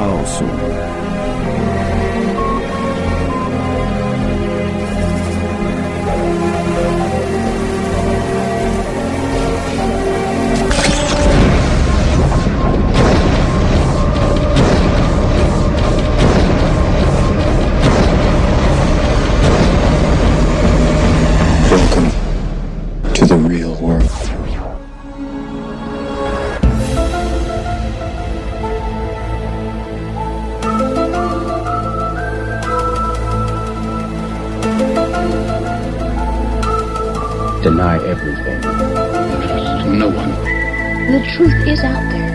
chaosu. Welcome to the real world. Deny everything. Trust no one. The truth is out there.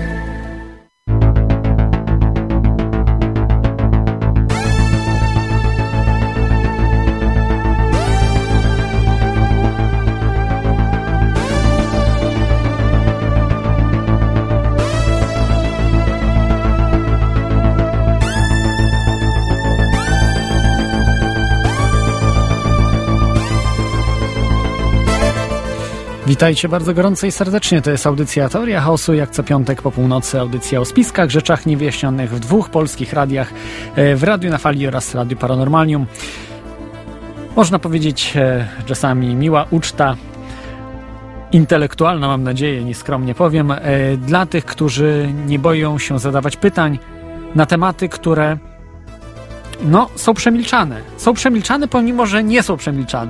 Witajcie bardzo gorąco i serdecznie. To jest audycja Teoria Chaosu, jak co piątek po północy. Audycja o spiskach, rzeczach niewyjaśnionych w dwóch polskich radiach, w Radiu na Fali oraz Radiu Paranormalium. Można powiedzieć czasami miła uczta intelektualna, mam nadzieję, nieskromnie powiem, dla tych, którzy nie boją się zadawać pytań na tematy, które są przemilczane. Są przemilczane, pomimo że nie są przemilczane.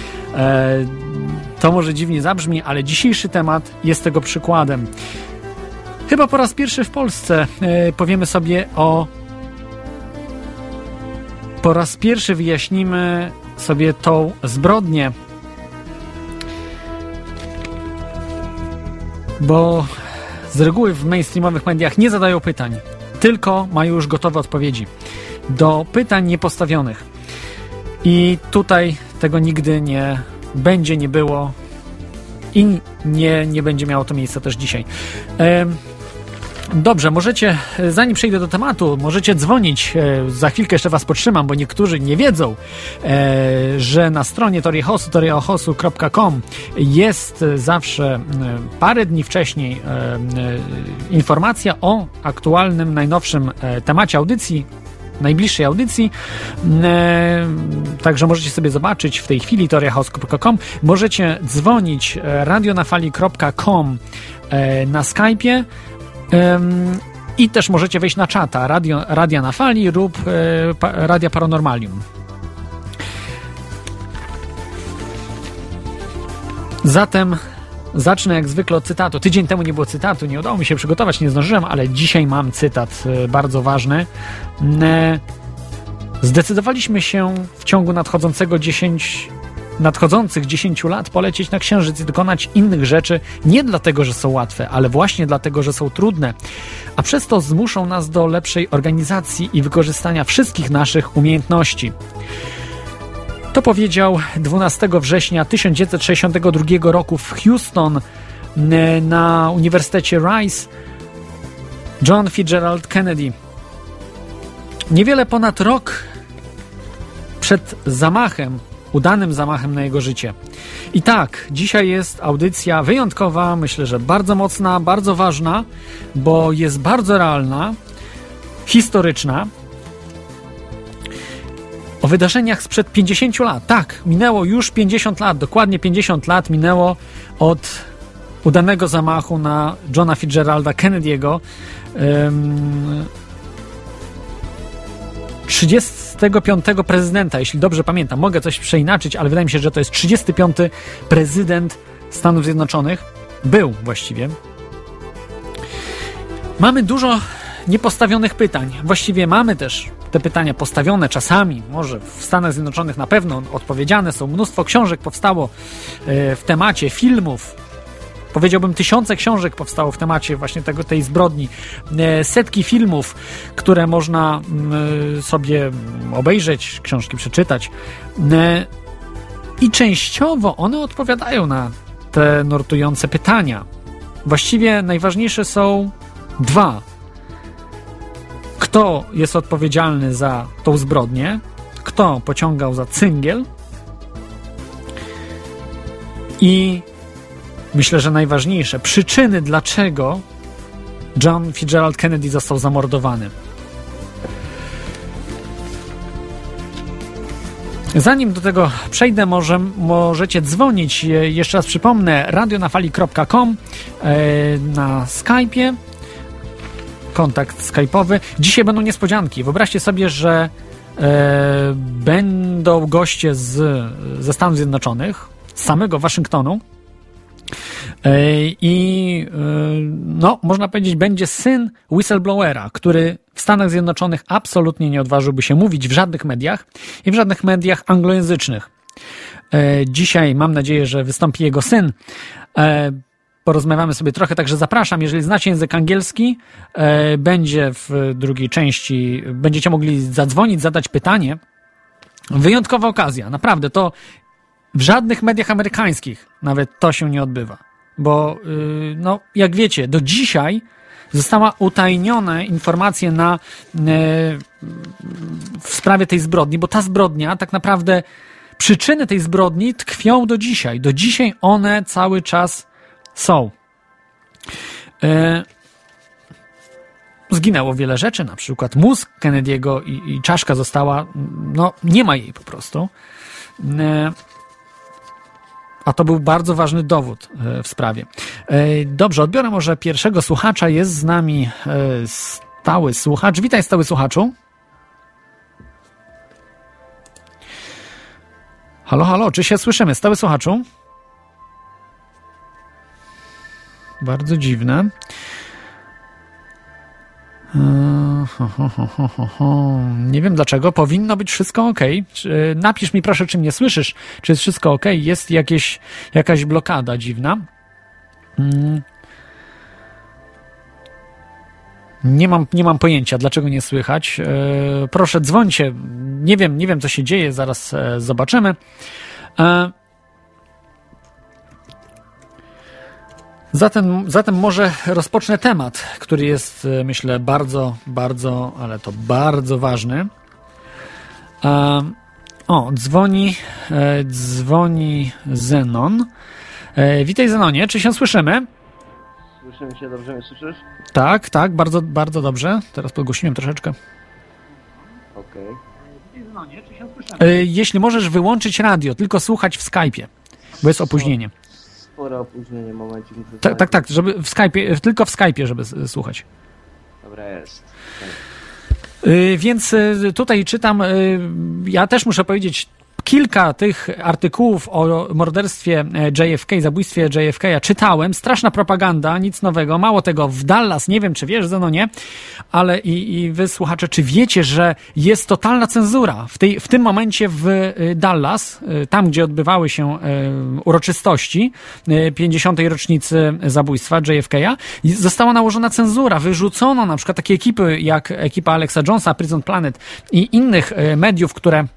To może dziwnie zabrzmi, ale dzisiejszy temat jest tego przykładem. Chyba po raz pierwszy w Polsce powiemy sobie po raz pierwszy wyjaśnimy sobie tą zbrodnię, bo z reguły w mainstreamowych mediach nie zadają pytań, tylko mają już gotowe odpowiedzi do pytań niepostawionych. I tutaj tego nigdy nie będzie, nie było i nie będzie miało to miejsca też dzisiaj. Dobrze, możecie, zanim przejdę do tematu, możecie dzwonić, za chwilkę jeszcze was podtrzymam, bo niektórzy nie wiedzą, że na stronie teoriachaosu.com jest zawsze parę dni wcześniej informacja o aktualnym, najnowszym temacie audycji, najbliższej audycji, także możecie sobie zobaczyć w tej chwili teoriachaos.com. Możecie dzwonić radionafali.com na Skype'ie i też możecie wejść na czata Radia na Fali lub Radia Paranormalium. Zatem zacznę jak zwykle od cytatu. Tydzień temu nie było cytatu, nie udało mi się przygotować, nie zdążyłem, ale dzisiaj mam cytat bardzo ważny. Zdecydowaliśmy się w ciągu nadchodzących 10 lat polecieć na Księżyc i dokonać innych rzeczy nie dlatego, że są łatwe, ale właśnie dlatego, że są trudne, a przez to zmuszą nas do lepszej organizacji i wykorzystania wszystkich naszych umiejętności. To powiedział 12 września 1962 roku w Houston na Uniwersytecie Rice John Fitzgerald Kennedy. Niewiele ponad rok przed udanym zamachem na jego życie. I tak, dzisiaj jest audycja wyjątkowa, myślę, że bardzo mocna, bardzo ważna, bo jest bardzo realna, historyczna. O wydarzeniach sprzed 50 lat. Tak, minęło już 50 lat, dokładnie 50 lat minęło od udanego zamachu na Johna Fitzgeralda Kennedy'ego. 35. prezydenta, jeśli dobrze pamiętam. Mogę coś przeinaczyć, ale wydaje mi się, że to jest 35. prezydent Stanów Zjednoczonych. Był właściwie. Mamy dużo niepostawionych pytań. Właściwie mamy też te pytania postawione czasami, może w Stanach Zjednoczonych na pewno odpowiedziane są. Mnóstwo książek powstało w temacie, filmów. Powiedziałbym, tysiące książek powstało w temacie właśnie tej zbrodni. Setki filmów, które można sobie obejrzeć, książki przeczytać. I częściowo one odpowiadają na te nurtujące pytania. Właściwie najważniejsze są dwa. Kto jest odpowiedzialny za tą zbrodnię? Kto pociągał za cyngiel? I myślę, że najważniejsze, przyczyny, dlaczego John Fitzgerald Kennedy został zamordowany. Zanim do tego przejdę, możecie dzwonić. Jeszcze raz przypomnę, radionafali.com na Skype'ie. Kontakt skype'owy. Dzisiaj będą niespodzianki. Wyobraźcie sobie, że będą goście ze Stanów Zjednoczonych, z samego Waszyngtonu. I no, można powiedzieć, będzie syn whistleblowera, który w Stanach Zjednoczonych absolutnie nie odważyłby się mówić w żadnych mediach i w żadnych mediach anglojęzycznych. Dzisiaj mam nadzieję, że wystąpi jego syn. Porozmawiamy sobie trochę, także zapraszam, jeżeli znacie język angielski, będzie w drugiej części, będziecie mogli zadzwonić, zadać pytanie. Wyjątkowa okazja, naprawdę, to w żadnych mediach amerykańskich nawet to się nie odbywa, bo no, jak wiecie, do dzisiaj została utajnione informacje w sprawie tej zbrodni, bo ta zbrodnia, tak naprawdę przyczyny tej zbrodni tkwią do dzisiaj. Do dzisiaj one cały czas są. Zginęło wiele rzeczy, na przykład mózg Kennedy'ego i czaszka została, no nie ma jej po prostu. A to był bardzo ważny dowód w sprawie. Dobrze, odbiorę może pierwszego słuchacza. Jest z nami stały słuchacz. Witaj, stały słuchaczu. Halo, halo, czy się słyszymy? Stały słuchaczu? Bardzo dziwne. Nie wiem dlaczego. Powinno być wszystko ok. Napisz mi proszę, czy mnie słyszysz. Czy jest wszystko ok? Jest jakaś blokada dziwna. Nie mam pojęcia, dlaczego nie słychać. Proszę, dzwońcie. Nie wiem, co się dzieje. Zaraz zobaczymy. Zatem może rozpocznę temat, który jest, myślę, bardzo, bardzo, ale to bardzo ważny. Dzwoni Zenon. Witaj, Zenonie, czy się słyszymy? Słyszymy się, dobrze mnie słyszysz? Tak, bardzo, bardzo dobrze. Teraz podgłośniłem troszeczkę. Okej. Witaj, Zenonie, czy się słyszymy? Jeśli możesz wyłączyć radio, tylko słuchać w Skype'ie, bo jest opóźnienie. Spore opóźnienie, momencik. Tak, żeby w Skype'ie, tylko w Skype'ie, żeby słuchać. Dobra, jest. Więc tutaj czytam, ja też muszę powiedzieć, kilka tych artykułów o morderstwie JFK, zabójstwie JFK czytałem. Straszna propaganda, nic nowego. Mało tego, w Dallas, nie wiem czy wiesz, Zenonie, ale i wy słuchacze, czy wiecie, że jest totalna cenzura w tym momencie w Dallas, tam gdzie odbywały się uroczystości 50. rocznicy zabójstwa JFK, została nałożona cenzura. Wyrzucono na przykład takie ekipy jak ekipa Alexa Jonesa, Prison Planet i innych mediów,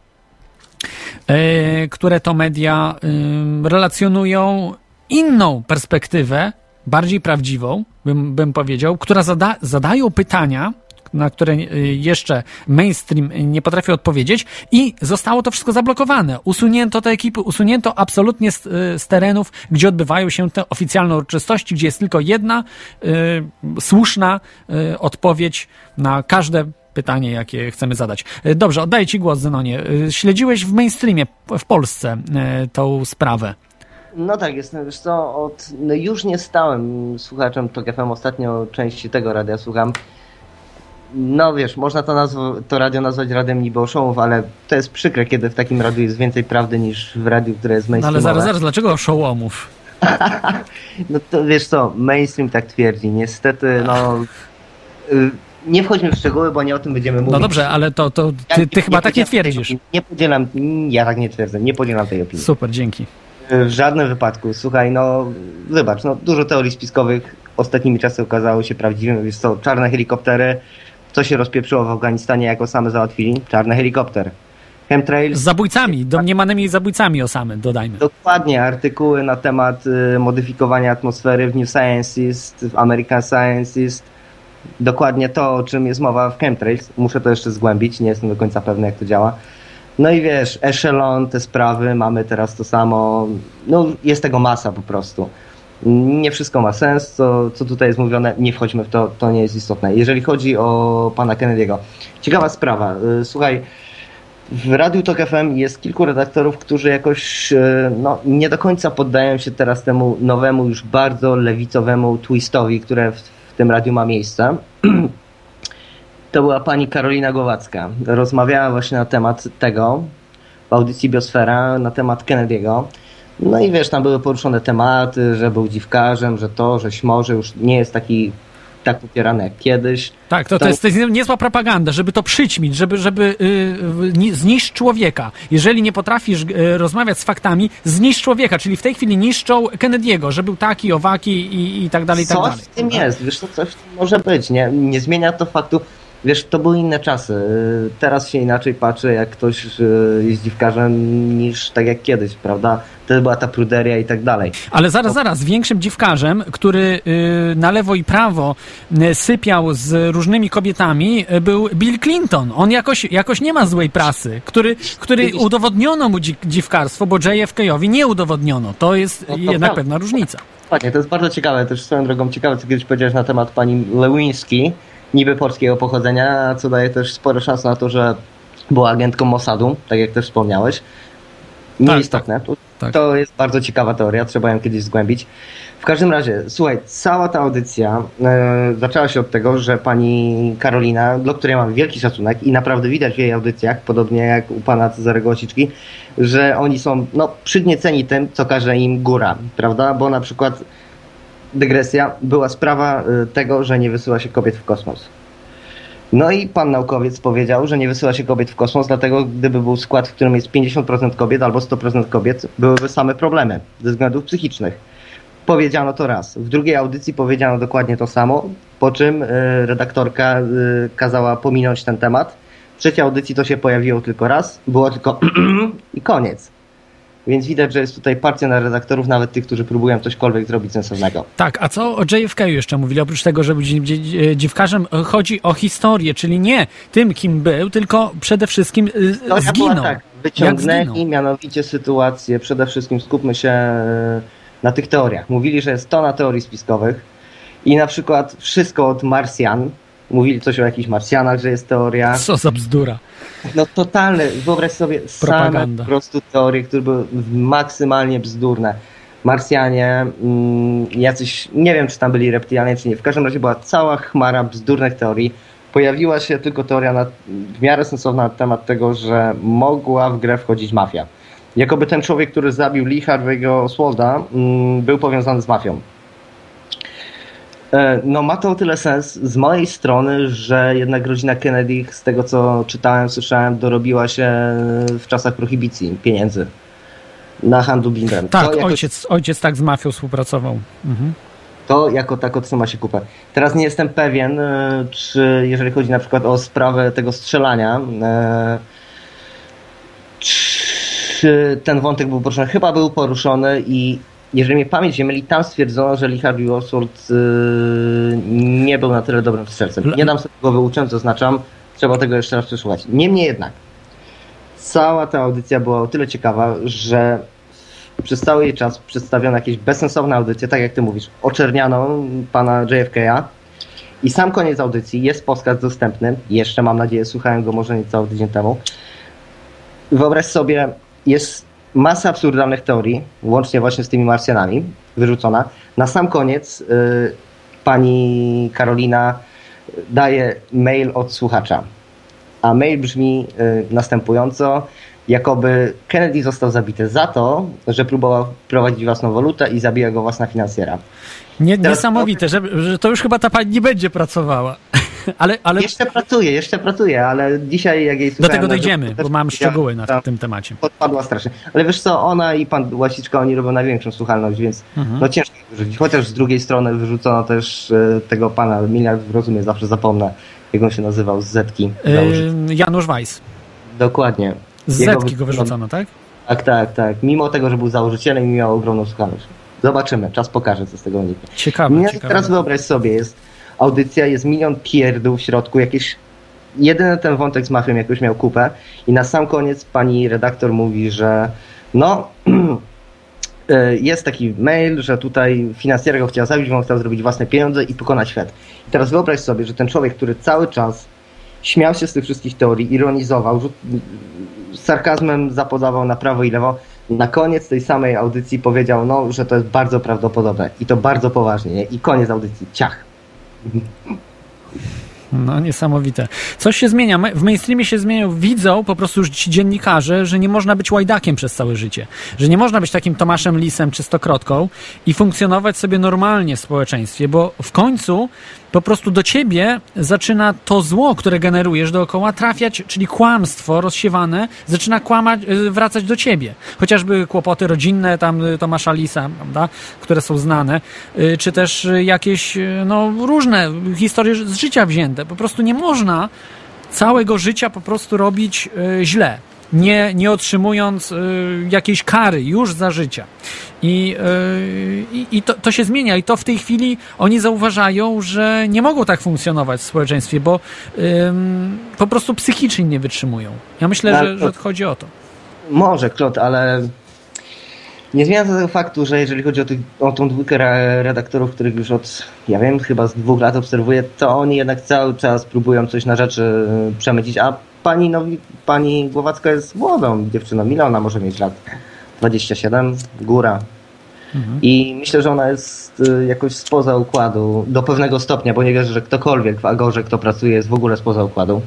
które to media relacjonują inną perspektywę, bardziej prawdziwą, bym powiedział, która zadają pytania, na które jeszcze mainstream nie potrafi odpowiedzieć i zostało to wszystko zablokowane. Usunięto te ekipy, usunięto absolutnie z terenów, gdzie odbywają się te oficjalne uroczystości, gdzie jest tylko jedna słuszna odpowiedź na każde pytanie, jakie chcemy zadać. Dobrze, oddaję ci głos, Zenonie. Śledziłeś w mainstreamie w Polsce tą sprawę. No tak, jestem, wiesz co, już nie stałem słuchaczem TOK FM, ostatnio części tego radia słucham. No wiesz, można to radio nazwać radiem niby oszołomów, ale to jest przykre, kiedy w takim radiu jest więcej prawdy niż w radiu, które jest mainstreamowe. No ale zaraz, dlaczego oszołomów? No to wiesz co, mainstream tak twierdzi. Niestety, no... Nie wchodźmy w szczegóły, bo nie o tym będziemy mówić. No dobrze, ale ty chyba tak nie twierdzisz. Ja tak nie twierdzę, nie podzielam tej opinii. Super, dzięki. W żadnym wypadku. Słuchaj, no wybacz, no dużo teorii spiskowych ostatnimi czasy okazało się prawdziwym. Wiesz co, czarne helikoptery, co się rozpieprzyło w Afganistanie, jako same załatwili? Czarny helikopter. Chemtrails. Z zabójcami, domniemanymi zabójcami osamy, dodajmy. Dokładnie, artykuły na temat modyfikowania atmosfery w New Scientist, w American Scientist. Dokładnie to, o czym jest mowa w Chemtrails. Muszę to jeszcze zgłębić, nie jestem do końca pewny, jak to działa. No i wiesz, Echelon, te sprawy, mamy teraz to samo. No jest tego masa po prostu. Nie wszystko ma sens, co tutaj jest mówione, nie wchodźmy w to, to nie jest istotne. Jeżeli chodzi o pana Kennedy'ego, ciekawa sprawa. Słuchaj, w Radiu Tok FM jest kilku redaktorów, którzy jakoś nie do końca poddają się teraz temu nowemu, już bardzo lewicowemu twistowi, które w tym radiu ma miejsce. To była pani Karolina Głowacka. Rozmawiała właśnie na temat tego w audycji Biosfera, na temat Kennedy'ego. No i wiesz, tam były poruszone tematy, że był dziwkarzem, że śmo, że już nie jest tak popierany jak kiedyś. Tak, to jest niezła propaganda, żeby to przyćmić, żeby zniszczyć człowieka. Jeżeli nie potrafisz rozmawiać z faktami, zniszcz człowieka, czyli w tej chwili niszczą Kennedy'ego, że był taki, owaki i tak dalej, i tak dalej. Coś w tym jest, wiesz, coś w tym może być, nie zmienia to faktu. Wiesz, to były inne czasy. Teraz się inaczej patrzy, jak ktoś jest dziwkarzem, niż tak jak kiedyś, prawda? Wtedy była ta pruderia i tak dalej. Ale zaraz, większym dziwkarzem, który na lewo i prawo sypiał z różnymi kobietami, był Bill Clinton. On jakoś nie ma złej prasy, który udowodniono mu dziwkarstwo, bo JFK-owi nie udowodniono. To jest jednak pewna różnica. Dokładnie, to jest bardzo ciekawe. Też swoją drogą ciekawe, co kiedyś powiedziałeś na temat pani Lewinsky, niby polskiego pochodzenia, co daje też spore szanse na to, że była agentką Mossadu, tak jak też wspomniałeś. Nieistotne. Tak. To jest bardzo ciekawa teoria, trzeba ją kiedyś zgłębić. W każdym razie, słuchaj, cała ta audycja zaczęła się od tego, że pani Karolina, do której mam wielki szacunek i naprawdę widać w jej audycjach, podobnie jak u pana Cezarego Łasiczki, że oni są przygnieceni tym, co każe im góra, prawda? Bo na przykład dygresja, była sprawa tego, że nie wysyła się kobiet w kosmos. No i pan naukowiec powiedział, że nie wysyła się kobiet w kosmos, dlatego gdyby był skład, w którym jest 50% kobiet albo 100% kobiet, byłyby same problemy ze względów psychicznych. Powiedziano to raz. W drugiej audycji powiedziano dokładnie to samo, po czym redaktorka kazała pominąć ten temat. W trzeciej audycji to się pojawiło tylko raz, było tylko i koniec. Więc widać, że jest tutaj partia na redaktorów, nawet tych, którzy próbują cośkolwiek zrobić sensownego. Tak, a co o JFK jeszcze mówili? Oprócz tego, że był dziwkarzem, chodzi o historię, czyli nie tym, kim był, tylko przede wszystkim zginął. Była, tak, wyciągnęli mianowicie sytuację, przede wszystkim skupmy się na tych teoriach. Mówili, że jest tona teorii spiskowych i na przykład wszystko od Marsjan. Mówili coś o jakichś Marsjanach, że jest teoria. Co za bzdura. No totalne, wyobraź sobie same po prostu teorie, które były maksymalnie bzdurne. Marsjanie, jacyś, nie wiem czy tam byli reptilianie czy nie, w każdym razie była cała chmara bzdurnych teorii. Pojawiła się tylko teoria w miarę sensowna na temat tego, że mogła w grę wchodzić mafia. Jakoby ten człowiek, który zabił Lee Harvey'ego Oswalda, był powiązany z mafią. No ma to o tyle sens z mojej strony, że jednak rodzina Kennedy, z tego co czytałem, słyszałem, dorobiła się w czasach prohibicji pieniędzy na handlu bindem. Tak, ojciec tak z mafią współpracował. Mhm. To jako tak otrzyma się kupę. Teraz nie jestem pewien, czy jeżeli chodzi na przykład o sprawę tego strzelania, czy ten wątek był poruszony. Chyba był poruszony i jeżeli mnie pamięć nie myli, tam stwierdzono, że Lee Harvey Oswald nie był na tyle dobrym strzelcem. Nie dam sobie głowy uciąć, zaznaczam, trzeba tego jeszcze raz przesłuchać. Niemniej jednak, cała ta audycja była o tyle ciekawa, że przez cały jej czas przedstawiono jakieś bezsensowne audycje, tak jak ty mówisz, oczerniano pana JFK-a i sam koniec audycji, jest podcast dostępny, jeszcze mam nadzieję, słuchałem go może niecały tydzień temu. Wyobraź sobie, jest masa absurdalnych teorii, łącznie właśnie z tymi Marsjanami, wyrzucona. Na sam koniec pani Karolina daje mail od słuchacza. A mail brzmi następująco, jakoby Kennedy został zabity za to, że próbował wprowadzić własną walutę i zabija go własna finansjera. Niesamowite, że to już chyba ta pani nie będzie pracowała. Ale... Jeszcze pracuje, ale dzisiaj jak jej słuchałem... Do tego dojdziemy, bo mam szczegóły na tym temacie. Podpadła strasznie. Ale wiesz co, ona i pan Łasiczka, oni robią największą słuchalność, więc no ciężko wyrzucić. Chociaż z drugiej strony wyrzucono też tego pana, Miliard rozumie, zawsze zapomnę, jak on się nazywał, z Zetki. Janusz Weiss. Dokładnie. Z Zetki go wyrzucono, tak? Tak. Mimo tego, że był założycielem i miał ogromną słuchalność. Zobaczymy, czas pokaże, co z tego wyniknie. Ciekawe. Teraz wyobraź sobie, jest audycja, jest milion pierdół w środku, jakieś jedyny ten wątek z mafią jakoś miał kupę i na sam koniec pani redaktor mówi, że no jest taki mail, że tutaj finansjera go chciał zabić, bo on chciał zrobić własne pieniądze i pokonać świat. I teraz wyobraź sobie, że ten człowiek, który cały czas śmiał się z tych wszystkich teorii, ironizował, sarkazmem zapodawał na prawo i lewo. Na koniec tej samej audycji powiedział, no, że to jest bardzo prawdopodobne i to bardzo poważnie, nie? I koniec audycji, ciach. No niesamowite. Coś się zmienia. W mainstreamie się zmieniają. Widzą po prostu już ci dziennikarze, że nie można być łajdakiem przez całe życie. Że nie można być takim Tomaszem Lisem czy Stokrotką i funkcjonować sobie normalnie w społeczeństwie, bo w końcu po prostu do ciebie zaczyna to zło, które generujesz dookoła trafiać, czyli kłamstwo rozsiewane zaczyna wracać do ciebie. Chociażby kłopoty rodzinne tam Tomasza Lisa, prawda, które są znane, czy też jakieś no, różne historie z życia wzięte. Po prostu nie można całego życia po prostu robić źle, nie otrzymując jakiejś kary już za życia. I to się zmienia i to w tej chwili oni zauważają, że nie mogą tak funkcjonować w społeczeństwie, bo po prostu psychicznie nie wytrzymują. Ja myślę, że chodzi o to. Może, Claude, ale nie zmienia to tego faktu, że jeżeli chodzi o tą dwójkę redaktorów, których już od, ja wiem, chyba z 2 lat obserwuję, to oni jednak cały czas próbują coś na rzeczy przemycić, a pani Głowacka jest młodą dziewczyną. Ile ona może mieć lat? 27? Góra. I myślę, że ona jest jakoś spoza układu do pewnego stopnia, bo nie wierzę, że ktokolwiek w Agorze, kto pracuje, jest w ogóle spoza układu.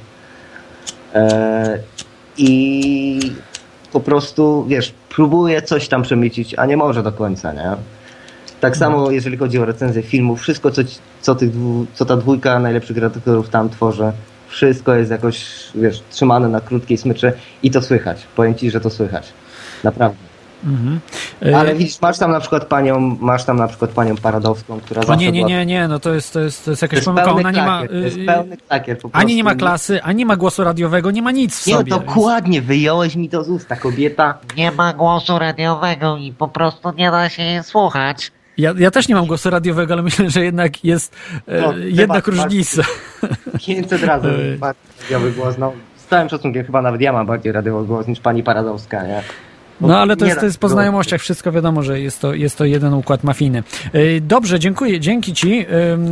I po prostu, wiesz, próbuje coś tam przemycić, a nie może do końca, nie? Tak samo jeżeli chodzi o recenzję filmów, wszystko co ta dwójka najlepszych redaktorów tam tworzy, wszystko jest jakoś, wiesz, trzymane na krótkiej smyczy i to słychać. Powiem ci, że to słychać. Naprawdę. Ale widzisz, masz tam na przykład panią Paradowską, która zawsze nie, no to jest jakaś pomyłka. Ona nie ma pełny klakier, po prostu. Ani nie ma klasy, ani nie ma głosu radiowego, nie ma nic w sobie. Nie, dokładnie, wyjąłeś mi to z ust, ta kobieta. Nie ma głosu radiowego i po prostu nie da się jej słuchać. Ja też nie mam głosu radiowego, ale myślę, że jednak jest jednak różnica. 500 razy bardziej radiowy głos. No, z całym szacunkiem chyba nawet ja mam bardziej radiowy głos niż pani Paradowska, nie? No ale to jest po znajomościach, wszystko wiadomo, że jest to jeden układ mafijny. Dobrze, dziękuję, dzięki ci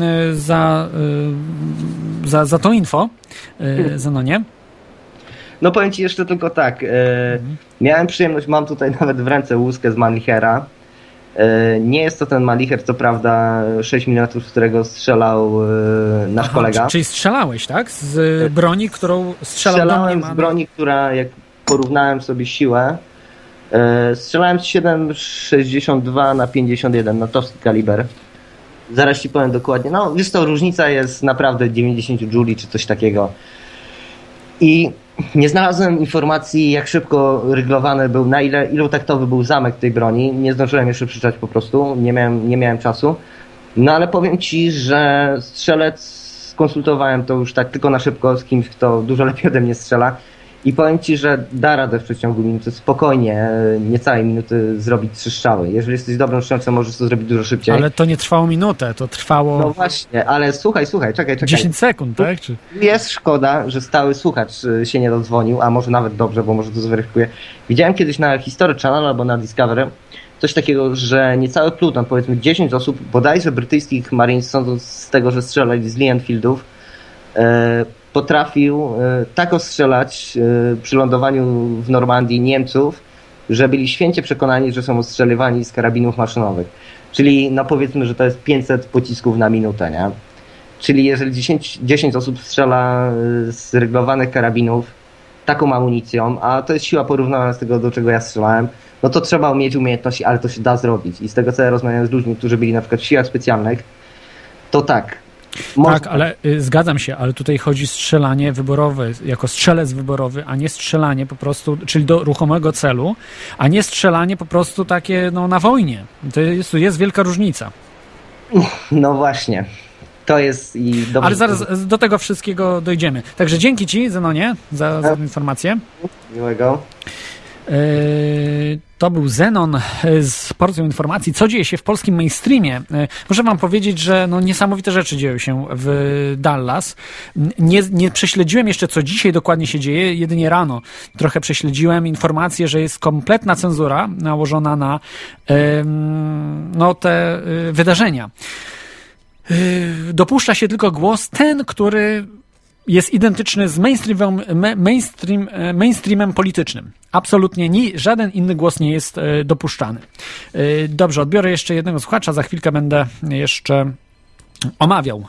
za tą info, Zenonie. No powiem ci jeszcze tylko tak, miałem przyjemność, mam tutaj nawet w ręce łuskę z Mannlichera. Nie jest to ten Mannlicher, co prawda 6 mm, z którego strzelał nasz kolega. Czyli strzelałeś, tak? Z broni, którą strzelałem z broni, która, jak porównałem sobie siłę, strzelałem z 7,62 na 51, natowski kaliber. Zaraz ci powiem dokładnie. No wiesz co, różnica jest naprawdę 90 Juli czy coś takiego. I nie znalazłem informacji, jak szybko ryglowany był, na ilu taktowy był zamek tej broni. Nie zdążyłem jeszcze przeczytać po prostu, nie miałem czasu. No ale powiem ci, że strzelec, skonsultowałem to już tak tylko na szybko z kimś, kto dużo lepiej ode mnie strzela. I powiem ci, że da radę w przeciągu minuty spokojnie, niecałej minuty zrobić 3 strzały. Jeżeli jesteś dobrym strzelcem, możesz to zrobić dużo szybciej. Ale to nie trwało minutę, to trwało... No właśnie, ale słuchaj, czekaj. 10 sekund, tak? Czy... Jest szkoda, że stały słuchacz się nie dodzwonił, a może nawet dobrze, bo może to zweryfikuje. Widziałem kiedyś na History Channel albo na Discovery coś takiego, że niecały pluton, powiedzmy 10 osób, bodajże brytyjskich Marines, sądząc z tego, że strzelali z Lee Enfieldów, potrafił tak ostrzelać przy lądowaniu w Normandii Niemców, że byli święcie przekonani, że są ostrzeliwani z karabinów maszynowych. Czyli no powiedzmy, że to jest 500 pocisków na minutę, nie? Czyli jeżeli 10 osób strzela z ryglowanych karabinów taką amunicją, a to jest siła porównana z tego, do czego ja strzelałem, no to trzeba mieć umiejętności, ale to się da zrobić. I z tego, co ja rozmawiałem z ludźmi, którzy byli na przykład w siłach specjalnych, to tak. Tak, ale zgadzam się, ale tutaj chodzi strzelanie wyborowe, jako strzelec wyborowy, a nie strzelanie po prostu, czyli do ruchomego celu, a nie strzelanie po prostu takie no, na wojnie. To jest wielka różnica. No właśnie. To jest i dobrze. Ale zaraz do tego wszystkiego dojdziemy. Także dzięki ci, Zenonie, za informację. Miłego. To był Zenon z porcją informacji, co dzieje się w polskim mainstreamie. Muszę wam powiedzieć, że no niesamowite rzeczy dzieją się w Dallas. Nie prześledziłem jeszcze, co dzisiaj dokładnie się dzieje, jedynie rano trochę prześledziłem informację, że jest kompletna cenzura nałożona na no, te wydarzenia. Dopuszcza się tylko głos ten, który jest identyczny z mainstreamem politycznym. Absolutnie żaden inny głos nie jest dopuszczany. Dobrze, odbiorę jeszcze jednego słuchacza, za chwilkę będę jeszcze omawiał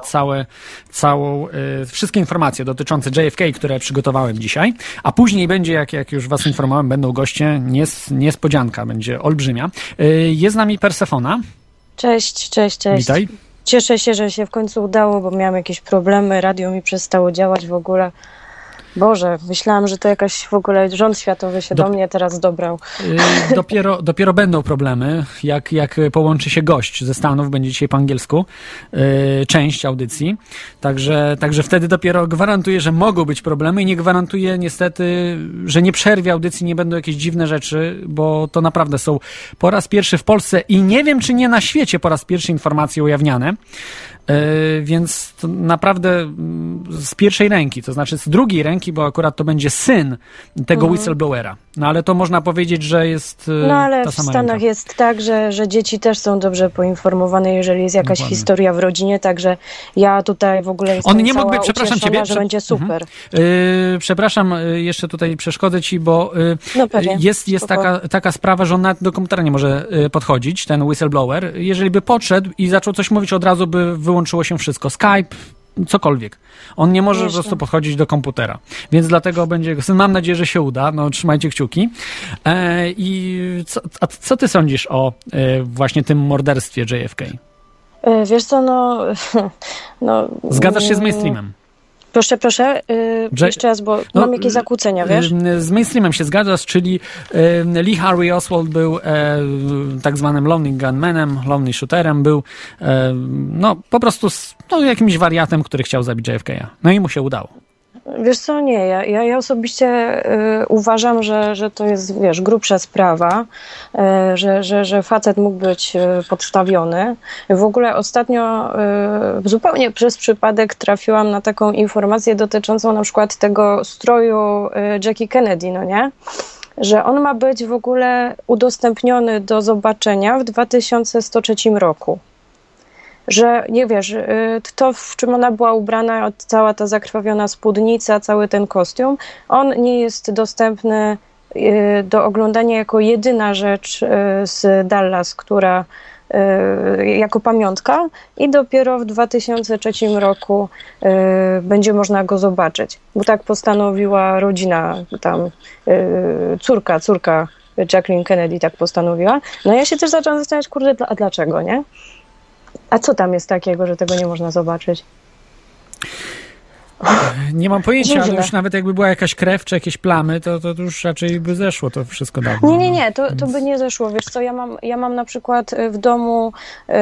wszystkie informacje dotyczące JFK, które przygotowałem dzisiaj, a później będzie, jak już was informowałem, będą goście, niespodzianka będzie olbrzymia. Jest z nami Persefona. Cześć. Witaj. Cieszę się, że się w końcu udało, bo miałam jakieś problemy, radio mi przestało działać w ogóle. Boże, myślałam, że to jakaś w ogóle rząd światowy się do mnie teraz dobrał. Dopiero będą problemy, jak połączy się gość ze Stanów, będzie dzisiaj po angielsku, część audycji. Także wtedy dopiero gwarantuję, że mogą być problemy i nie gwarantuję niestety, że nie przerwie audycji, nie będą jakieś dziwne rzeczy, bo to naprawdę są po raz pierwszy w Polsce i nie wiem, czy nie na świecie po raz pierwszy informacje ujawniane. Więc to naprawdę z pierwszej ręki, to znaczy z drugiej ręki, bo akurat to będzie syn tego whistleblowera. No ale to można powiedzieć, że jest No ale ta w sama Stanach ręka. jest tak, że dzieci też są dobrze poinformowane, jeżeli jest jakaś Dokładnie. historia w rodzinie, także ja tutaj w ogóle jestem On nie mógłby, cała przepraszam ucieszona, ciebie, że będzie super. Przepraszam, jeszcze tutaj przeszkodzę ci, bo No pewnie, jest spoko. taka sprawa, że on nawet do komputera nie może podchodzić, ten whistleblower. Jeżeli by podszedł i zaczął coś mówić, od razu by wyłączyło się wszystko. Skype, cokolwiek. On nie może po prostu podchodzić do komputera. Więc dlatego będzie jego syn. Mam nadzieję, że się uda. No, trzymajcie kciuki. I co ty sądzisz o właśnie tym morderstwie JFK? Wiesz co, Zgadzasz się z mainstreamem? Proszę, jeszcze raz, bo mam jakieś zakłócenia, wiesz? Z mainstreamem się zgadzasz, czyli Lee Harvey Oswald był tak zwanym lonely gunmanem, lonely shooterem, był po prostu jakimś wariatem, który chciał zabić JFK-a. No i mu się udało. Wiesz co, nie, ja osobiście uważam, że to jest, wiesz, grubsza sprawa, że facet mógł być podstawiony. W ogóle ostatnio zupełnie przez przypadek trafiłam na taką informację dotyczącą na przykład tego stroju Jackie Kennedy, no nie? Że on ma być w ogóle udostępniony do zobaczenia w 2103 roku. Że nie wiesz, to w czym ona była ubrana, cała ta zakrwawiona spódnica, cały ten kostium, on nie jest dostępny do oglądania jako jedyna rzecz z Dallas, która jako pamiątka i dopiero w 2003 roku będzie można go zobaczyć, bo tak postanowiła rodzina, tam córka Jacqueline Kennedy tak postanowiła. No ja się też zaczęłam zastanawiać, kurde, a dlaczego, nie? A co tam jest takiego, że tego nie można zobaczyć? Nie mam pojęcia, Dziwne. ale już nawet jakby była jakaś krew czy jakieś plamy, to już raczej by zeszło to wszystko dawno. Nie, to by nie zeszło. Wiesz co, ja mam na przykład w domu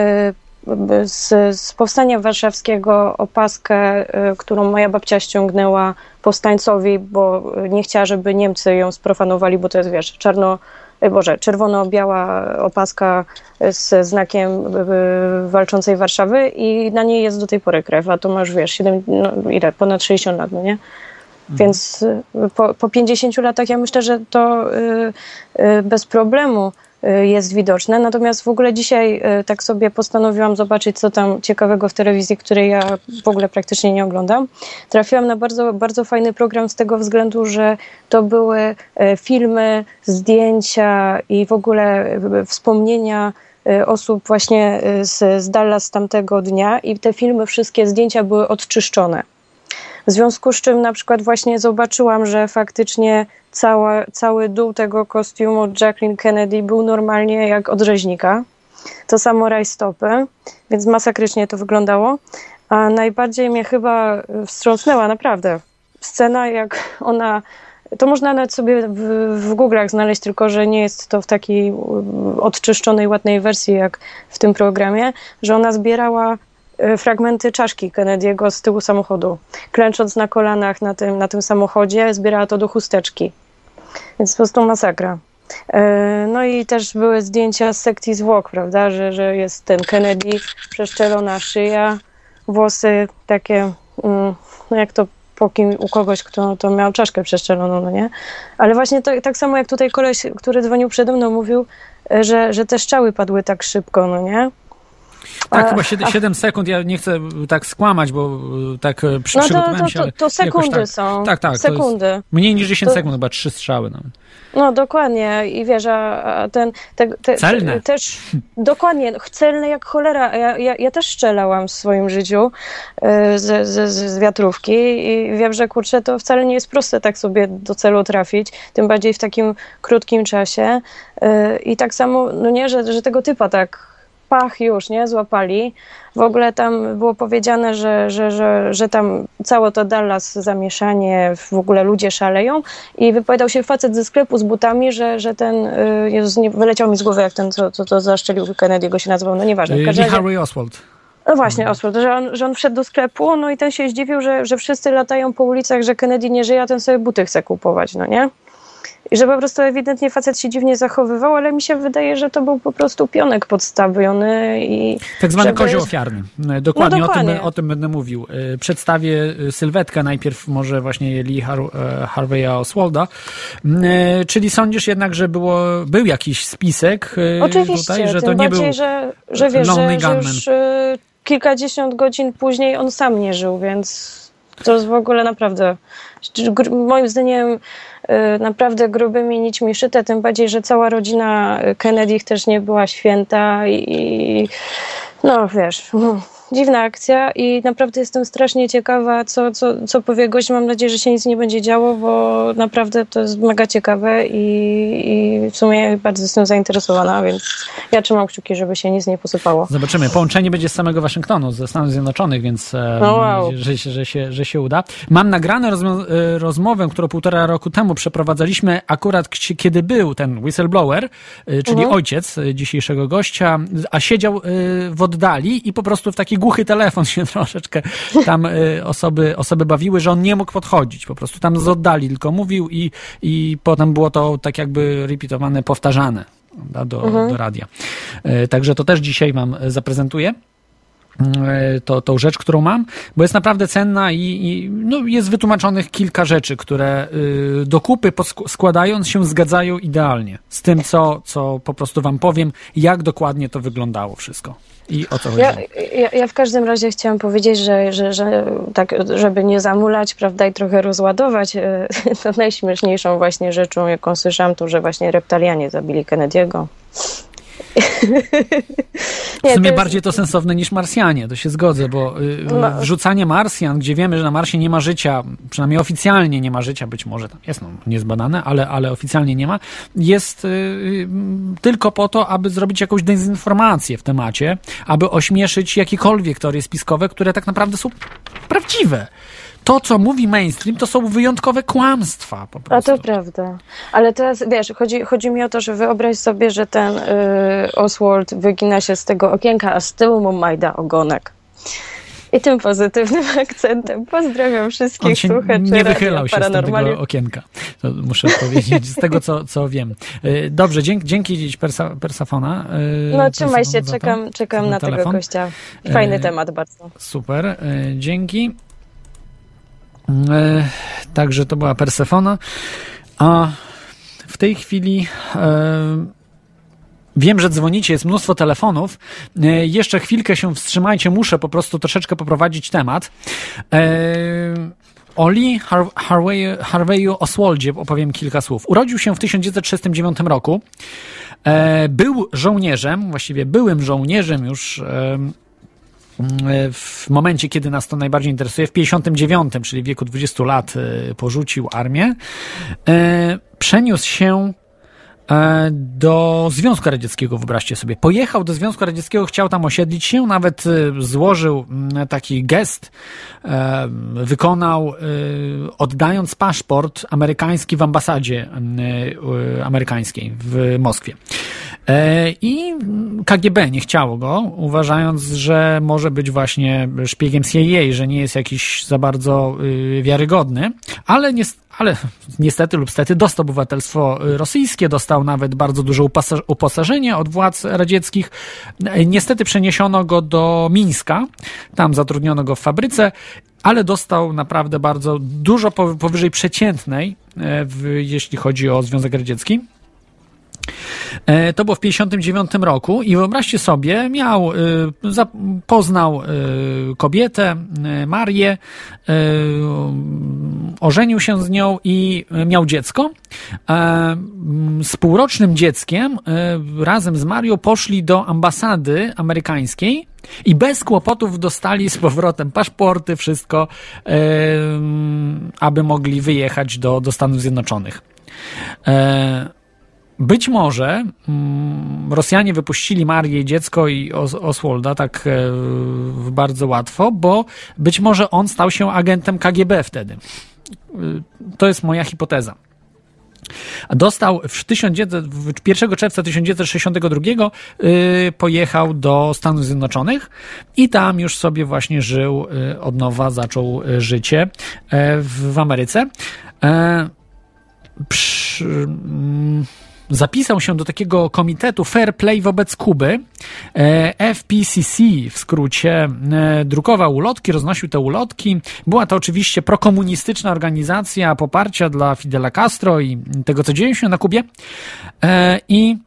z Powstania Warszawskiego opaskę, którą moja babcia ściągnęła powstańcowi, bo nie chciała, żeby Niemcy ją sprofanowali, bo to jest, wiesz, czerwono-biała opaska z znakiem walczącej Warszawy i na niej jest do tej pory krew, a to masz, wiesz, ponad 60 lat, no nie? Więc po 50 latach ja myślę, że to bez problemu jest widoczne. Natomiast w ogóle dzisiaj tak sobie postanowiłam zobaczyć, co tam ciekawego w telewizji, której ja w ogóle praktycznie nie oglądam. Trafiłam na bardzo, bardzo fajny program z tego względu, że to były filmy, zdjęcia i w ogóle wspomnienia osób właśnie z Dallas z tamtego dnia i te filmy, wszystkie zdjęcia były odczyszczone. W związku z czym na przykład właśnie zobaczyłam, że faktycznie cały dół tego kostiumu Jacqueline Kennedy był normalnie jak od rzeźnika. To samo rajstopy, więc masakrycznie to wyglądało. A najbardziej mnie chyba wstrząsnęła naprawdę scena, jak ona... To można nawet sobie w Google'ach znaleźć, tylko że nie jest to w takiej odczyszczonej, ładnej wersji jak w tym programie, że ona zbierała fragmenty czaszki Kennedy'ego z tyłu samochodu. Klęcząc na kolanach na tym samochodzie, zbierała to do chusteczki. Więc po prostu masakra. No i też były zdjęcia z sekcji zwłok, prawda, że jest ten Kennedy, przeszczelona szyja, włosy takie, no jak to u kogoś, kto to miał czaszkę przeszczeloną, no nie? Ale właśnie to, tak samo jak tutaj koleś, który dzwonił przede mną, mówił, że te strzały padły tak szybko, no nie? Tak, chyba 7 sekund, ja nie chcę tak skłamać, bo tak przygotowałem się, ale to sekundy tak, są. Tak, sekundy. To jest mniej niż 10 sekund, chyba 3 strzały nawet. No dokładnie i wiesz, a celne. Też dokładnie, celne jak cholera. Ja też strzelałam w swoim życiu z wiatrówki i wiem, że kurczę, to wcale nie jest proste tak sobie do celu trafić, tym bardziej w takim krótkim czasie. I tak samo, no nie, że tego typa tak pach już, nie, złapali. W ogóle tam było powiedziane, że tam całe to Dallas zamieszanie, w ogóle ludzie szaleją i wypowiadał się facet ze sklepu z butami, że ten, Jezus, nie wyleciał mi z głowy, jak ten, co zaszczelił Kennedy'ego się nazywał, no nieważne. Lee Harvey Oswald. No właśnie, Oswald, że on wszedł do sklepu, no i ten się zdziwił, że wszyscy latają po ulicach, że Kennedy nie żyje, a ten sobie buty chce kupować, no nie? I że po prostu ewidentnie facet się dziwnie zachowywał, ale mi się wydaje, że to był po prostu pionek podstawiony i... Tak zwany kozioł ofiarny. Dokładnie, no dokładnie. O tym będę mówił. Przedstawię sylwetkę najpierw może właśnie Lee Harvey'a Oswalda. Czyli sądzisz jednak, że był jakiś spisek oczywiście, tutaj, że to tym nie bardziej, był że wiesz, lonely że już kilkadziesiąt godzin później on sam nie żył, więc to jest w ogóle naprawdę, moim zdaniem, naprawdę grubymi nićmi szyte, tym bardziej, że cała rodzina Kennedy też nie była święta i no wiesz, dziwna akcja i naprawdę jestem strasznie ciekawa, co powie gość. Mam nadzieję, że się nic nie będzie działo, bo naprawdę to jest mega ciekawe i w sumie bardzo jestem zainteresowana, więc ja trzymam kciuki, żeby się nic nie posypało. Zobaczymy. Połączenie będzie z samego Waszyngtonu, ze Stanów Zjednoczonych, więc wow. że się uda. Mam nagrane rozmowę, którą 1,5 roku temu przeprowadzaliśmy akurat, kiedy był ten whistleblower, czyli ojciec dzisiejszego gościa, a siedział w oddali i po prostu w taki głuchy telefon się troszeczkę tam osoby bawiły, że on nie mógł podchodzić. Po prostu tam z oddali tylko mówił i potem było to tak jakby repeatowane, powtarzane do radia. Także to też dzisiaj wam zaprezentuję. Tą rzecz, którą mam, bo jest naprawdę cenna i no, jest wytłumaczonych kilka rzeczy, które do kupy składając się zgadzają idealnie z tym, co po prostu wam powiem, jak dokładnie to wyglądało wszystko i o co chodziło. Ja w każdym razie chciałam powiedzieć, że tak, żeby nie zamulać, prawda, i trochę rozładować, to najśmieszniejszą właśnie rzeczą, jaką słyszałam, to, że właśnie reptalianie zabili Kennedy'ego. W sumie bardziej to sensowne niż Marsjanie, to się zgodzę, bo wrzucanie Marsjan, gdzie wiemy, że na Marsie nie ma życia, przynajmniej oficjalnie nie ma życia, być może tam jest niezbadane, ale oficjalnie nie ma, jest tylko po to, aby zrobić jakąś dezinformację w temacie, aby ośmieszyć jakiekolwiek teorie spiskowe, które tak naprawdę są prawdziwe. To, co mówi mainstream, to są wyjątkowe kłamstwa po prostu. A to prawda. Ale teraz, wiesz, chodzi mi o to, że wyobraź sobie, że ten Oswald wygina się z tego okienka, a z tyłu mu majda ogonek. I tym pozytywnym akcentem pozdrawiam wszystkich słuchaczy. Nie wychylał się z tego okienka. To muszę powiedzieć, z tego, co wiem. Dobrze, dzięki Persafona. No trzymaj się, czekam na telefon. tego gościa. Fajny temat bardzo. Super, dzięki. Także to była Persefona. A w tej chwili wiem, że dzwonicie, jest mnóstwo telefonów. Jeszcze chwilkę się wstrzymajcie, muszę po prostu troszeczkę poprowadzić temat. O Lee Harvey'u Oswaldzie opowiem kilka słów. Urodził się w 1939 roku. Był żołnierzem, właściwie byłym żołnierzem już w momencie, kiedy nas to najbardziej interesuje, w 59, czyli w wieku 20 lat porzucił armię. Przeniósł się do Związku Radzieckiego, wyobraźcie sobie. Pojechał do Związku Radzieckiego, chciał tam osiedlić się, nawet złożył taki gest, wykonał, oddając paszport amerykański w ambasadzie amerykańskiej w Moskwie. I KGB nie chciało go, uważając, że może być właśnie szpiegiem CIA, że nie jest jakiś za bardzo wiarygodny, ale niestety lub stety dostał obywatelstwo rosyjskie, dostał nawet bardzo duże uposażenie od władz radzieckich. Niestety przeniesiono go do Mińska, tam zatrudniono go w fabryce, ale dostał naprawdę bardzo dużo powyżej przeciętnej, jeśli chodzi o Związek Radziecki. To było w 59 roku i wyobraźcie sobie, poznał kobietę, Marię, ożenił się z nią i miał dziecko. Z półrocznym dzieckiem razem z Marią poszli do ambasady amerykańskiej i bez kłopotów dostali z powrotem paszporty, wszystko, aby mogli wyjechać do Stanów Zjednoczonych. Być może Rosjanie wypuścili Marię, dziecko i Oswalda tak bardzo łatwo, bo być może on stał się agentem KGB wtedy. To jest moja hipoteza. Dostał 1 czerwca 1962 pojechał do Stanów Zjednoczonych i tam już sobie właśnie żył od nowa, zaczął życie w Ameryce. Zapisał się do takiego komitetu Fair Play wobec Kuby, FPCC w skrócie, drukował ulotki, roznosił te ulotki. Była to oczywiście prokomunistyczna organizacja poparcia dla Fidela Castro i tego, co dzieje się na Kubie. I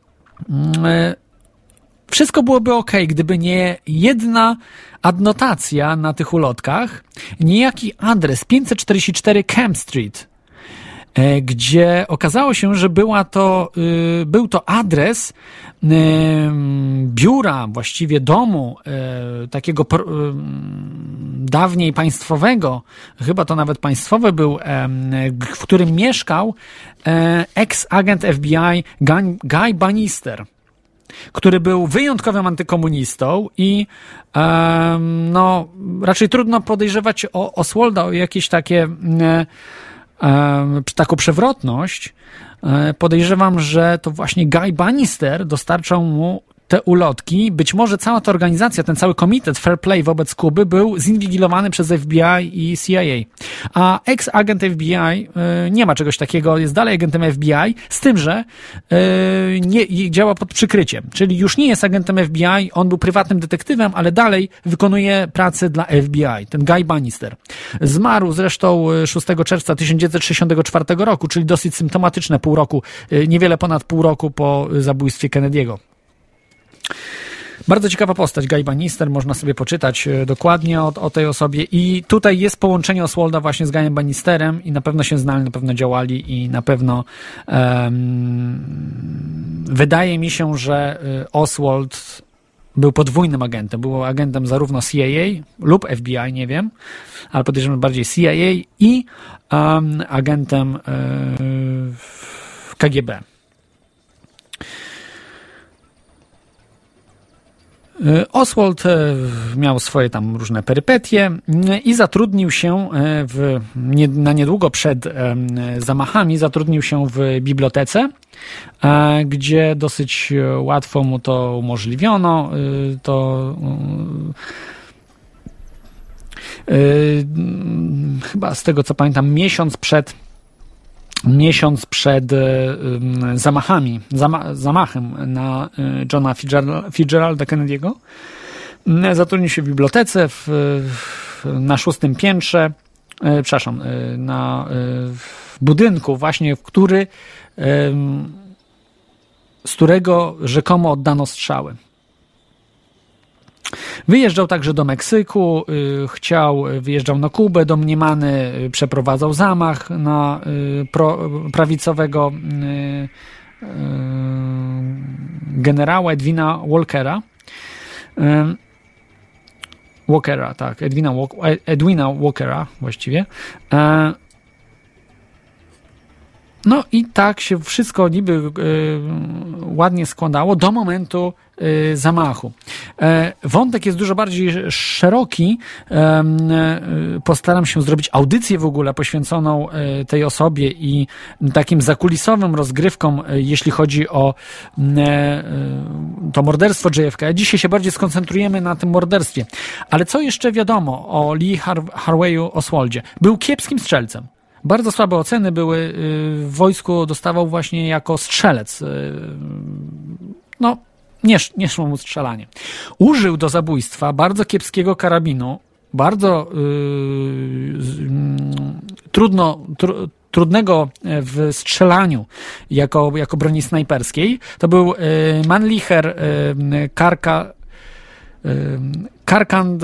wszystko byłoby okej, gdyby nie jedna adnotacja na tych ulotkach, niejaki adres 544 Camp Street, gdzie okazało się, że był to adres biura, właściwie domu takiego dawniej państwowego, chyba to nawet państwowy był, w którym mieszkał ex-agent FBI Guy Bannister, który był wyjątkowym antykomunistą i raczej trudno podejrzewać o Oswalda o jakieś taką przewrotność. Podejrzewam, że to właśnie Guy Bannister dostarczał mu te ulotki. Być może cała ta organizacja, ten cały komitet Fair Play wobec Kuby był zinwigilowany przez FBI i CIA. A ex-agent FBI nie ma czegoś takiego, jest dalej agentem FBI, z tym, że nie działa pod przykryciem. Czyli już nie jest agentem FBI, on był prywatnym detektywem, ale dalej wykonuje pracę dla FBI, ten Guy Bannister. Zmarł zresztą 6 czerwca 1964 roku, czyli dosyć symptomatyczne pół roku, niewiele ponad pół roku po zabójstwie Kennedy'ego. Bardzo ciekawa postać, Guy Bannister, można sobie poczytać dokładnie o tej osobie i tutaj jest połączenie Oswalda właśnie z Guyem Bannisterem i na pewno się znali, na pewno działali i na pewno wydaje mi się, że Oswald był podwójnym agentem, był agentem zarówno CIA lub FBI, nie wiem, ale podejrzewam bardziej CIA i agentem KGB. Oswald miał swoje tam różne perypetie i zatrudnił się na niedługo przed zamachami, zatrudnił się w bibliotece, gdzie dosyć łatwo mu to umożliwiono. Chyba z tego co pamiętam, miesiąc przed zamachem na Johna Fitzgeralda Kennedy'ego zatrudnił się w bibliotece na 6. piętrze, w budynku właśnie, z którego rzekomo oddano strzały. Wyjeżdżał także do Meksyku, wyjeżdżał na Kubę, domniemany przeprowadzał zamach na prawicowego generała Edwina Edwina Walkera właściwie. No i tak się wszystko niby ładnie składało do momentu zamachu. Wątek jest dużo bardziej szeroki. Postaram się zrobić audycję w ogóle poświęconą tej osobie i takim zakulisowym rozgrywkom, jeśli chodzi o to morderstwo JFK. Dzisiaj się bardziej skoncentrujemy na tym morderstwie. Ale co jeszcze wiadomo o Lee Harveyu Oswaldzie? Był kiepskim strzelcem. Bardzo słabe oceny były. W wojsku dostawał właśnie jako strzelec. Nie szło mu strzelanie. Użył do zabójstwa bardzo kiepskiego karabinu, bardzo trudnego w strzelaniu jako broni snajperskiej, to był Mannlicher Karkand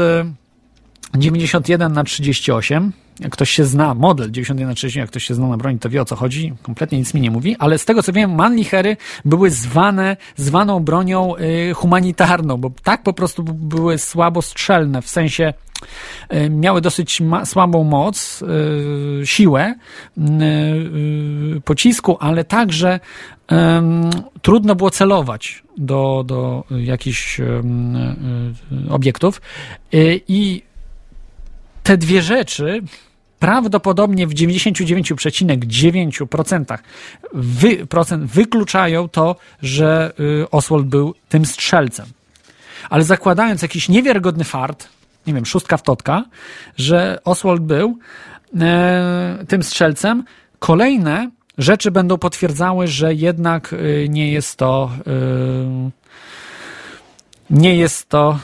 91x38. Jak ktoś się zna, model 91x38, jak ktoś się zna na broni, to wie, o co chodzi. Kompletnie nic mi nie mówi, ale z tego co wiem, Mannlichery były zwaną bronią humanitarną, bo tak po prostu były słabo strzelne, w sensie miały dosyć słabą moc, siłę pocisku, ale także trudno było celować do jakichś obiektów i te dwie rzeczy prawdopodobnie w 99,9% wykluczają to, że Oswald był tym strzelcem. Ale zakładając jakiś niewiarygodny fart, nie wiem, szóstka w totka, że Oswald był tym strzelcem, kolejne rzeczy będą potwierdzały, że jednak nie jest to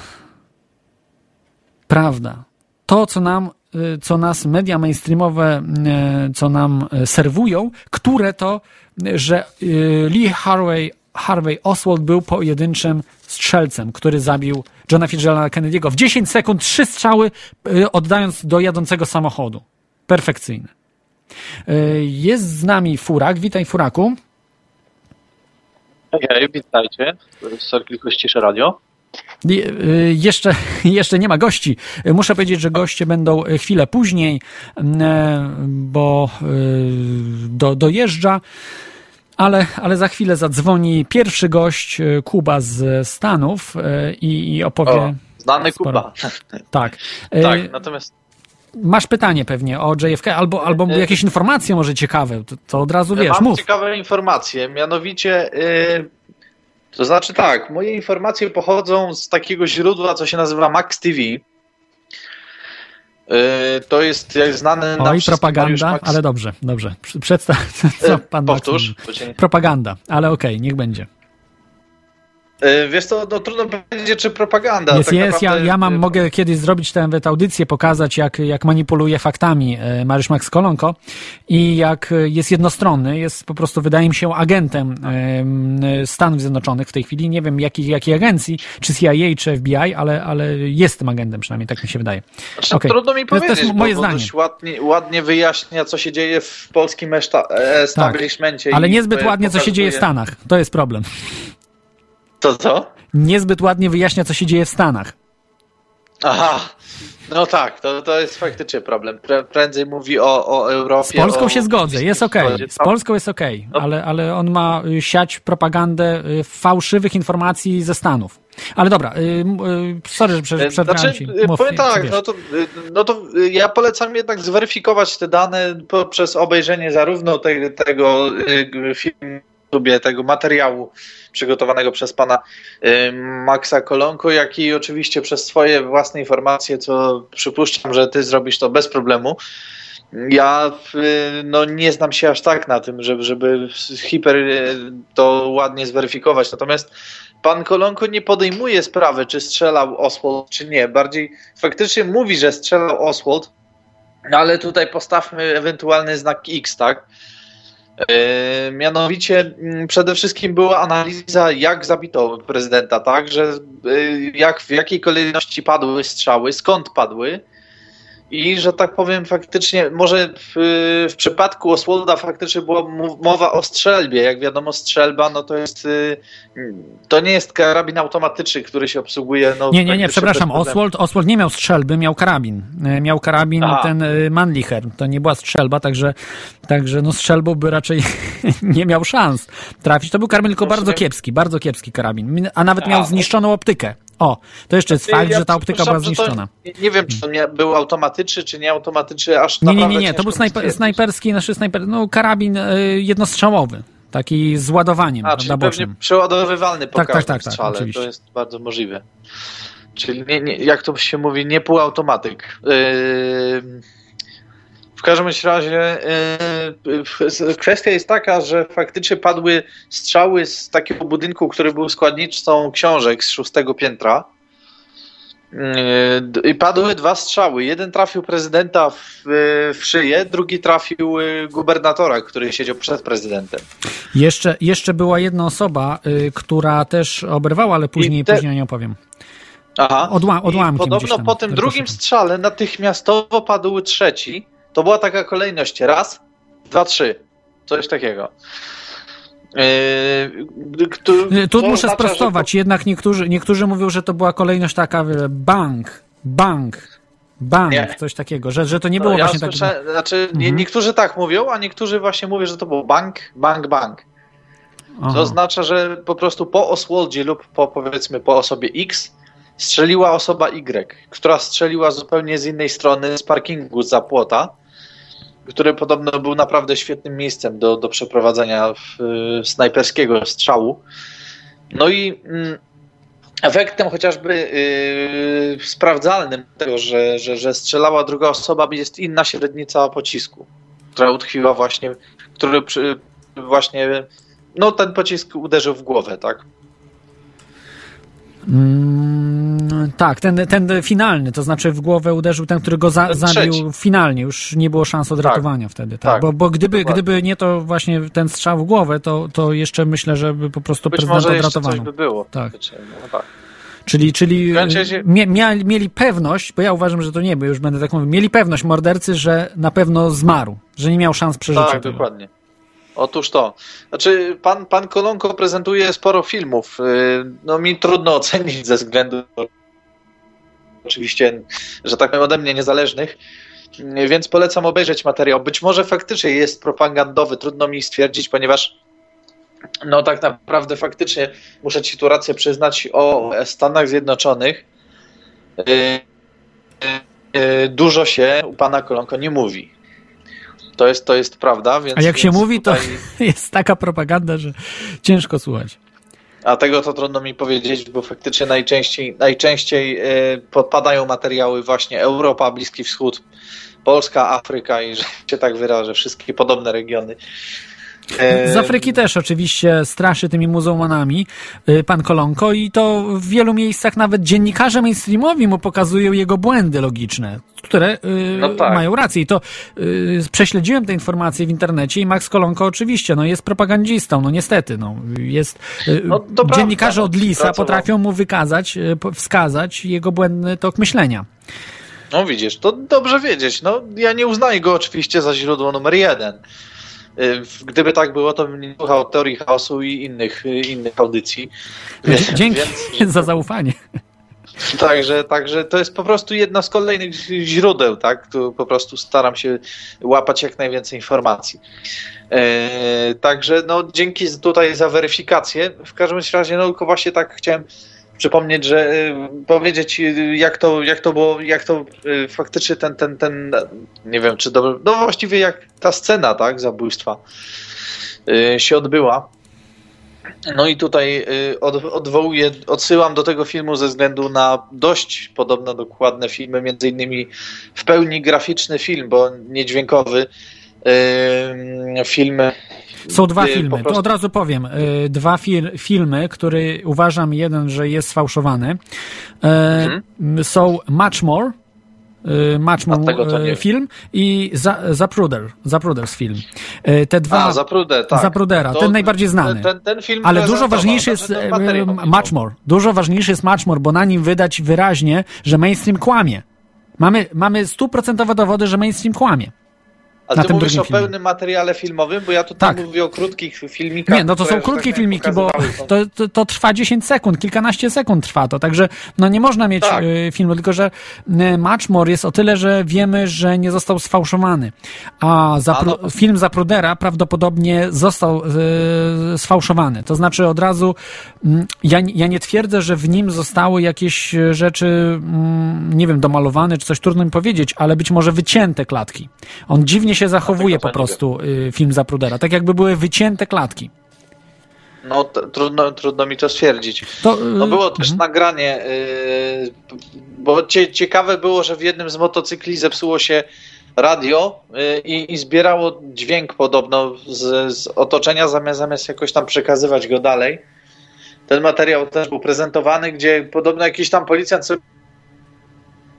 prawda. To, co nas media mainstreamowe, co nam serwują, które to, że Lee Harvey Oswald był pojedynczym strzelcem, który zabił Johna Fitzgeralda Kennedy'ego w 10 sekund, 3 strzały, oddając do jadącego samochodu. Perfekcyjne. Jest z nami Furak. Witaj, Furaku. Hej, witajcie. Sorry, tylko ściszę radio. Jeszcze nie ma gości. Muszę powiedzieć, że goście będą chwilę później, bo dojeżdża, ale za chwilę zadzwoni pierwszy gość, Kuba z Stanów i opowie... Znany sporo. Kuba. Tak. Tak, natomiast... Masz pytanie pewnie o JFK, albo jakieś informacje może ciekawe, to od razu wiesz, Mam mów. ciekawe informacje, mianowicie... To znaczy tak, moje informacje pochodzą z takiego źródła, co się nazywa Max TV. To jest jak znany nam Oj, propaganda, Max... ale dobrze. Przedstaw, co pan powtórz. Propaganda, ale okej, niech będzie. Wiesz co, no trudno powiedzieć, czy propaganda. Jest, tak naprawdę... ja mogę kiedyś zrobić tę audycję, pokazać jak manipuluje faktami Mariusz Max Kolonko i jak jest jednostronny, jest po prostu, wydaje mi się, agentem Stanów Zjednoczonych w tej chwili, nie wiem jakiej agencji, czy CIA, czy FBI, ale jest tym agentem, przynajmniej tak mi się wydaje. Znaczy, Okay. Trudno mi powiedzieć, to jest moje bo zdanie. dość ładnie wyjaśnia, co się dzieje w polskim establishmencie. Tak, ale i niezbyt ładnie, co się dzieje w Stanach. To jest problem. Co? Niezbyt ładnie wyjaśnia, co się dzieje w Stanach. Aha, no tak, to jest faktycznie problem. Prędzej mówi o Europie. Z Polską się zgodzę, jest okej. Z Polską jest okej, ale on ma siać propagandę fałszywych informacji ze Stanów. Ale dobra, sorry, że przerwałem ci. Powiem tak, no to ja polecam jednak zweryfikować te dane poprzez obejrzenie zarówno tego filmu, tego materiału przygotowanego przez pana Maxa Kolonko, jak i oczywiście przez swoje własne informacje, co przypuszczam, że ty zrobisz to bez problemu. Ja nie znam się aż tak na tym, żeby to ładnie zweryfikować. Natomiast pan Kolonko nie podejmuje sprawy, czy strzelał Oswald, czy nie. Bardziej faktycznie mówi, że strzelał Oswald, ale tutaj postawmy ewentualny znak X, tak? Mianowicie przede wszystkim była analiza, jak zabito prezydenta, tak, że w jakiej kolejności padły strzały, skąd padły i że tak powiem faktycznie, może w przypadku Oswalda faktycznie była mowa o strzelbie. Jak wiadomo, strzelba to nie jest karabin automatyczny, który się obsługuje. Nie, przepraszam, Oswald nie miał strzelby, miał karabin. Miał karabin ten Mannlicher, to nie była strzelba, także strzelbą by raczej nie miał szans trafić. To był karabin tylko bardzo kiepski karabin, a nawet miał zniszczoną optykę. To jeszcze jest fakt, że ta optyka była zniszczona. Nie wiem, czy to był automatyczny, czy nie automatyczny, aż Nie, to był snajperski, karabin jednostrzałowy, taki z ładowaniem. Czyli pewnie przeładowywalny po każdym strzale, oczywiście. To jest bardzo możliwe. Czyli, jak to się mówi, nie półautomatyk. W każdym razie kwestia jest taka, że faktycznie padły strzały z takiego budynku, który był składnicą książek z 6. piętra. I padły 2 strzały. Jeden trafił prezydenta w szyję, drugi trafił gubernatora, który siedział przed prezydentem. Jeszcze była jedna osoba, która też oberwała, ale później o niej opowiem. Aha. Odłamkiem podobno po tym drugim strzale natychmiastowo padł trzeci. To była taka kolejność. 1, 2, 3. Coś takiego. Tu muszę sprostować, jednak niektórzy mówią, że to była kolejność taka bang, nie. Coś takiego, że to nie było właśnie tak. Znaczy, niektórzy tak mówią, a niektórzy właśnie mówią, że to było bang. To oznacza, że po prostu po Oswaldzie lub powiedzmy po osobie X strzeliła osoba Y, która strzeliła zupełnie z innej strony, z parkingu za płota, który podobno był naprawdę świetnym miejscem do przeprowadzenia snajperskiego strzału. No i efektem chociażby sprawdzalnym tego, że strzelała druga osoba, jest inna średnica pocisku, która utkwiła właśnie, no ten pocisk uderzył w głowę, tak? Tak, ten finalny, to znaczy w głowę uderzył ten, który go zabił finalnie, już nie było szans odratowania wtedy. Tak? Bo gdyby nie to właśnie ten strzał w głowę, to jeszcze myślę, że by po prostu prezydenta odratowano. Coś by było. Tak. Czyli mieli pewność, bo ja uważam, że to nie, bo już będę tak mówił, mieli pewność mordercy, że na pewno zmarł, że nie miał szans przeżycia. Tak, tego. Dokładnie. Otóż to. Znaczy, pan Kolonko prezentuje sporo filmów. No mi trudno ocenić ze względu oczywiście, że tak powiem, ode mnie niezależnych, więc polecam obejrzeć materiał. Być może faktycznie jest propagandowy, trudno mi stwierdzić, ponieważ no tak naprawdę faktycznie muszę ci tu rację przyznać, o Stanach Zjednoczonych dużo się u pana Kolonko nie mówi. To jest prawda. Więc, a jak się mówi, tutaj... to jest taka propaganda, że ciężko słuchać. A tego to trudno mi powiedzieć, bo faktycznie najczęściej podpadają materiały właśnie Europa, Bliski Wschód, Polska, Afryka i że się tak wyrażę, wszystkie podobne regiony. Z Afryki też oczywiście straszy tymi muzułmanami pan Kolonko i to w wielu miejscach nawet dziennikarze mainstreamowi mu pokazują jego błędy logiczne, które mają rację. I to prześledziłem te informacje w internecie i Max Kolonko oczywiście jest propagandzistą, niestety. Jest, dziennikarze od Lisa potrafią mu wskazać jego błędny tok myślenia. No widzisz, to dobrze wiedzieć. Ja nie uznaję go oczywiście za źródło numer 1. Gdyby tak było, to bym nie słuchał Teorii Chaosu i innych audycji. Dzięki za zaufanie. Także to jest po prostu jedno z kolejnych źródeł, tak? Tu po prostu staram się łapać jak najwięcej informacji. Także dzięki tutaj za weryfikację. W każdym razie tylko właśnie tak chciałem przypomnieć, że powiedzieć jak to było, jak to faktycznie ten nie wiem czy dobrze, właściwie jak ta scena, tak, zabójstwa się odbyła. No i tutaj odsyłam do tego filmu ze względu na dość podobno dokładne filmy, między innymi w pełni graficzny film, bo niedźwiękowy film. Są 2 filmy, to od razu powiem. 2 filmy, który uważam, jeden, że jest sfałszowany. Są Much More film i Zapruders film. Te 2... Zaprudera, ten najbardziej znany. Ten film ale dużo ważniejszy jest Much More. Dużo ważniejszy jest Much More, bo na nim widać wyraźnie, że mainstream kłamie. Mamy 100% dowody, że mainstream kłamie. Ale ty mówisz o pełnym materiale filmowym, bo ja tutaj mówię o krótkich filmikach. Nie, to są krótkie filmiki, bo to trwa 10 sekund, kilkanaście sekund trwa to, także nie można mieć filmu, tylko że Much More jest o tyle, że wiemy, że nie został sfałszowany, a film Zaprudera prawdopodobnie został sfałszowany, to znaczy od razu ja nie twierdzę, że w nim zostały jakieś rzeczy, nie wiem, domalowane, czy coś, trudno mi powiedzieć, ale być może wycięte klatki. On dziwnie się zachowuje po prostu film Zaprudera, tak jakby były wycięte klatki. Trudno mi to stwierdzić. Było też nagranie, bo ciekawe było, że w jednym z motocykli zepsuło się radio i zbierało dźwięk podobno z otoczenia, zamiast jakoś tam przekazywać go dalej. Ten materiał też był prezentowany, gdzie podobno jakiś tam policjant sobie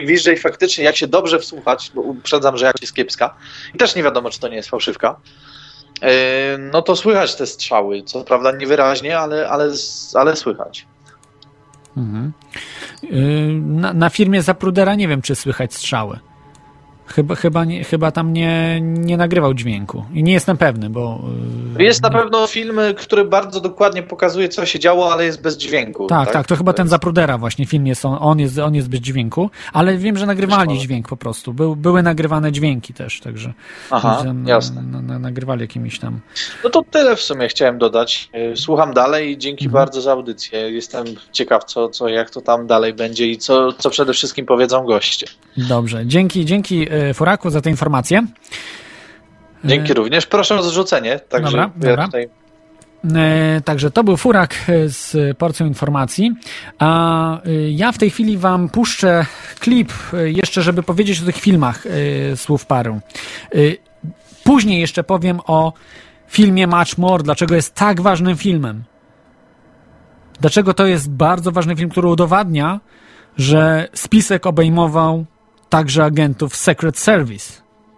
gwizdże i faktycznie jak się dobrze wsłuchać, bo uprzedzam, że jak jest kiepska i też nie wiadomo, czy to nie jest fałszywka, no to słychać te strzały, co prawda niewyraźnie, ale słychać. Mhm. Na firmie Zaprudera nie wiem, czy słychać strzały. Chyba tam nie nagrywał dźwięku. I nie jestem pewny, bo... Jest na pewno film, który bardzo dokładnie pokazuje, co się działo, ale jest bez dźwięku. Tak, to chyba ten Zaprudera właśnie film jest, on jest bez dźwięku, ale wiem, że nagrywali dźwięk po prostu. Były nagrywane dźwięki też, także... Aha, jasne. Nagrywali jakimiś tam... No to tyle w sumie chciałem dodać. Słucham dalej i dzięki bardzo za audycję. Jestem ciekaw, jak to tam dalej będzie i co przede wszystkim powiedzą goście. Dobrze, dzięki Furaku za te informacje. Dzięki również. Proszę o zrzucenie. Także dobra. Także to był Furak z porcją informacji. A ja w tej chwili wam puszczę klip jeszcze, żeby powiedzieć o tych filmach słów parę. Później jeszcze powiem o filmie Much More, dlaczego jest tak ważnym filmem. Dlaczego to jest bardzo ważny film, który udowadnia, że spisek obejmował także agentów Secret Service.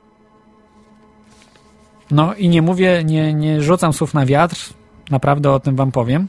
No i nie mówię, nie rzucam słów na wiatr, naprawdę o tym wam powiem.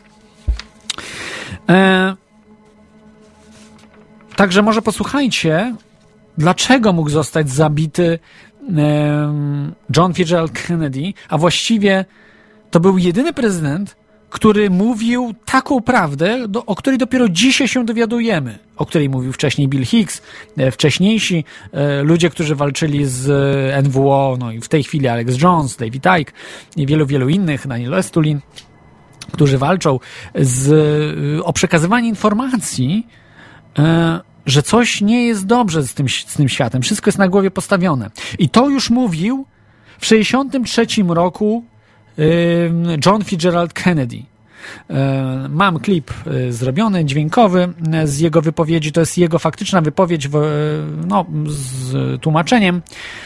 Także może posłuchajcie, dlaczego mógł zostać zabity John Fitzgerald Kennedy, a właściwie to był jedyny prezydent, który mówił taką prawdę, o której dopiero dzisiaj się dowiadujemy, o której mówił wcześniej Bill Hicks, wcześniejsi ludzie, którzy walczyli z NWO, no i w tej chwili Alex Jones, David Icke i wielu innych, Daniel Estulin, którzy walczą o przekazywanie informacji, że coś nie jest dobrze z tym światem. Wszystko jest na głowie postawione. I to już mówił w 1963 roku John Fitzgerald Kennedy. Mam klip zrobiony, dźwiękowy z jego wypowiedzi. To jest jego faktyczna wypowiedź z tłumaczeniem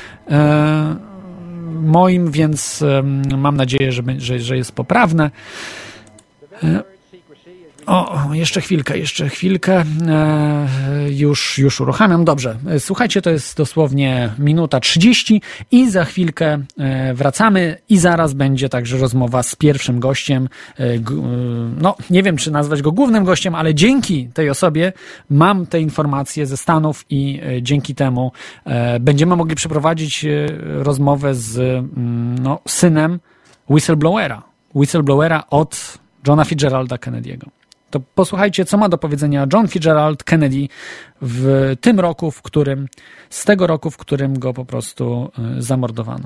moim, więc mam nadzieję, że jest poprawne. Jeszcze chwilkę. Już uruchamiam. Dobrze. Słuchajcie, to jest dosłownie minuta 30 i za chwilkę wracamy i zaraz będzie także rozmowa z pierwszym gościem. Nie wiem, czy nazwać go głównym gościem, ale dzięki tej osobie mam te informacje ze Stanów i dzięki temu będziemy mogli przeprowadzić rozmowę z synem whistleblowera od Johna Fitzgeralda Kennedy'ego. To posłuchajcie, co ma do powiedzenia John Fitzgerald Kennedy z tego roku, w którym go po prostu zamordowano.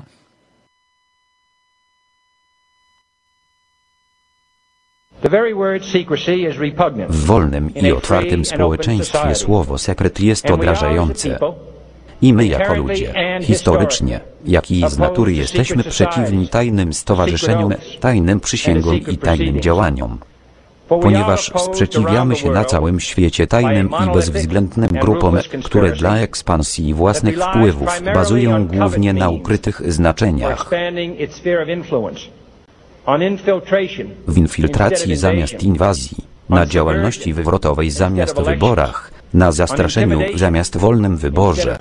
W wolnym i otwartym społeczeństwie słowo sekret jest odrażające. I my jako ludzie, historycznie, jak i z natury jesteśmy przeciwni tajnym stowarzyszeniom, tajnym przysięgom i tajnym działaniom. Ponieważ sprzeciwiamy się na całym świecie tajnym i bezwzględnym grupom, które dla ekspansji własnych wpływów bazują głównie na ukrytych znaczeniach. W infiltracji zamiast inwazji, na działalności wywrotowej zamiast wyborach, na zastraszeniu zamiast wolnym wyborze.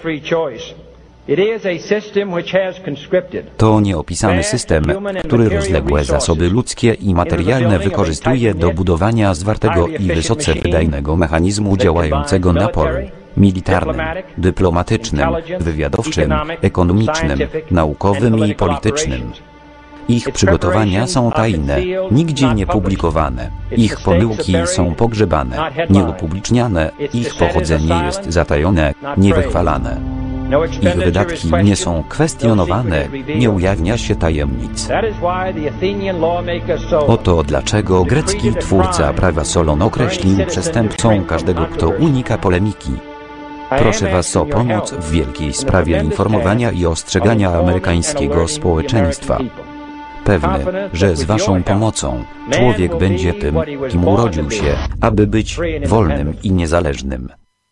To nieopisany system, który rozległe zasoby ludzkie i materialne wykorzystuje do budowania zwartego i wysoce wydajnego mechanizmu działającego na polu militarnym, dyplomatycznym, wywiadowczym, ekonomicznym, naukowym i politycznym. Ich przygotowania są tajne, nigdzie nie publikowane. Ich pomyłki są pogrzebane, nieupubliczniane, ich pochodzenie jest zatajone, niewychwalane. Ich wydatki nie są kwestionowane, nie ujawnia się tajemnic. Oto dlaczego grecki twórca prawa Solon określił przestępcą każdego, kto unika polemiki. Proszę Was o pomoc w wielkiej sprawie informowania i ostrzegania amerykańskiego społeczeństwa. Pewny, że z Waszą pomocą człowiek będzie tym, kim urodził się, aby być wolnym i niezależnym.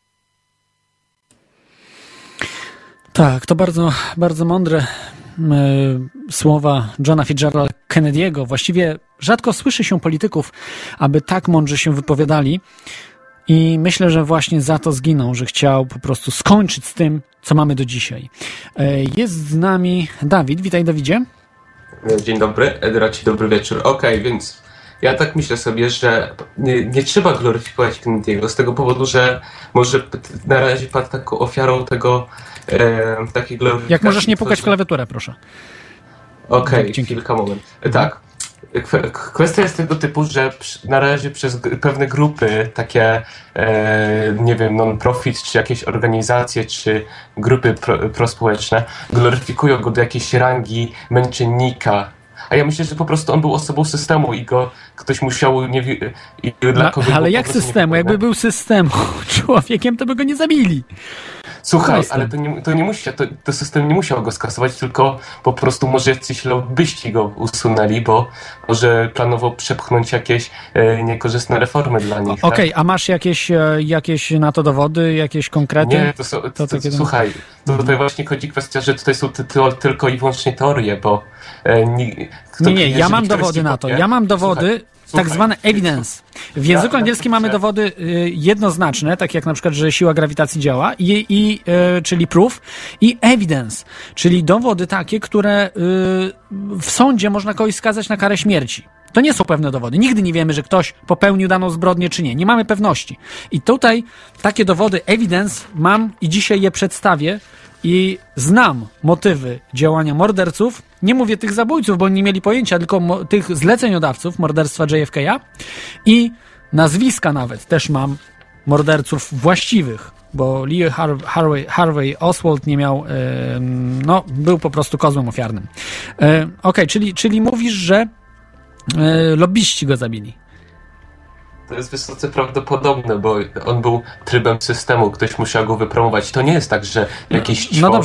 Tak, to bardzo, bardzo mądre słowa Johna Fitzgeralda Kennedy'ego. Właściwie rzadko słyszy się polityków, aby tak mądrze się wypowiadali. I myślę, że właśnie za to zginął, że chciał po prostu skończyć z tym, co mamy do dzisiaj. Jest z nami Dawid. Witaj, Dawidzie. Dzień dobry, Edraci, dobry wieczór. Okej, więc ja tak myślę sobie, że nie trzeba gloryfikować Kennedy'ego z tego powodu, że może na razie padł taką ofiarą tego takiej gloryfikacji. Jak możesz nie pukać w klawiaturę, proszę. Okej, chwilkę, moment. Tak. Kwestia jest tego typu, że na razie przez pewne grupy, takie, nie wiem, non-profit, czy jakieś organizacje, czy grupy prospołeczne, gloryfikują go do jakiejś rangi męczennika. A ja myślę, że po prostu on był osobą systemu i go ktoś musiał... Ale jak systemu? Jakby był systemu człowiekiem, to by go nie zabili. Słuchaj, ale to system nie musiał go skasować, tylko po prostu może jacyś lobbyści go usunęli, bo może planował przepchnąć jakieś niekorzystne reformy dla nich. Okej, a masz jakieś na to dowody, jakieś konkrety? Nie, słuchaj, tutaj właśnie chodzi kwestia, że tutaj są tylko i wyłącznie teorie, bo... ja mam dowody na to. Ja mam dowody... Tak zwane evidence. W języku angielskim mamy dowody jednoznaczne, tak jak na przykład, że siła grawitacji działa, czyli proof, i evidence, czyli dowody takie, które w sądzie można kogoś skazać na karę śmierci. To nie są pewne dowody. Nigdy nie wiemy, że ktoś popełnił daną zbrodnię, czy nie. Nie mamy pewności. I tutaj takie dowody evidence mam i dzisiaj je przedstawię. I znam motywy działania morderców. Nie mówię tych zabójców, bo oni nie mieli pojęcia, tylko tych zleceniodawców morderstwa JFK-a i nazwiska nawet też mam morderców właściwych, bo Lee Harvey Oswald nie miał, był po prostu kozłem ofiarnym. Okej, czyli mówisz, że lobbyści go zabili. To jest wysoce prawdopodobne, bo on był trybem systemu, ktoś musiał go wypromować. To nie jest tak, że jakiś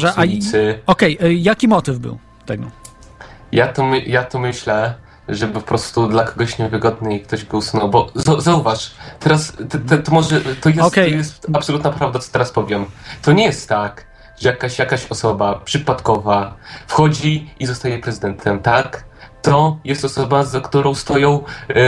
jaki motyw był tego? Ja to myślę, że po prostu dla kogoś niewygodny i ktoś go usunął, bo zauważ, teraz to jest absolutna prawda, co teraz powiem. To nie jest tak, że jakaś osoba przypadkowa wchodzi i zostaje prezydentem, tak? To jest osoba, za którą stoją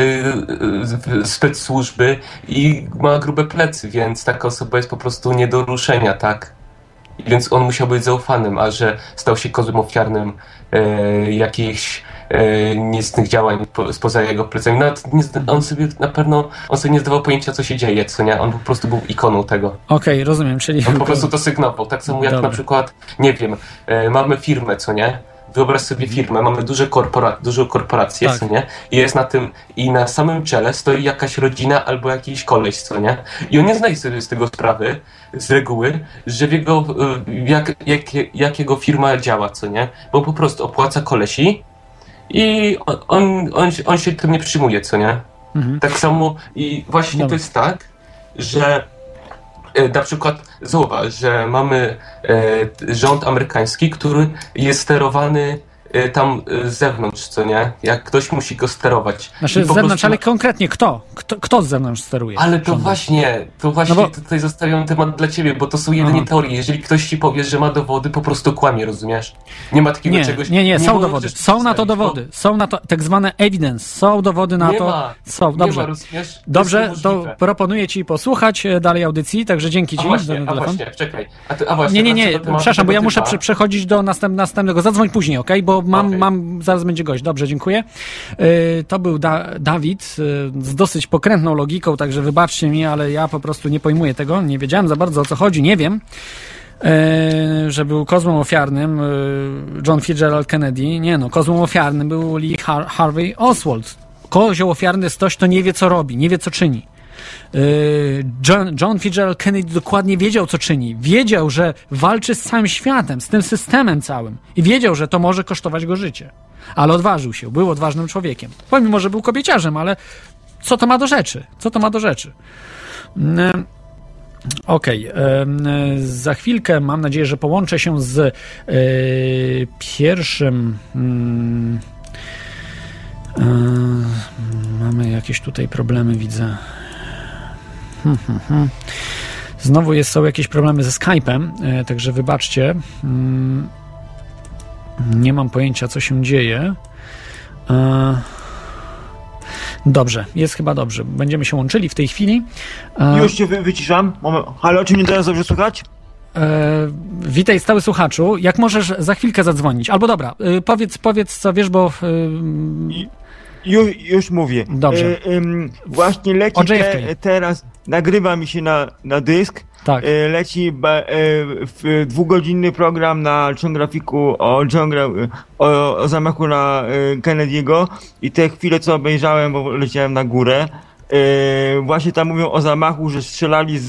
spec-służby i ma grube plecy, więc taka osoba jest po prostu nie do ruszenia, tak? Więc on musiał być zaufanym, a że stał się kozłem ofiarnym jakichś niecnych działań spoza jego plecami. On sobie nie zdawał pojęcia, co się dzieje, co nie? On po prostu był ikoną tego. Okej, rozumiem, czyli... On po prostu to sygnował, tak samo jak na przykład, nie wiem, mamy firmę, co nie? Wyobraź sobie firmę, mamy dużą korporację, tak. Co nie? I jest na tym, i na samym czele stoi jakaś rodzina albo jakiś koleś, co nie? I on nie zdaje sobie z tego sprawy, z reguły, że jak jego firma działa, co nie? Bo po prostu opłaca kolesi i on się tym nie przyjmuje, co nie? Mhm. Tak samo i właśnie to jest tak, że na przykład zauważ, że mamy rząd amerykański, który jest sterowany tam z zewnątrz, co nie? Jak ktoś musi go sterować. Znaczy z zewnątrz, ale konkretnie kto? Kto z zewnątrz steruje? Ale to właśnie tutaj zostawiam temat dla ciebie, bo to są jedynie teorie. Jeżeli ktoś ci powie, że ma dowody, po prostu kłamie, rozumiesz? Nie ma takiego czegoś... Nie, są dowody. Są na to dowody. Są na to tak zwane evidence. Są dowody na to. Są, dobrze. Nie ma, rozumiesz? Dobrze, to proponuję ci posłuchać dalej audycji, także dzięki ci za ten telefon. Czekaj. Nie, przepraszam, bo ja muszę przechodzić do następnego. Zadzwoń później, okej? Bo zaraz będzie gość. Dobrze, dziękuję. To był Dawid z dosyć pokrętną logiką, także wybaczcie mi, ale ja po prostu nie pojmuję tego. Nie wiedziałem za bardzo, o co chodzi. Nie wiem, że był kozłem ofiarnym John Fitzgerald Kennedy. Kozłem ofiarnym był Lee Harvey Oswald. Kozioł ofiarny jest ktoś, kto nie wie, co robi, nie wie, co czyni. John Fitzgerald Kennedy dokładnie wiedział, co czyni. Wiedział, że walczy z całym światem, z tym systemem całym. I wiedział, że to może kosztować go życie. Ale odważył się, był odważnym człowiekiem. Pomimo, że był kobieciarzem, ale co to ma do rzeczy? Okej. Za chwilkę mam nadzieję, że połączę się z pierwszym... mamy jakieś tutaj problemy, widzę. Znowu są jakieś problemy ze Skype'em, także wybaczcie. Nie mam pojęcia, co się dzieje. Dobrze, jest chyba dobrze. Będziemy się łączyli w tej chwili. Już się wyciszam. Halo, czy mnie teraz dobrze słychać? Witaj, stały słuchaczu. Jak możesz za chwilkę zadzwonić? Albo dobra, powiedz co wiesz, bo... Już mówię. Dobrze. Właśnie leci teraz, nagrywa mi się na dysk. Tak. Leci dwugodzinny program na Geographicu o zamachu na Kennedy'ego i te chwile, co obejrzałem, bo leciałem na górę, właśnie tam mówią o zamachu, że strzelali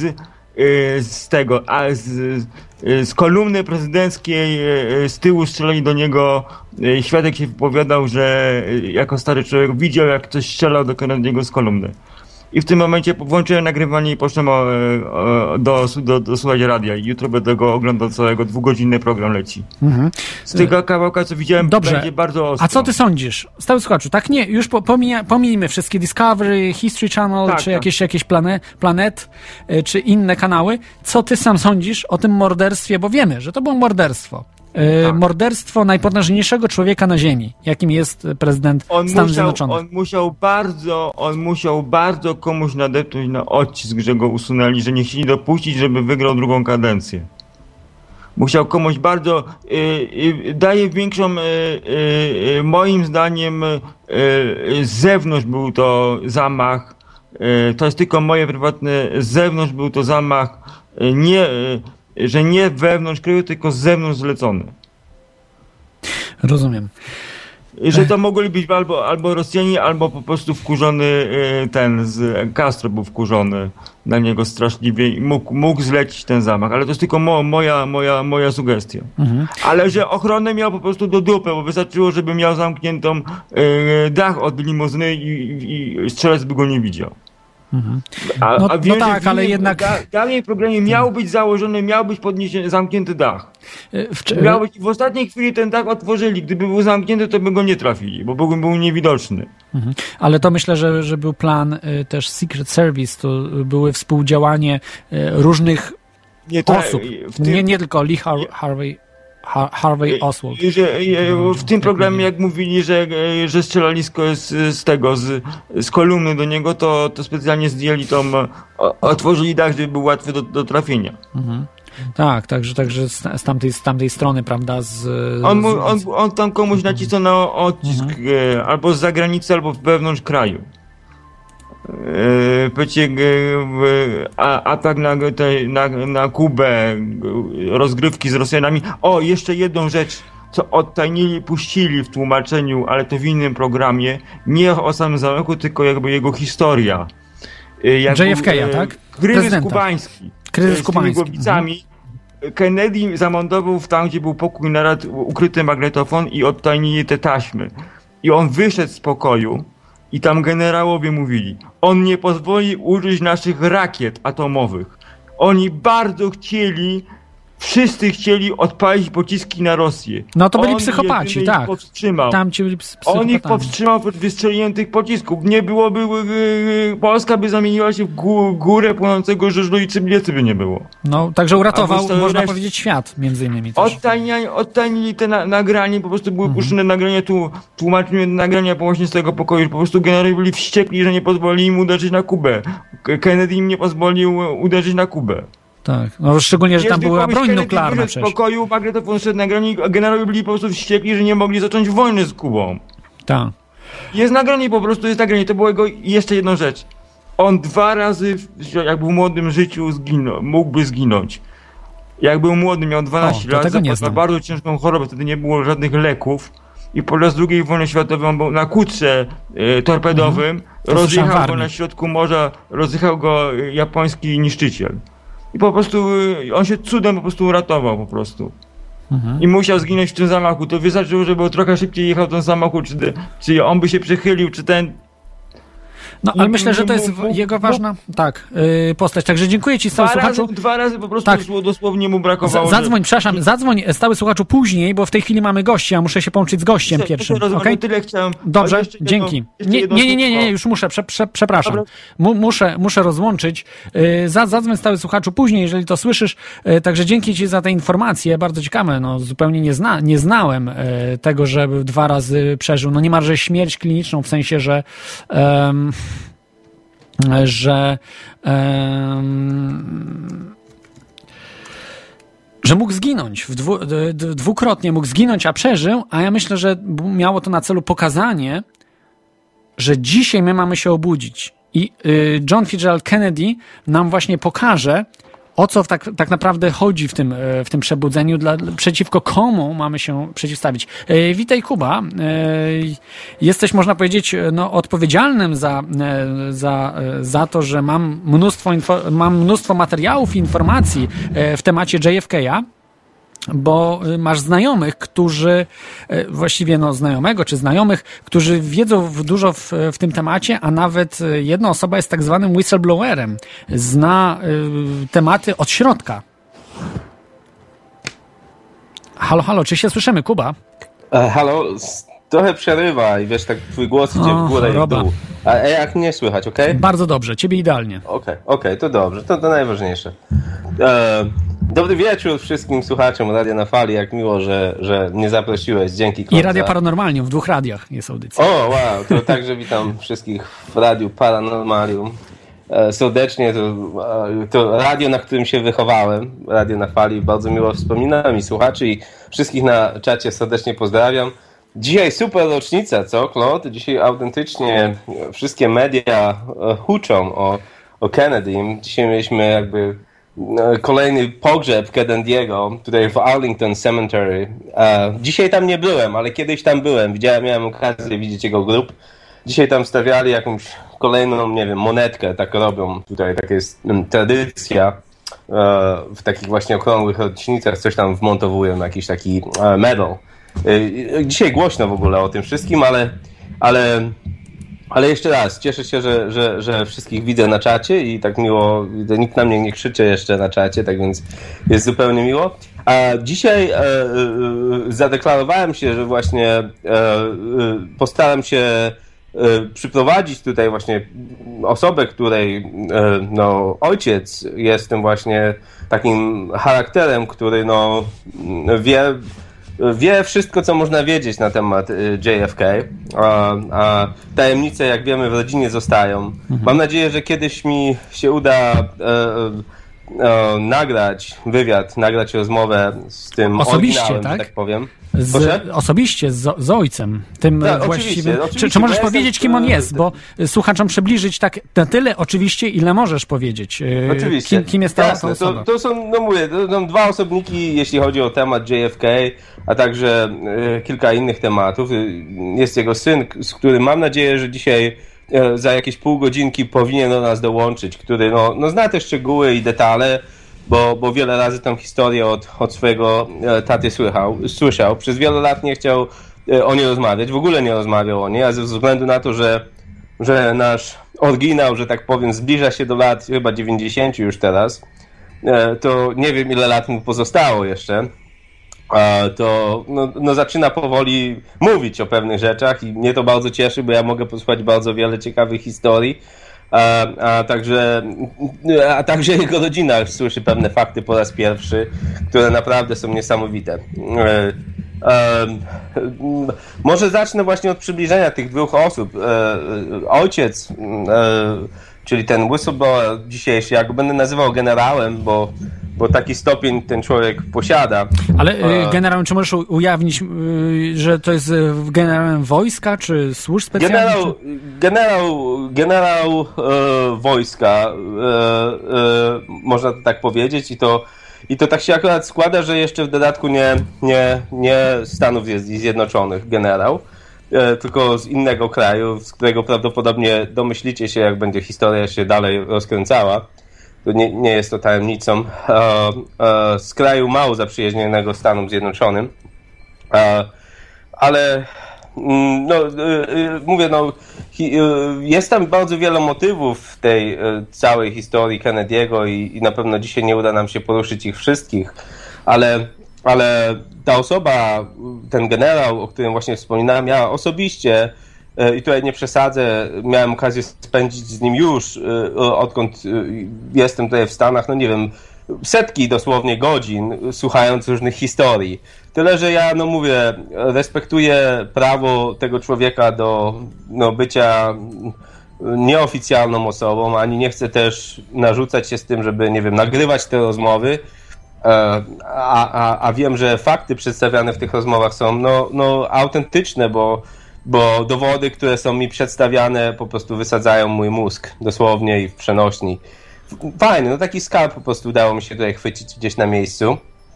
z kolumny prezydenckiej, z tyłu strzelali do niego. Świadek się wypowiadał, że jako stary człowiek widział, jak ktoś strzelał do Kennedy'ego z kolumny. I w tym momencie włączyłem nagrywanie i poszedłem słuchać radia. I jutro będę go oglądał całego, dwugodzinny program leci. Z tego kawałka, co widziałem, będzie bardzo ostro. A co ty sądzisz? Stały słuchaczu, tak nie, już pomijmy wszystkie Discovery, History Channel, czy jakieś Planet, czy inne kanały. Co ty sam sądzisz o tym morderstwie? Bo wiemy, że to było morderstwo. Morderstwo najpotężniejszego człowieka na ziemi, jakim jest prezydent Stanów Zjednoczonych. On musiał bardzo komuś nadepnąć na odcisk, że go usunęli, że nie chcieli dopuścić, żeby wygrał drugą kadencję. Musiał komuś bardzo... daje większą... moim zdaniem z zewnątrz był to zamach. To jest tylko moje prywatne... Z zewnątrz był to zamach że nie wewnątrz kraju, tylko z zewnątrz zlecony. Rozumiem. Że to mogli być albo Rosjanie, albo po prostu wkurzony Castro był wkurzony na niego straszliwie i mógł zlecić ten zamach, ale to jest tylko moja sugestia. Ale że ochronę miał po prostu do dupy, bo wystarczyło, żeby miał zamkniętą dach od limuzyny i strzelec by go nie widział. Ale jednak... W programie miał być założony, miał być podniesiony, zamknięty dach. W ostatniej chwili ten dach otworzyli. Gdyby był zamknięty, to by go nie trafili, bo był niewidoczny. Ale to myślę, że był plan też Secret Service, to były współdziałanie różnych osób. Nie tylko Lee Harvey Oswald. W tym programie, jak mówili, że strzelali z kolumny do niego, to specjalnie zdjęli otworzyli dach, żeby był łatwy do trafienia. Tak, także z tamtej strony, prawda? On tam komuś nacisnął na odcisk, albo z zagranicy, albo wewnątrz kraju. Atak na Kubę, rozgrywki z Rosjanami. O, jeszcze jedną rzecz, co odtajnili, puścili w tłumaczeniu, ale to w innym programie, nie o samym zamachu, tylko jakby jego historia. JFK-a, tak? Kryzys kubański. Kryzys kubański. Z tymi głowicami. Kennedy zamontował tam, gdzie był pokój narad, ukryty magnetofon i odtajnili te taśmy. I on wyszedł z pokoju i tam generałowie mówili, on nie pozwoli użyć naszych rakiet atomowych. Oni bardzo wszyscy chcieli odpalić pociski na Rosję. No to byli psychopaci, tak. Powstrzymał. Tam ci byli psychopatami. On ich powstrzymał przed wystrzelieniem tych pocisków. Nie byłoby... Polska by zamieniła się w górę płonącego żużlu i Trzyblicy by nie było. No, także uratował, można powiedzieć, świat, między innymi też. Odtajnili te nagranie, po prostu były puszczone nagrania, tłumaczymy nagrania właśnie z tego pokoju, że po prostu generałowie byli wściekli, że nie pozwolili im uderzyć na Kubę. Kennedy im nie pozwolił uderzyć na Kubę. Tak, no szczególnie, że tam była broń nuklearna przecież. W pokoju magnetofon szedł nagranie, generałowie byli po prostu wściekli, że nie mogli zacząć wojny z Kubą. Tak. Jest nagranie, po prostu jest nagranie. To było jego... Jeszcze jedna rzecz. On 2 razy, jak był w młodym życiu, mógłby zginąć. Jak był młody, miał 12 lat, zapadł bardzo ciężką chorobę, wtedy nie było żadnych leków. I podczas II wojny światowej on był na kutrze torpedowym, rozjechał go na środku morza, rozjechał go japoński niszczyciel. I po prostu on się cudem po prostu uratował po prostu. I musiał zginąć w tym zamachu. To wystarczyło, żeby trochę szybciej jechał ten samochód, czy on by się przechylił, czy ten... No, ale myślę, że to jest jego ważna postać. Także dziękuję ci, stały słuchaczu. Dwa razy po prostu dosłownie mu brakowało. Zadzwoń, stały słuchaczu, później, bo w tej chwili mamy gości, a muszę się połączyć z gościem pierwszym. Okay? Tyle chciałem. Dobrze, dzięki. Nie, już muszę, przepraszam. Muszę rozłączyć. Zadzwoń, stały słuchaczu, później, jeżeli to słyszysz. Także dzięki ci za te informacje, bardzo ciekawe. No, zupełnie nie znałem tego, że 2 razy przeżył. No niemalże śmierć kliniczną, w sensie, że mógł zginąć. Dwukrotnie mógł zginąć, a przeżył, a ja myślę, że miało to na celu pokazanie, że dzisiaj my mamy się obudzić. I John Fitzgerald Kennedy nam właśnie pokaże, o co tak naprawdę chodzi w tym przebudzeniu, przeciwko komu mamy się przeciwstawić. Witaj, Kuba. Jesteś, można powiedzieć, odpowiedzialnym za to, że mam mnóstwo materiałów i informacji w temacie JFK-a, bo masz znajomych, którzy, właściwie znajomego czy znajomych, którzy wiedzą dużo w tym temacie, a nawet jedna osoba jest tak zwanym whistleblowerem. Zna tematy od środka. Halo, czy się słyszymy, Kuba? Halo, trochę przerywa i wiesz, tak twój głos idzie w górę i w dół. A jak nie słychać, okej? Bardzo dobrze, ciebie idealnie. Okej, to dobrze, to najważniejsze. Dobry wieczór wszystkim słuchaczom Radia na Fali, jak miło, że mnie zaprosiłeś, dzięki Klodza. I Radia Paranormalium, w 2 radiach jest audycja. O, wow, to także witam wszystkich w Radiu Paranormalium. Serdecznie, to radio, na którym się wychowałem, Radio na Fali, bardzo miło wspominam i słuchaczy i wszystkich na czacie serdecznie pozdrawiam. Dzisiaj super rocznica, co, Claude? Dzisiaj autentycznie wszystkie media huczą o Kennedym. Dzisiaj mieliśmy jakby kolejny pogrzeb Kennedy'ego tutaj w Arlington Cemetery. Dzisiaj tam nie byłem, ale kiedyś tam byłem. Miałem okazję widzieć jego grób. Dzisiaj tam stawiali jakąś kolejną, nie wiem, monetkę, tak robią. Tutaj taka jest tradycja. W takich właśnie okrągłych rocznicach coś tam wmontowują, jakiś taki medal. Dzisiaj głośno w ogóle o tym wszystkim, ale jeszcze raz, cieszę się, że wszystkich widzę na czacie i tak miło, nikt na mnie nie krzyczy jeszcze na czacie, tak więc jest zupełnie miło. A dzisiaj zadeklarowałem się, że właśnie postaram się przyprowadzić tutaj właśnie osobę, której ojciec jest tym właśnie takim charakterem, który wie wszystko, co można wiedzieć na temat JFK, a tajemnice, jak wiemy, w rodzinie zostają. Mam nadzieję, że kiedyś mi się uda nagrać rozmowę z tym oryginałem, tak? Że tak powiem. Osobiście z ojcem, tym właściwym. Oczywiście, czy możesz powiedzieć, kim on jest? Bo słuchaczom przybliżyć tak na tyle oczywiście, ile możesz powiedzieć. Oczywiście. Kim jest ta osoba? To są 2 osobniki, jeśli chodzi o temat JFK, a także kilka innych tematów. Jest jego syn, z którym mam nadzieję, że dzisiaj za jakieś pół godzinki powinien do nas dołączyć, który zna te szczegóły i detale, bo wiele razy tą historię od swojego taty słyszał. Przez wiele lat nie chciał o niej rozmawiać, w ogóle nie rozmawiał o niej, a ze względu na to, że nasz oryginał, że tak powiem, zbliża się do lat chyba 90 już teraz, to nie wiem, ile lat mu pozostało jeszcze, to zaczyna powoli mówić o pewnych rzeczach i mnie to bardzo cieszy, bo ja mogę posłuchać bardzo wiele ciekawych historii, a także jego rodzina słyszy pewne fakty po raz pierwszy, które naprawdę są niesamowite. Może zacznę właśnie od przybliżenia tych 2 osób. Ojciec, czyli ten whistleblower dzisiejszy, ja go będę nazywał generałem, bo taki stopień ten człowiek posiada. Ale generałem, czy możesz ujawnić, że to jest generałem wojska, czy służb specjalnych? Generał wojska, można to tak powiedzieć, i to tak się akurat składa, że jeszcze w dodatku nie Stanów Zjednoczonych generał, tylko z innego kraju, z którego prawdopodobnie domyślicie się, jak będzie historia się dalej rozkręcała. To nie jest to tajemnicą. Z kraju mało zaprzyjaźnionego Stanom Zjednoczonym. Ale mówię, jest tam bardzo wiele motywów w tej całej historii Kennedy'ego i na pewno dzisiaj nie uda nam się poruszyć ich wszystkich, ale ta osoba, ten generał, o którym właśnie wspominałem, ja osobiście, i tutaj nie przesadzę, miałem okazję spędzić z nim już, odkąd jestem tutaj w Stanach, nie wiem, setki dosłownie godzin, słuchając różnych historii. Tyle, że ja, mówię, respektuję prawo tego człowieka do bycia nieoficjalną osobą, ani nie chcę też narzucać się z tym, żeby, nie wiem, nagrywać te rozmowy, a wiem, że fakty przedstawiane w tych rozmowach są autentyczne, bo dowody, które są mi przedstawiane, po prostu wysadzają mój mózg dosłownie i w przenośni. Fajny, taki skarb po prostu udało mi się tutaj chwycić gdzieś na miejscu.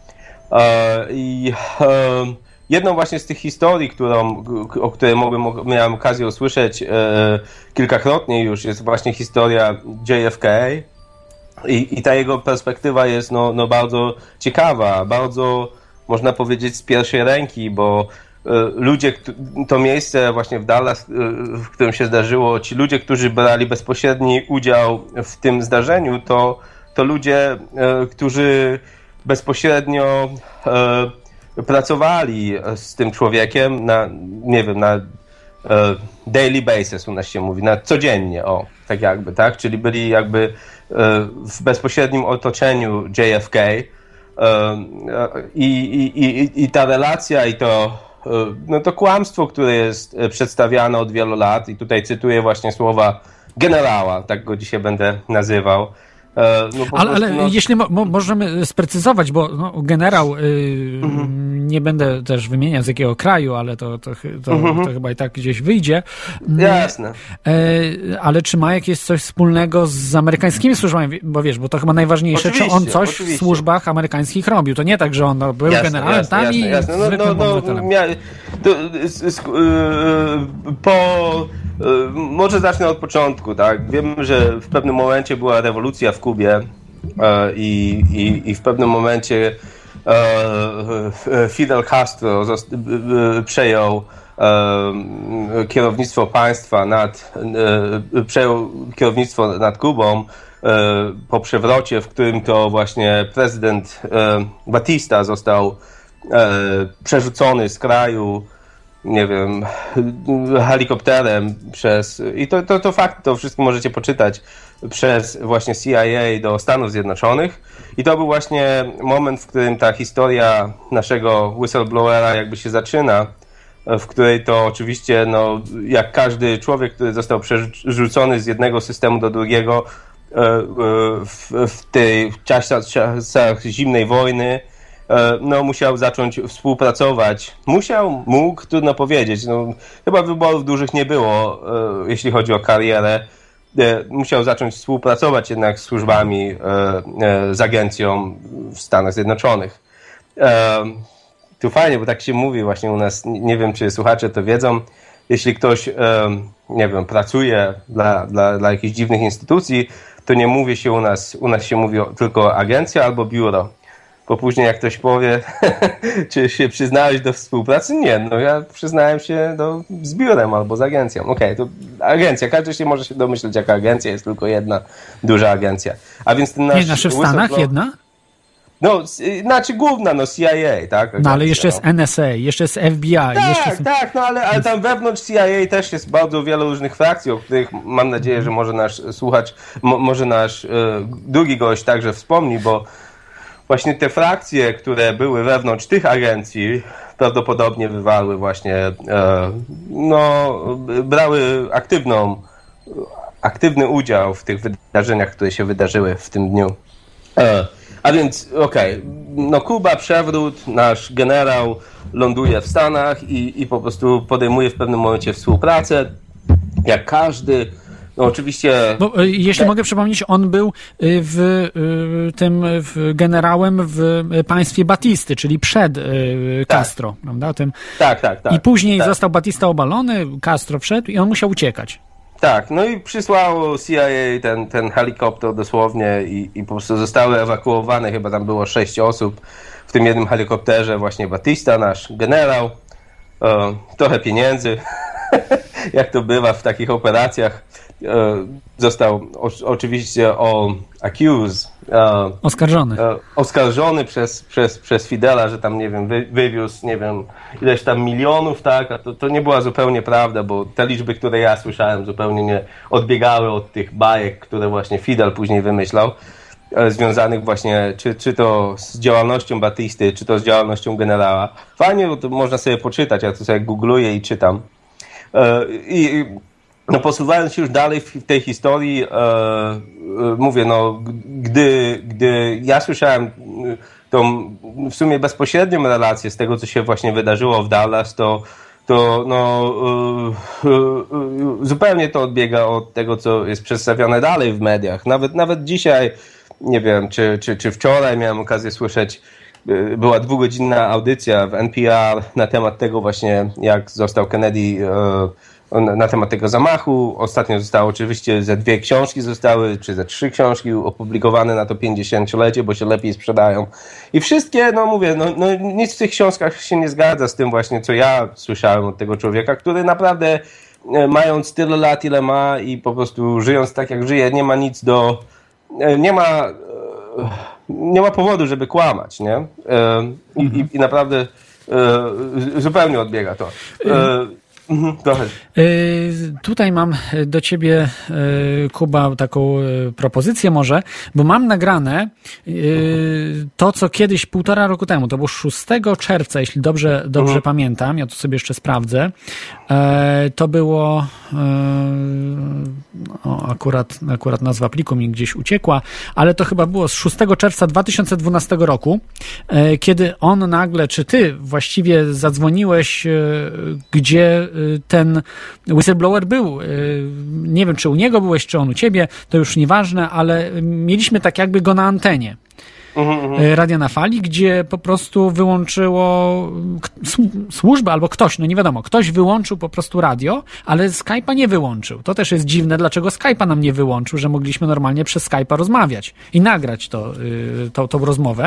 Jedną właśnie z tych historii, o której miałem okazję usłyszeć kilkakrotnie już, jest właśnie historia JFK. I ta jego perspektywa jest bardzo ciekawa, bardzo, można powiedzieć, z pierwszej ręki, bo ludzie, to miejsce właśnie w Dallas, w którym się zdarzyło, ci ludzie, którzy brali bezpośredni udział w tym zdarzeniu, to ludzie, którzy bezpośrednio pracowali z tym człowiekiem na daily basis, u nas się mówi, codziennie, tak jakby, tak? Czyli byli jakby w bezpośrednim otoczeniu JFK i ta relacja i to kłamstwo, które jest przedstawiane od wielu lat, i tutaj cytuję właśnie słowa generała, tak go dzisiaj będę nazywał. Ale jeśli możemy sprecyzować, bo generał, nie będę też wymieniał z jakiego kraju, ale to chyba i tak gdzieś wyjdzie. Jasne. Ale czy ma jakieś coś wspólnego z amerykańskimi służbami? Bo to chyba najważniejsze, czy on coś w służbach amerykańskich robił. To nie tak, że on był generałem tam i zwykłym obywatelem. Może zacznę od początku, tak? Wiem, że w pewnym momencie była rewolucja w Kubie i w pewnym momencie Fidel Castro przejął kierownictwo państwa nad Kubą po przewrocie, w którym to właśnie prezydent Batista został przerzucony z kraju, nie wiem, helikopterem i to fakt, to wszystko możecie poczytać, przez właśnie CIA do Stanów Zjednoczonych. I to był właśnie moment, w którym ta historia naszego whistleblowera jakby się zaczyna, w której to oczywiście, jak każdy człowiek, który został przerzucony z jednego systemu do drugiego w tej czasach zimnej wojny, musiał zacząć współpracować. Mógł, trudno powiedzieć. Chyba wyborów dużych nie było, jeśli chodzi o karierę. Musiał zacząć współpracować jednak z służbami, z agencją w Stanach Zjednoczonych. Tu fajnie, bo tak się mówi właśnie u nas, nie wiem, czy słuchacze to wiedzą, jeśli ktoś, nie wiem, pracuje dla jakichś dziwnych instytucji, to nie mówi się u nas się mówi tylko agencja albo biuro. Bo później jak ktoś powie, czy się przyznałeś do współpracy? Nie, ja przyznałem się z biurem albo z agencją. Okej, to agencja, każdy się może się domyśleć, jaka agencja, jest tylko jedna duża agencja. A więc ten nasz... w Stanach jedna? Znaczy główna, CIA, tak? Agencja, ale jeszcze jest NSA, jeszcze jest FBI. Tak, ale tam wewnątrz CIA też jest bardzo wiele różnych frakcji, o których mam nadzieję, że może nasz słuchacz, może nasz drugi gość także wspomni, bo właśnie te frakcje, które były wewnątrz tych agencji, prawdopodobnie wywarły właśnie, brały aktywny udział w tych wydarzeniach, które się wydarzyły w tym dniu. A więc, Kuba, przewrót, nasz generał ląduje w Stanach i po prostu podejmuje w pewnym momencie współpracę, jak każdy. Oczywiście... jeśli mogę przypomnieć, on był generałem w państwie Batisty, czyli przed Castro, prawda? Tak. I później został Batista obalony, Castro wszedł i on musiał uciekać. Tak, i przysłało CIA ten helikopter dosłownie i po prostu zostały ewakuowane, chyba tam było 6 osób w tym jednym helikopterze, właśnie Batista, nasz generał. trochę pieniędzy, jak to bywa w takich operacjach. Został oczywiście oskarżony przez Fidela, że tam, nie wiem, wywiózł, nie wiem, ileś tam milionów, tak, a to nie była zupełnie prawda, bo te liczby, które ja słyszałem, zupełnie nie odbiegały od tych bajek, które właśnie Fidel później wymyślał, związanych właśnie czy to z działalnością Batisty, czy to z działalnością generała. Fajnie, bo to można sobie poczytać, ja to sobie googluję i czytam. No, posuwając się już dalej w tej historii, mówię, no, gdy ja słyszałem tą w sumie bezpośrednią relację z tego, co się właśnie wydarzyło w Dallas, to no, zupełnie to odbiega od tego, co jest przedstawione dalej w mediach. Nawet dzisiaj, nie wiem, czy wczoraj miałem okazję słyszeć, była 2-godzinna audycja w NPR na temat tego właśnie, jak został Kennedy, na temat tego zamachu. Ostatnio zostało oczywiście ze 2 książki czy ze 3 książki opublikowane na to 50-lecie, bo się lepiej sprzedają. I wszystkie, no mówię, no nic w tych książkach się nie zgadza z tym właśnie, co ja słyszałem od tego człowieka, który naprawdę, mając tyle lat, ile ma i po prostu żyjąc tak, jak żyje, nie ma nic nie ma powodu, żeby kłamać, nie? I naprawdę zupełnie odbiega to. Tutaj mam do ciebie, Kuba, taką propozycję może, bo mam nagrane to, co kiedyś 1,5 roku temu, to było 6 czerwca, jeśli dobrze pamiętam, ja to sobie jeszcze sprawdzę, to było akurat nazwa pliku mi gdzieś uciekła, ale to chyba było z 6 czerwca 2012 roku, kiedy on nagle, czy ty właściwie zadzwoniłeś, gdzie ten whistleblower był. Nie wiem, czy u niego byłeś, czy on u ciebie, to już nieważne, ale mieliśmy tak jakby go na antenie. Radia na Fali, gdzie po prostu wyłączyło służba albo ktoś, no nie wiadomo, ktoś wyłączył po prostu radio, ale Skype'a nie wyłączył. To też jest dziwne, dlaczego Skype'a nam nie wyłączył, że mogliśmy normalnie przez Skype'a rozmawiać i nagrać tą rozmowę.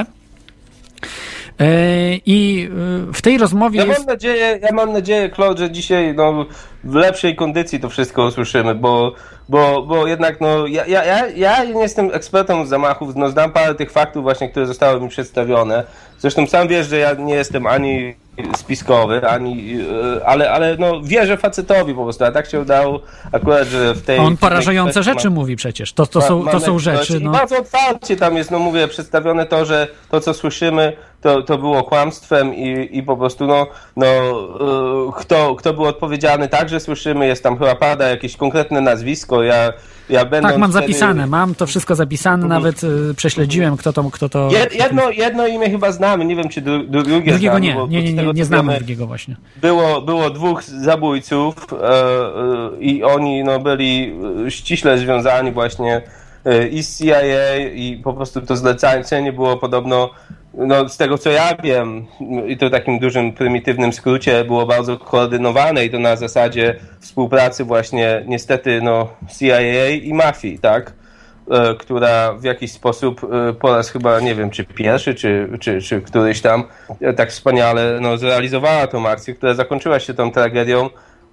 I w tej rozmowie ja mam nadzieję, Claude, że dzisiaj w lepszej kondycji to wszystko usłyszymy, bo jednak ja nie jestem ekspertem od zamachów, znam parę tych faktów właśnie, które zostały mi przedstawione. Zresztą sam wiesz, że ja nie jestem ani spiskowy, ale wierzę facetowi po prostu, a tak się udało akurat, że w tej... On porażające rzeczy mówi przecież, to są rzeczy. I bardzo otwarcie tam jest, mówię, przedstawione to, że to, co słyszymy, to było kłamstwem i po prostu kto był odpowiedzialny, także słyszymy, jest tam chyba pada jakieś konkretne nazwisko, ja będę... Tak, mam zapisane, mam to wszystko zapisane, nawet prześledziłem, kto to... Jedno imię chyba znamy, nie wiem, czy drugiego znamy. Nie znamy drugiego właśnie. Było 2 zabójców i oni byli ściśle związani właśnie i z CIA i po prostu to zlecenie było podobno, z tego co ja wiem, i to w takim dużym, prymitywnym skrócie, było bardzo koordynowane i to na zasadzie współpracy właśnie niestety CIA i mafii, tak? Która w jakiś sposób po raz chyba, nie wiem, czy pierwszy, czy któryś tam tak wspaniale zrealizowała tą akcję, która zakończyła się tą tragedią.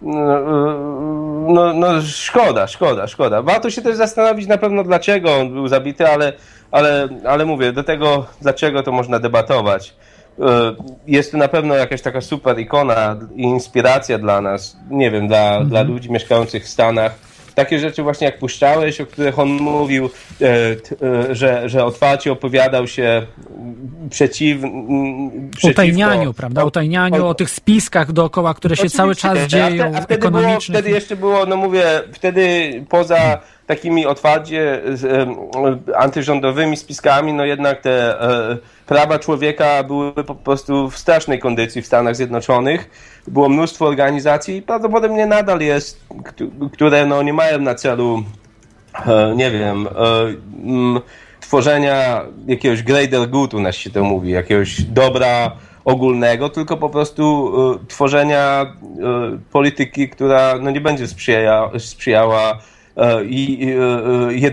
Szkoda. Warto się też zastanowić na pewno, dlaczego on był zabity, ale mówię, do tego dlaczego to można debatować. Jest to na pewno jakaś taka super ikona i inspiracja dla nas, nie wiem, dla ludzi mieszkających w Stanach. Takie rzeczy właśnie jak puszczałeś, o których on mówił, że otwarcie opowiadał się przeciwko... Utajnianiu, prawda? Utajnianiu, o tych spiskach dookoła, które się cały czas dzieją, ekonomicznych. Wtedy jeszcze było, wtedy poza takimi otwarcie antyrządowymi spiskami, jednak te prawa człowieka były po prostu w strasznej kondycji w Stanach Zjednoczonych. Było mnóstwo organizacji i prawdopodobnie nadal jest, które nie mają na celu, nie wiem, tworzenia jakiegoś greater good, u nas się to mówi, jakiegoś dobra ogólnego, tylko po prostu tworzenia polityki, która nie będzie sprzyjała i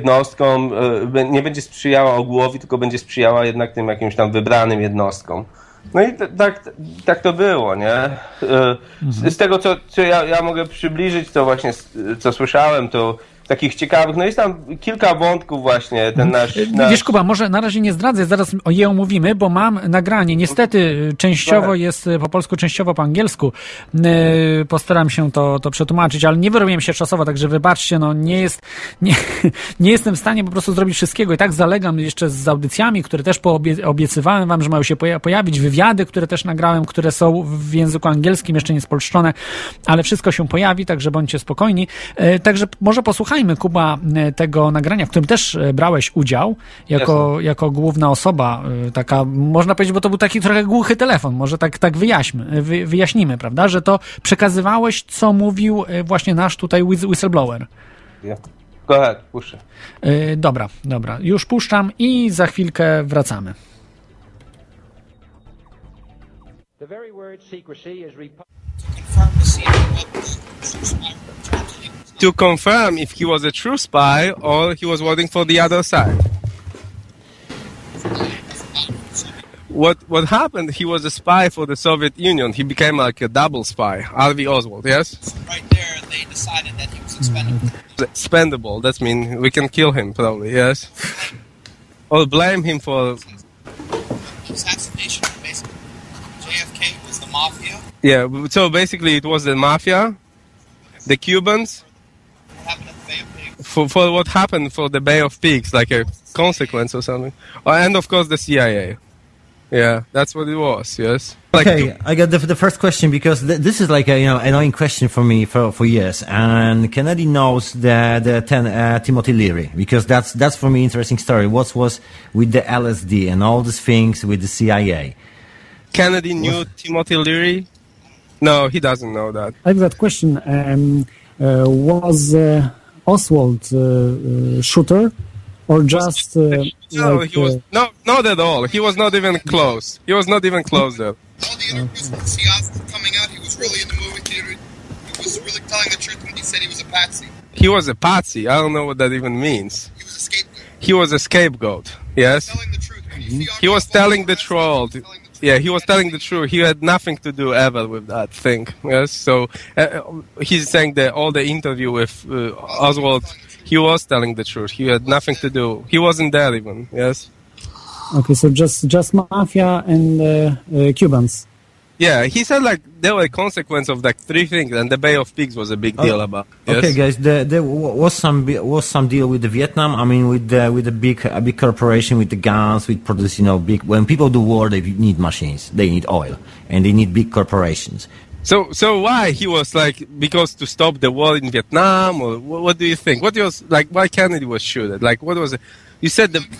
jednostkom, nie będzie sprzyjała ogółowi, tylko będzie sprzyjała jednak tym jakimś tam wybranym jednostkom. No i tak to było, nie? Z tego, co ja mogę przybliżyć, to właśnie, co słyszałem, to takich ciekawych, no jest tam kilka wątków właśnie, ten nasz... Wiesz, Kuba, może na razie nie zdradzę, zaraz je omówimy, bo mam nagranie, niestety częściowo jest po polsku, częściowo po angielsku. Postaram się to przetłumaczyć, ale nie wyrobiłem się czasowo, także wybaczcie, no nie jestem w stanie po prostu zrobić wszystkiego i tak zalegam jeszcze z audycjami, które też obiecywałem wam, że mają się pojawić, wywiady, które też nagrałem, które są w języku angielskim, jeszcze nie spolszczone, ale wszystko się pojawi, także bądźcie spokojni. Także może posłuchajmy, Kuba, tego nagrania, w którym też brałeś udział, jako główna osoba, taka, można powiedzieć, bo to był taki trochę głuchy telefon, może tak wyjaśnimy, prawda, że to przekazywałeś, co mówił właśnie nasz tutaj whistleblower. Go ahead, puszczę. Dobra, już puszczam i za chwilkę wracamy. The very word secrecy is to confirm if he was a true spy or he was working for the other side. What happened? He was a spy for the Soviet Union. He became like a double spy. Harvey Oswald, yes? Right there, they decided that he was expendable. Expendable, that means we can kill him probably, yes? Or blame him for... Assassination, basically. JFK was the mafia. Yeah, so basically it was the mafia, the Cubans, for what happened for the Bay of Pigs, like a consequence or something. And of course the CIA. Yeah, that's what it was, yes. Okay, I got the first question because this is like a annoying question for me for years. And Kennedy knows the Timothy Leary because that's for me interesting story. What was with the LSD and all these things with the CIA? Kennedy knew Timothy Leary? No, he doesn't know that. I have that question. Was Oswald shooter or just... no, he was not at all. He was not even close. He was not even close there. All the interviews with Oswald coming out, he was really in the movie theater. He was really telling the truth when he said he was a patsy. He was a patsy. I don't know what that even means. He was a scapegoat. He was a scapegoat, yes? Telling the truth. He was telling the truth. Yeah, he was telling the truth. He had nothing to do ever with that thing. Yes, so he's saying that all the interview with Oswald, he was telling the truth. He had nothing to do. He wasn't there even. Yes. Okay, so just mafia and Cubans. Yeah, he said like there were a consequence of like three things, and the Bay of Pigs was a big deal about. Yes? Okay, guys, there was some deal with the Vietnam. I mean, with the big corporation with the guns, with producing big. When people do war, they need machines, they need oil, and they need big corporations. So why he was like because to stop the war in Vietnam, or what do you think? What was like why Kennedy was shot? Like what was it? You said the.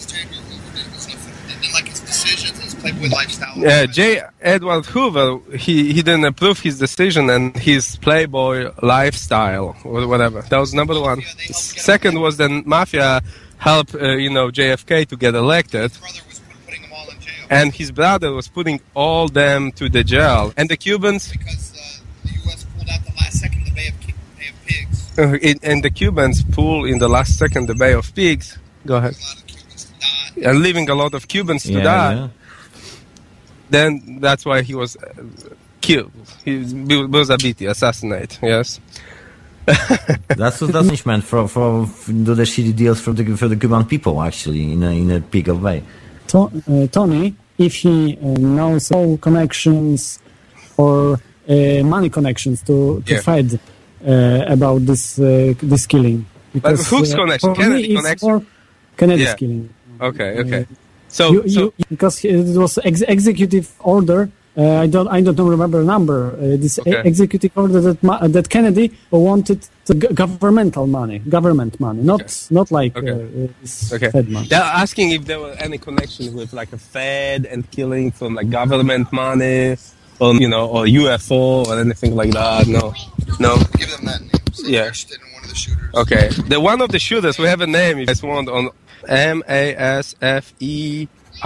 Yeah, J. Edward Hoover, he didn't approve his decision and his playboy lifestyle or whatever. That was number one. Second was then mafia helped, JFK to get elected. And his brother was putting all them to the jail. And the Cubans... Because the U.S. pulled out the last second the Bay of Pigs. And the Cubans pulled in the last second the Bay of Pigs. Go ahead. And leaving a lot of Cubans to die. Yeah. Then that's why he was killed. He was assassinated. Yes. That's punishment for do the shitty deals for the Cuban people actually in a big way. Tony, if he knows all connections or money connections to fight about this killing. Because, but whose connection? Kennedy connection. Kennedy's killing. Okay. So because it was executive order, I don't remember the number. Executive order that Kennedy wanted government money, not like Fed money. They're asking if there were any connection with like a Fed and killing from like government money, or or UFO or anything like that. No. Give them that name. So you're interested in one of the shooters. Okay, the one of the shooters. We have a name. If you guys want on. Masferrer.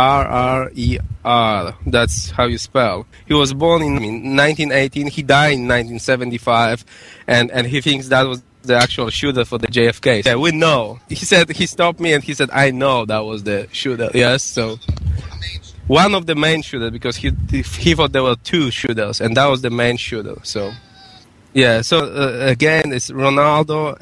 That's how you spell. He was born in 1918. He died in 1975, and he thinks that was the actual shooter for the JFK. Yeah, we know. He said he stopped me and he said, "I know that was the shooter." Yes, so. one of the main shooters, because he thought there were two shooters, and that was the main shooter. So, yeah. So again, it's Ronaldo,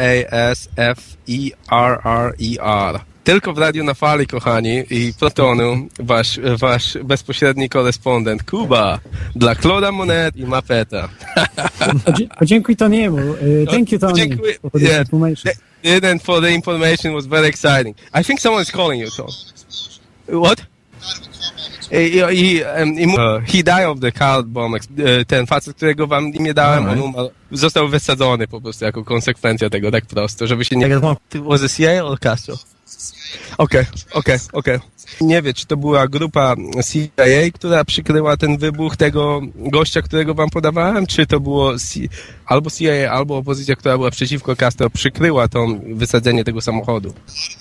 Masferrer. Tylko w Radiu na Fali, kochani, i Protonu, wasz bezpośredni korespondent Kuba dla Claude'a Monet i Mapeta. Podziękuj Toniemu. Thank you, Tony. For the information. And for the information was very exciting. I think someone is calling you, Tom. What? He died of the car bomb. Ten facet, którego wam imię dałem, on umarł, został wysadzony po prostu jako konsekwencja tego, tak prosto, żeby się nie... Was it CIA or Castro? Okej. Nie wiem, czy to była grupa CIA, która przykryła ten wybuch tego gościa, którego wam podawałem, czy to było albo CIA, albo opozycja, która była przeciwko Castro, przykryła to wysadzenie tego samochodu.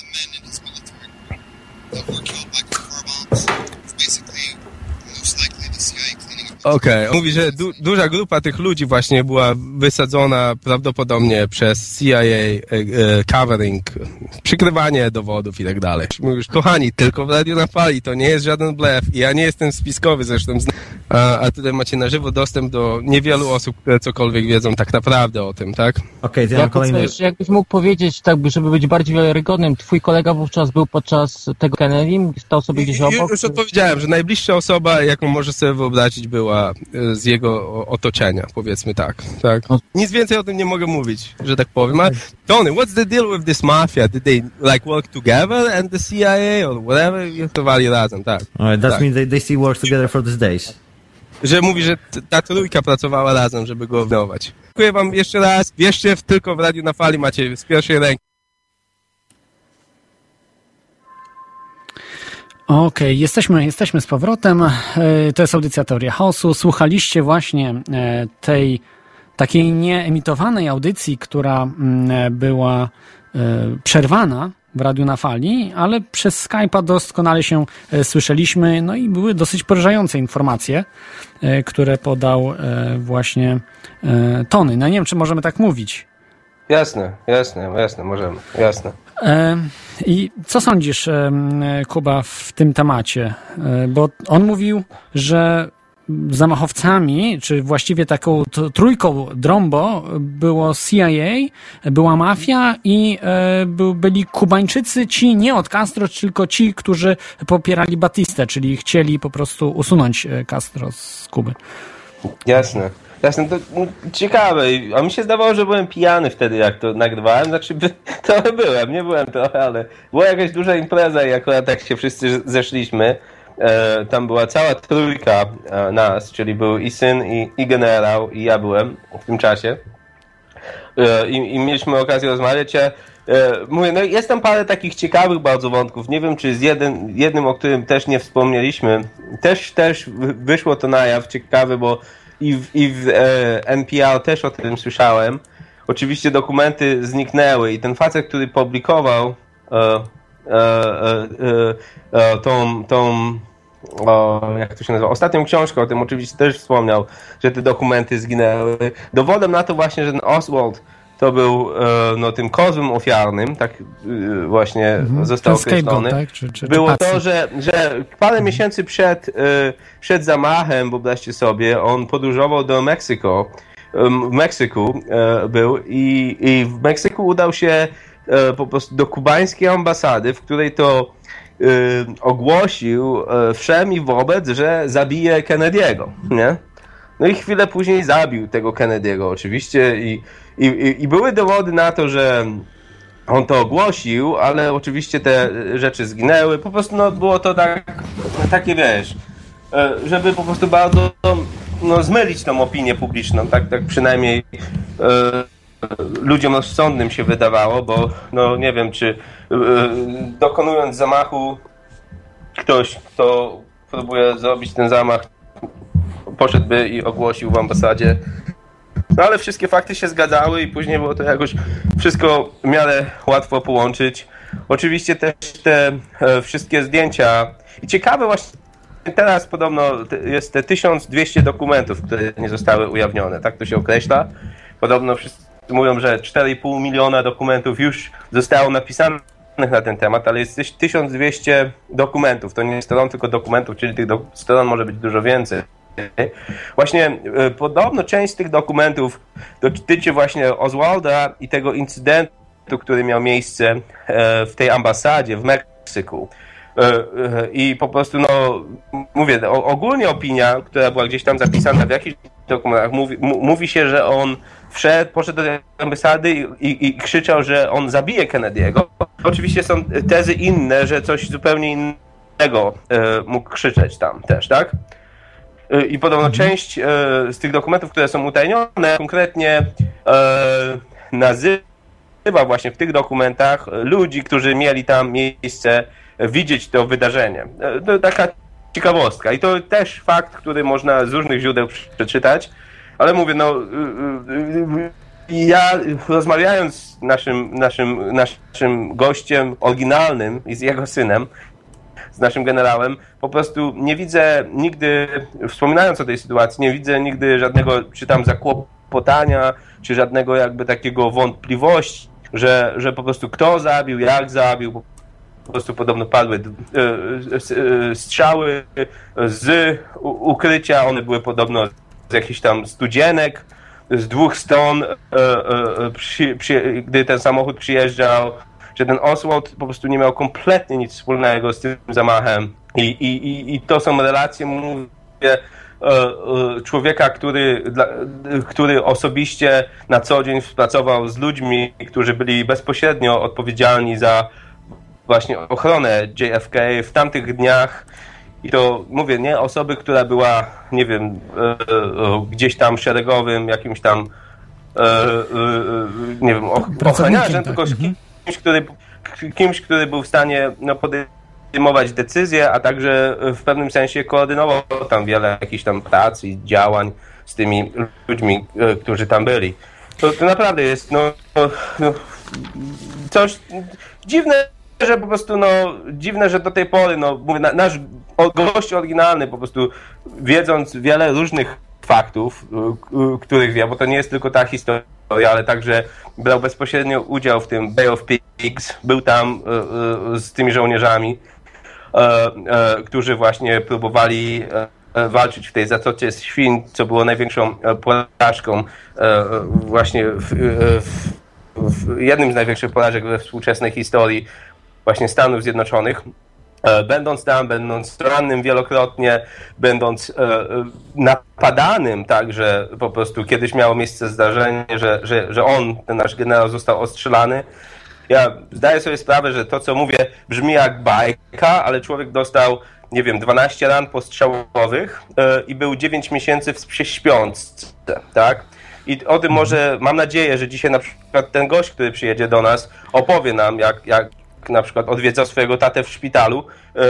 Okej. Mówi, że duża grupa tych ludzi właśnie była wysadzona prawdopodobnie przez CIA, covering, przykrywanie dowodów i tak dalej. Mówisz, kochani, tylko w Radiu na Fali, to nie jest żaden blef i ja nie jestem spiskowy zresztą, a tutaj macie na żywo dostęp do niewielu osób, które cokolwiek wiedzą tak naprawdę o tym, tak? Okej, to ja kolejny... Jakbyś mógł powiedzieć, tak, żeby być bardziej wiarygodnym, twój kolega wówczas był podczas tego Kennedy, stał sobie gdzieś obok? Już odpowiedziałem, że najbliższa osoba, jaką może sobie wyobrazić, była z jego otoczenia, powiedzmy tak. Nic więcej o tym nie mogę mówić, że tak powiem. Tony, what's the deal with this mafia? Did they like work together and the CIA or whatever? Pracowali razem, tak. Alright, that means they still work together for these days. Że mówi, że ta trójka pracowała razem, żeby go obnować. Dziękuję wam jeszcze raz. Wierzcie, tylko w Radiu na Fali macie z pierwszej ręki. Okej, jesteśmy z powrotem. To jest audycja Teoria Chaosu. Słuchaliście właśnie tej takiej nieemitowanej audycji, która była przerwana w Radiu na Fali, ale przez Skype'a doskonale się słyszeliśmy, no i były dosyć porażające informacje, które podał właśnie Tony. No nie wiem, czy możemy tak mówić. Jasne, możemy, jasne. I co sądzisz, Kuba, w tym temacie? Bo on mówił, że zamachowcami, czy właściwie taką trójką Drombo było CIA, była mafia i byli Kubańczycy, ci nie od Castro, tylko ci, którzy popierali Batistę, czyli chcieli po prostu usunąć Castro z Kuby. Jasne, to ciekawe. A mi się zdawało, że byłem pijany wtedy, jak to nagrywałem. Znaczy, trochę nie byłem trochę, ale była jakaś duża impreza i akurat tak się wszyscy zeszliśmy. Tam była cała trójka nas, czyli był i syn, i generał, i ja byłem w tym czasie. I mieliśmy okazję rozmawiać. Mówię, no jest tam parę takich ciekawych bardzo wątków. Nie wiem, czy z jednym, o którym też nie wspomnieliśmy, też wyszło to na jaw, ciekawe, bo i w NPR też o tym słyszałem. Oczywiście dokumenty zniknęły i ten facet, który publikował jak to się nazywa, ostatnią książkę o tym oczywiście też wspomniał, że te dokumenty zginęły. Dowodem na to właśnie, że ten Oswald to był tym kozłem ofiarnym, tak właśnie został określony. Tak? Czy było to, że parę miesięcy przed zamachem, wyobraźcie sobie, on podróżował do Meksyku. W Meksyku był i w Meksyku udał się po prostu do kubańskiej ambasady, w której to ogłosił wszem i wobec, że zabije Kennedy'ego, nie? No i chwilę później zabił tego Kennedy'ego oczywiście i były dowody na to, że on to ogłosił, ale oczywiście te rzeczy zginęły. Po prostu było to takie, wiesz, żeby po prostu bardzo zmylić tą opinię publiczną, tak przynajmniej ludziom rozsądnym się wydawało, bo nie wiem, czy dokonując zamachu ktoś, kto próbuje zrobić ten zamach, poszedłby i ogłosił w ambasadzie. No ale wszystkie fakty się zgadzały i później było to jakoś wszystko w miarę łatwo połączyć. Oczywiście też te wszystkie zdjęcia i ciekawe właśnie teraz podobno jest te 1200 dokumentów, które nie zostały ujawnione, tak to się określa. Podobno wszyscy mówią, że 4,5 miliona dokumentów już zostało napisane na ten temat, ale jest 1200 dokumentów. To nie stron tylko dokumentów, czyli tych stron może być dużo więcej. Właśnie podobno część z tych dokumentów dotyczy właśnie Oswalda i tego incydentu, który miał miejsce w tej ambasadzie w Meksyku. I po prostu, no, mówię, ogólnie opinia, która była gdzieś tam zapisana w jakichś dokumentach, mówi się, że on poszedł do tej ambasady i krzyczał, że on zabije Kennedy'ego. Oczywiście są tezy inne, że coś zupełnie innego mógł krzyczeć tam też, tak? I podobno część z tych dokumentów, które są utajnione, konkretnie nazywa właśnie w tych dokumentach ludzi, którzy mieli tam miejsce widzieć to wydarzenie. To taka ciekawostka i to też fakt, który można z różnych źródeł przeczytać, ale mówię, no ja rozmawiając z naszym gościem oryginalnym i z jego synem, z naszym generałem, po prostu nie widzę nigdy, wspominając o tej sytuacji, nie widzę nigdy żadnego, czy tam zakłopotania, czy żadnego jakby takiego wątpliwości, że po prostu kto zabił, jak zabił, po prostu podobno padły strzały z ukrycia, one były podobno z jakichś tam studzienek, z dwóch stron, gdy ten samochód przyjeżdżał, że ten Oswald po prostu nie miał kompletnie nic wspólnego z tym zamachem. I to są relacje, mówię, człowieka, który osobiście na co dzień współpracował z ludźmi, którzy byli bezpośrednio odpowiedzialni za właśnie ochronę JFK w tamtych dniach. I to, mówię, nie osoby, która była, nie wiem, gdzieś tam szeregowym, jakimś tam, nie wiem, ochroniarzem, tylko kimś, który był w stanie podejmować decyzje, a także w pewnym sensie koordynował tam wiele jakichś tam prac i działań z tymi ludźmi, którzy tam byli. To naprawdę jest, coś dziwne, że po prostu, dziwne, że do tej pory, mówię, nasz gość oryginalny po prostu, wiedząc wiele różnych faktów, których wie, bo to nie jest tylko ta historia, ale także brał bezpośrednio udział w tym Bay of Pigs, był tam z tymi żołnierzami, którzy właśnie próbowali walczyć w tej Zatoce Świń, co było największą porażką właśnie w jednym z największych porażek we współczesnej historii właśnie Stanów Zjednoczonych. Będąc tam, będąc rannym wielokrotnie, będąc napadanym, tak, że po prostu kiedyś miało miejsce zdarzenie, że on, ten nasz generał, został ostrzelany. Ja zdaję sobie sprawę, że to, co mówię, brzmi jak bajka, ale człowiek dostał, nie wiem, 12 ran postrzałowych i był 9 miesięcy w śpiączce, tak? I o tym może, mam nadzieję, że dzisiaj na przykład ten gość, który przyjedzie do nas, opowie nam, jak na przykład odwiedzał swojego tatę w szpitalu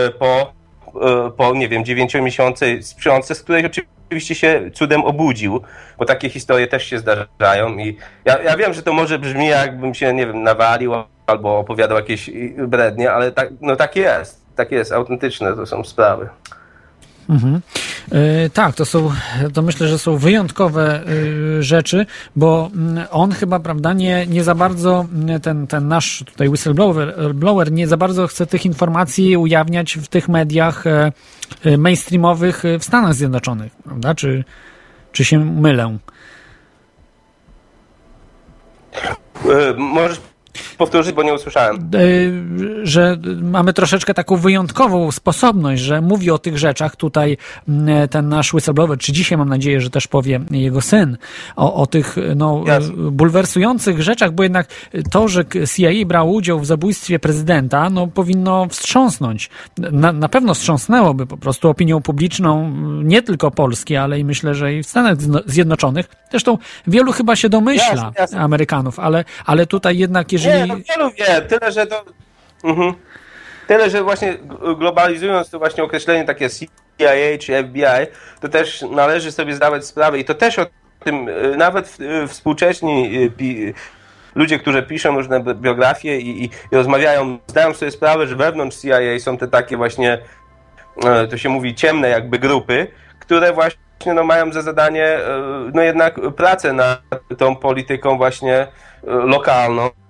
po nie wiem, 9 miesięcy śpiączce, z której oczywiście się cudem obudził, bo takie historie też się zdarzają i ja wiem, że to może brzmi, jakbym się, nie wiem, nawalił albo opowiadał jakieś brednie, ale tak jest, autentyczne to są sprawy. Mhm. Tak, to myślę, że są wyjątkowe rzeczy, bo on chyba, prawda, nie za bardzo, ten nasz tutaj whistleblower nie za bardzo chce tych informacji ujawniać w tych mediach mainstreamowych w Stanach Zjednoczonych, prawda? Czy się mylę? Możesz powtórzyć, bo nie usłyszałem. Że mamy troszeczkę taką wyjątkową sposobność, że mówi o tych rzeczach tutaj ten nasz whistleblower, czy dzisiaj mam nadzieję, że też powie jego syn, o tych bulwersujących rzeczach, bo jednak to, że CIA brał udział w zabójstwie prezydenta, powinno wstrząsnąć. Na pewno wstrząsnęłoby po prostu opinią publiczną, nie tylko Polski, ale i myślę, że i w Stanach Zjednoczonych. Zresztą wielu chyba się domyśla, jasne. Amerykanów, ale tutaj jednak jeżeli... Nie, wielu wie, tyle, że to... Tyle, że właśnie globalizując to właśnie określenie takie CIA czy FBI, to też należy sobie zdawać sprawę i to też o tym nawet współcześni ludzie, którzy piszą różne biografie i rozmawiają, zdają sobie sprawę, że wewnątrz CIA są te takie właśnie, to się mówi, ciemne jakby grupy, które właśnie mają za zadanie jednak pracę nad tą polityką właśnie lokalną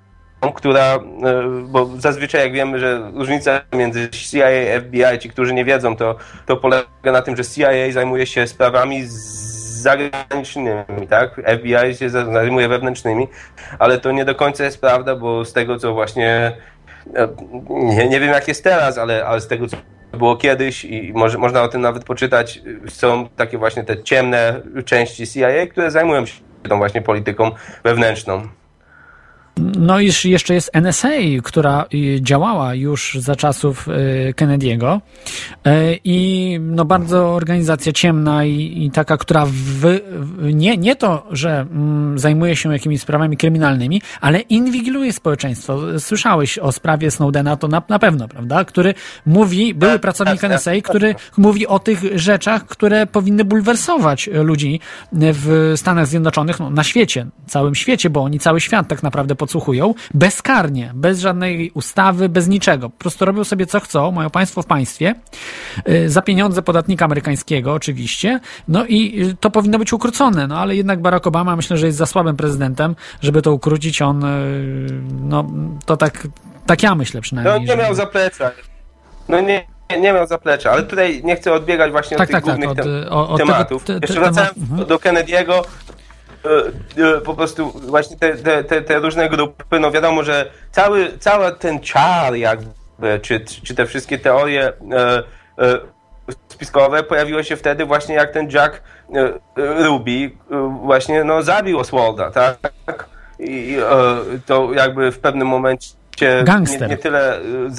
która, bo zazwyczaj jak wiemy, że różnica między CIA i FBI, ci, którzy nie wiedzą, to polega na tym, że CIA zajmuje się sprawami zagranicznymi, tak? FBI się zajmuje wewnętrznymi, ale to nie do końca jest prawda, bo z tego, co właśnie, nie wiem jak jest teraz, ale z tego, co było kiedyś i można o tym nawet poczytać, są takie właśnie te ciemne części CIA, które zajmują się tą właśnie polityką wewnętrzną. No i jeszcze jest NSA, która działała już za czasów Kennedy'ego i no bardzo organizacja ciemna i taka, która nie to, że zajmuje się jakimiś sprawami kryminalnymi, ale inwigiluje społeczeństwo. Słyszałeś o sprawie Snowdena, to na pewno, prawda? Który mówi, były pracownik NSA, który mówi o tych rzeczach, które powinny bulwersować ludzi w Stanach Zjednoczonych, no, na świecie, całym świecie, bo oni cały świat tak naprawdę podsłuchują, bezkarnie, bez żadnej ustawy, bez niczego. Po prostu robią sobie co chcą, mają państwo w państwie, za pieniądze podatnika amerykańskiego oczywiście, no i to powinno być ukrócone, no ale jednak Barack Obama myślę, że jest za słabym prezydentem, żeby to ukrócić. On, no to tak ja myślę przynajmniej. No nie miał zaplecza. No nie miał zaplecza, ale tutaj nie chcę odbiegać właśnie od tych głównych tematów. Jeszcze wracając do Kennedy'ego, po prostu właśnie te różne grupy, no wiadomo, że cały ten czar jakby, czy te wszystkie teorie spiskowe pojawiły się wtedy właśnie jak ten Jack Ruby właśnie no zabił Oswalda, tak? I to jakby w pewnym momencie nie tyle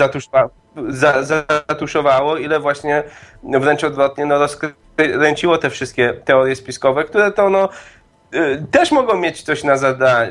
zatuszowało, ile właśnie wręcz odwrotnie no rozkręciło te wszystkie teorie spiskowe, które to no też mogą mieć coś na zadanie,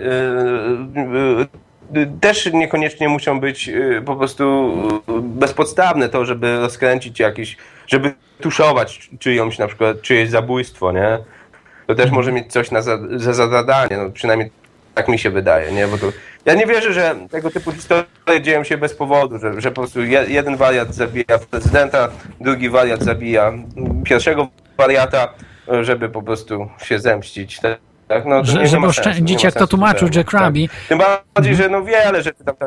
też niekoniecznie muszą być po prostu bezpodstawne to, żeby rozkręcić żeby tuszować czyjąś na przykład, czyjeś zabójstwo, nie? To też może mieć coś za zadanie, no przynajmniej tak mi się wydaje, nie? Bo to, ja nie wierzę, że tego typu historie dzieją się bez powodu, że po prostu jeden wariat zabija prezydenta, drugi wariat zabija pierwszego wariata, żeby po prostu się zemścić. Tak? No, żeby oszczędzić, jak to tłumaczył Jack Ruby. Tak. Tym bardziej, że no wiele rzeczy tam...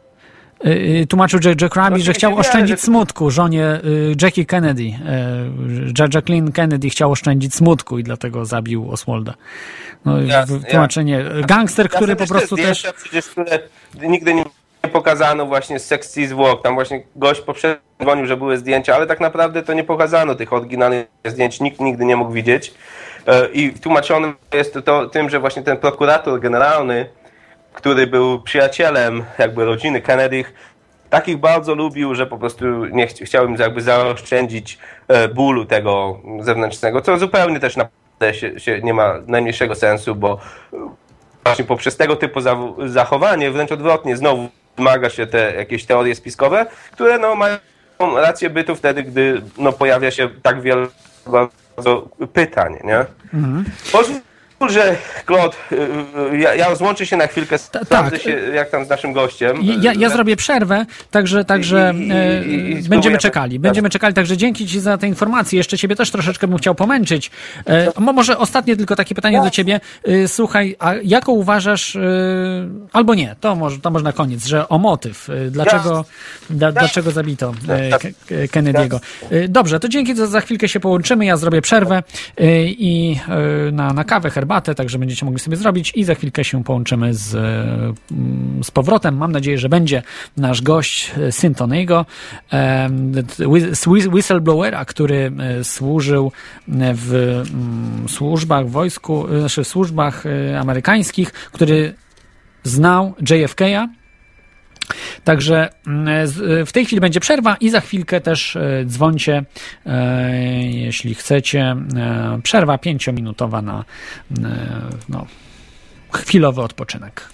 Tłumaczył Jack Ruby, że chciał oszczędzić smutku żonie Jackie Kennedy. Jacqueline Kennedy chciał oszczędzić smutku i dlatego zabił Oswalda. No, tłumaczenie. Gangster, który po prostu też... Przecież, które nigdy nie pokazano właśnie z sekcji zwłok. Tam właśnie gość poprzednio dzwonił, że były zdjęcia, ale tak naprawdę to nie pokazano tych oryginalnych zdjęć. Nikt nigdy nie mógł widzieć. I tłumaczone jest to tym, że właśnie ten prokurator generalny, który był przyjacielem jakby rodziny Kennedych, takich bardzo lubił, że po prostu nie chciał im jakby zaoszczędzić bólu tego zewnętrznego, co zupełnie też się nie ma najmniejszego sensu, bo właśnie poprzez tego typu zachowanie wręcz odwrotnie znowu wymaga się te jakieś teorie spiskowe, które no mają rację bytu wtedy, gdy no pojawia się tak wiele bardzo pytań, nie? Pozwól, że Claude, ja rozłączę się na chwilkę, sprawdzę się jak tam z naszym gościem. Ja zrobię przerwę, także będziemy czekali. Będziemy czekali, także dzięki Ci za te informacje. Jeszcze Ciebie też troszeczkę bym chciał pomęczyć. Może ostatnie tylko takie pytanie do Ciebie. Słuchaj, a jaką uważasz, albo nie, to może na koniec, że o motyw, dlaczego zabito Kennedy'ego. Dobrze, to dzięki, za chwilkę się połączymy, ja zrobię przerwę i na kawę, herbatę, także będziecie mogli sobie zrobić i za chwilkę się połączymy z powrotem. Mam nadzieję, że będzie nasz gość syn Tony'ego, whistleblowera, który służył w służbach w wojsku, znaczy w służbach amerykańskich, który znał JFK-a. Także w tej chwili będzie przerwa i za chwilkę też dzwońcie, jeśli chcecie. Przerwa 5-minutowa na chwilowy odpoczynek.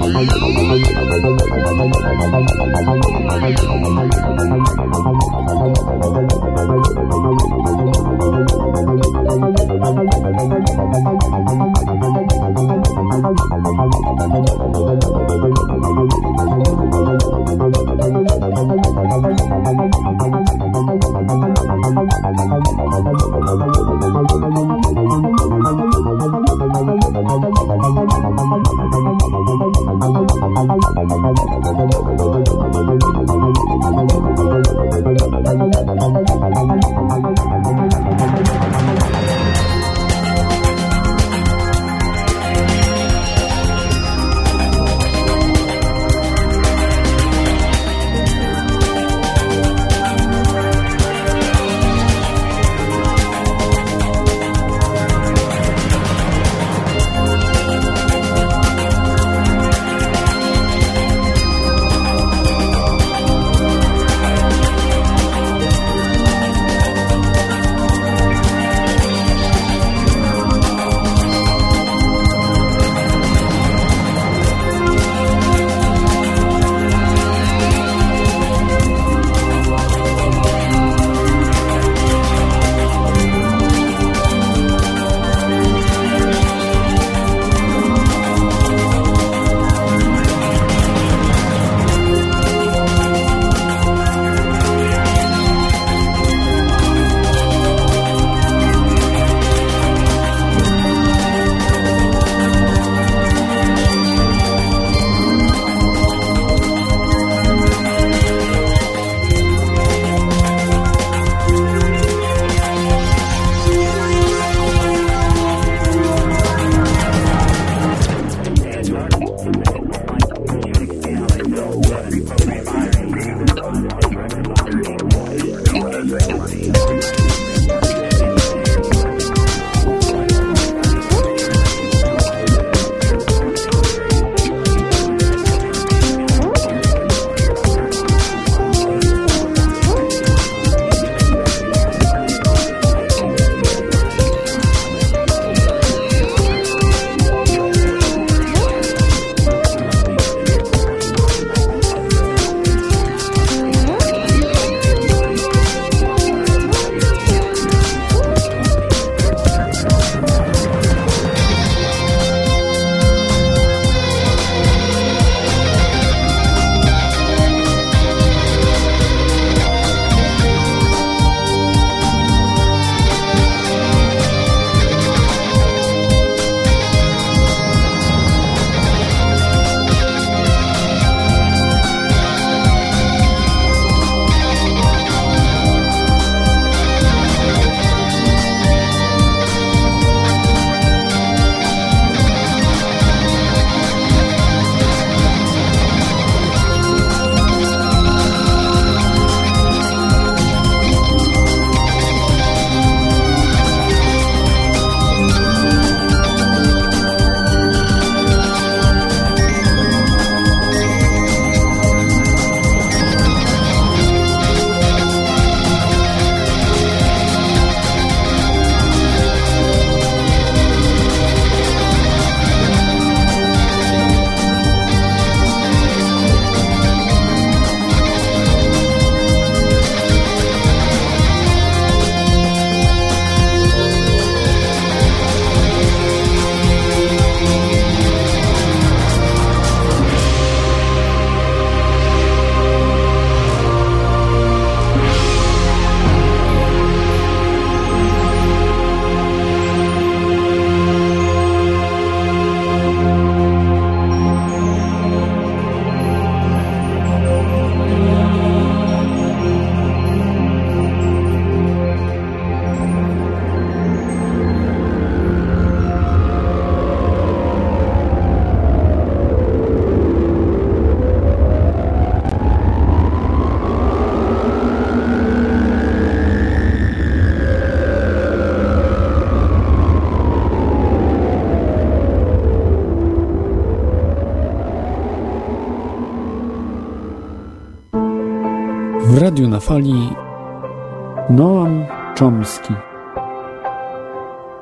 W Radiu na Fali Noam Chomsky.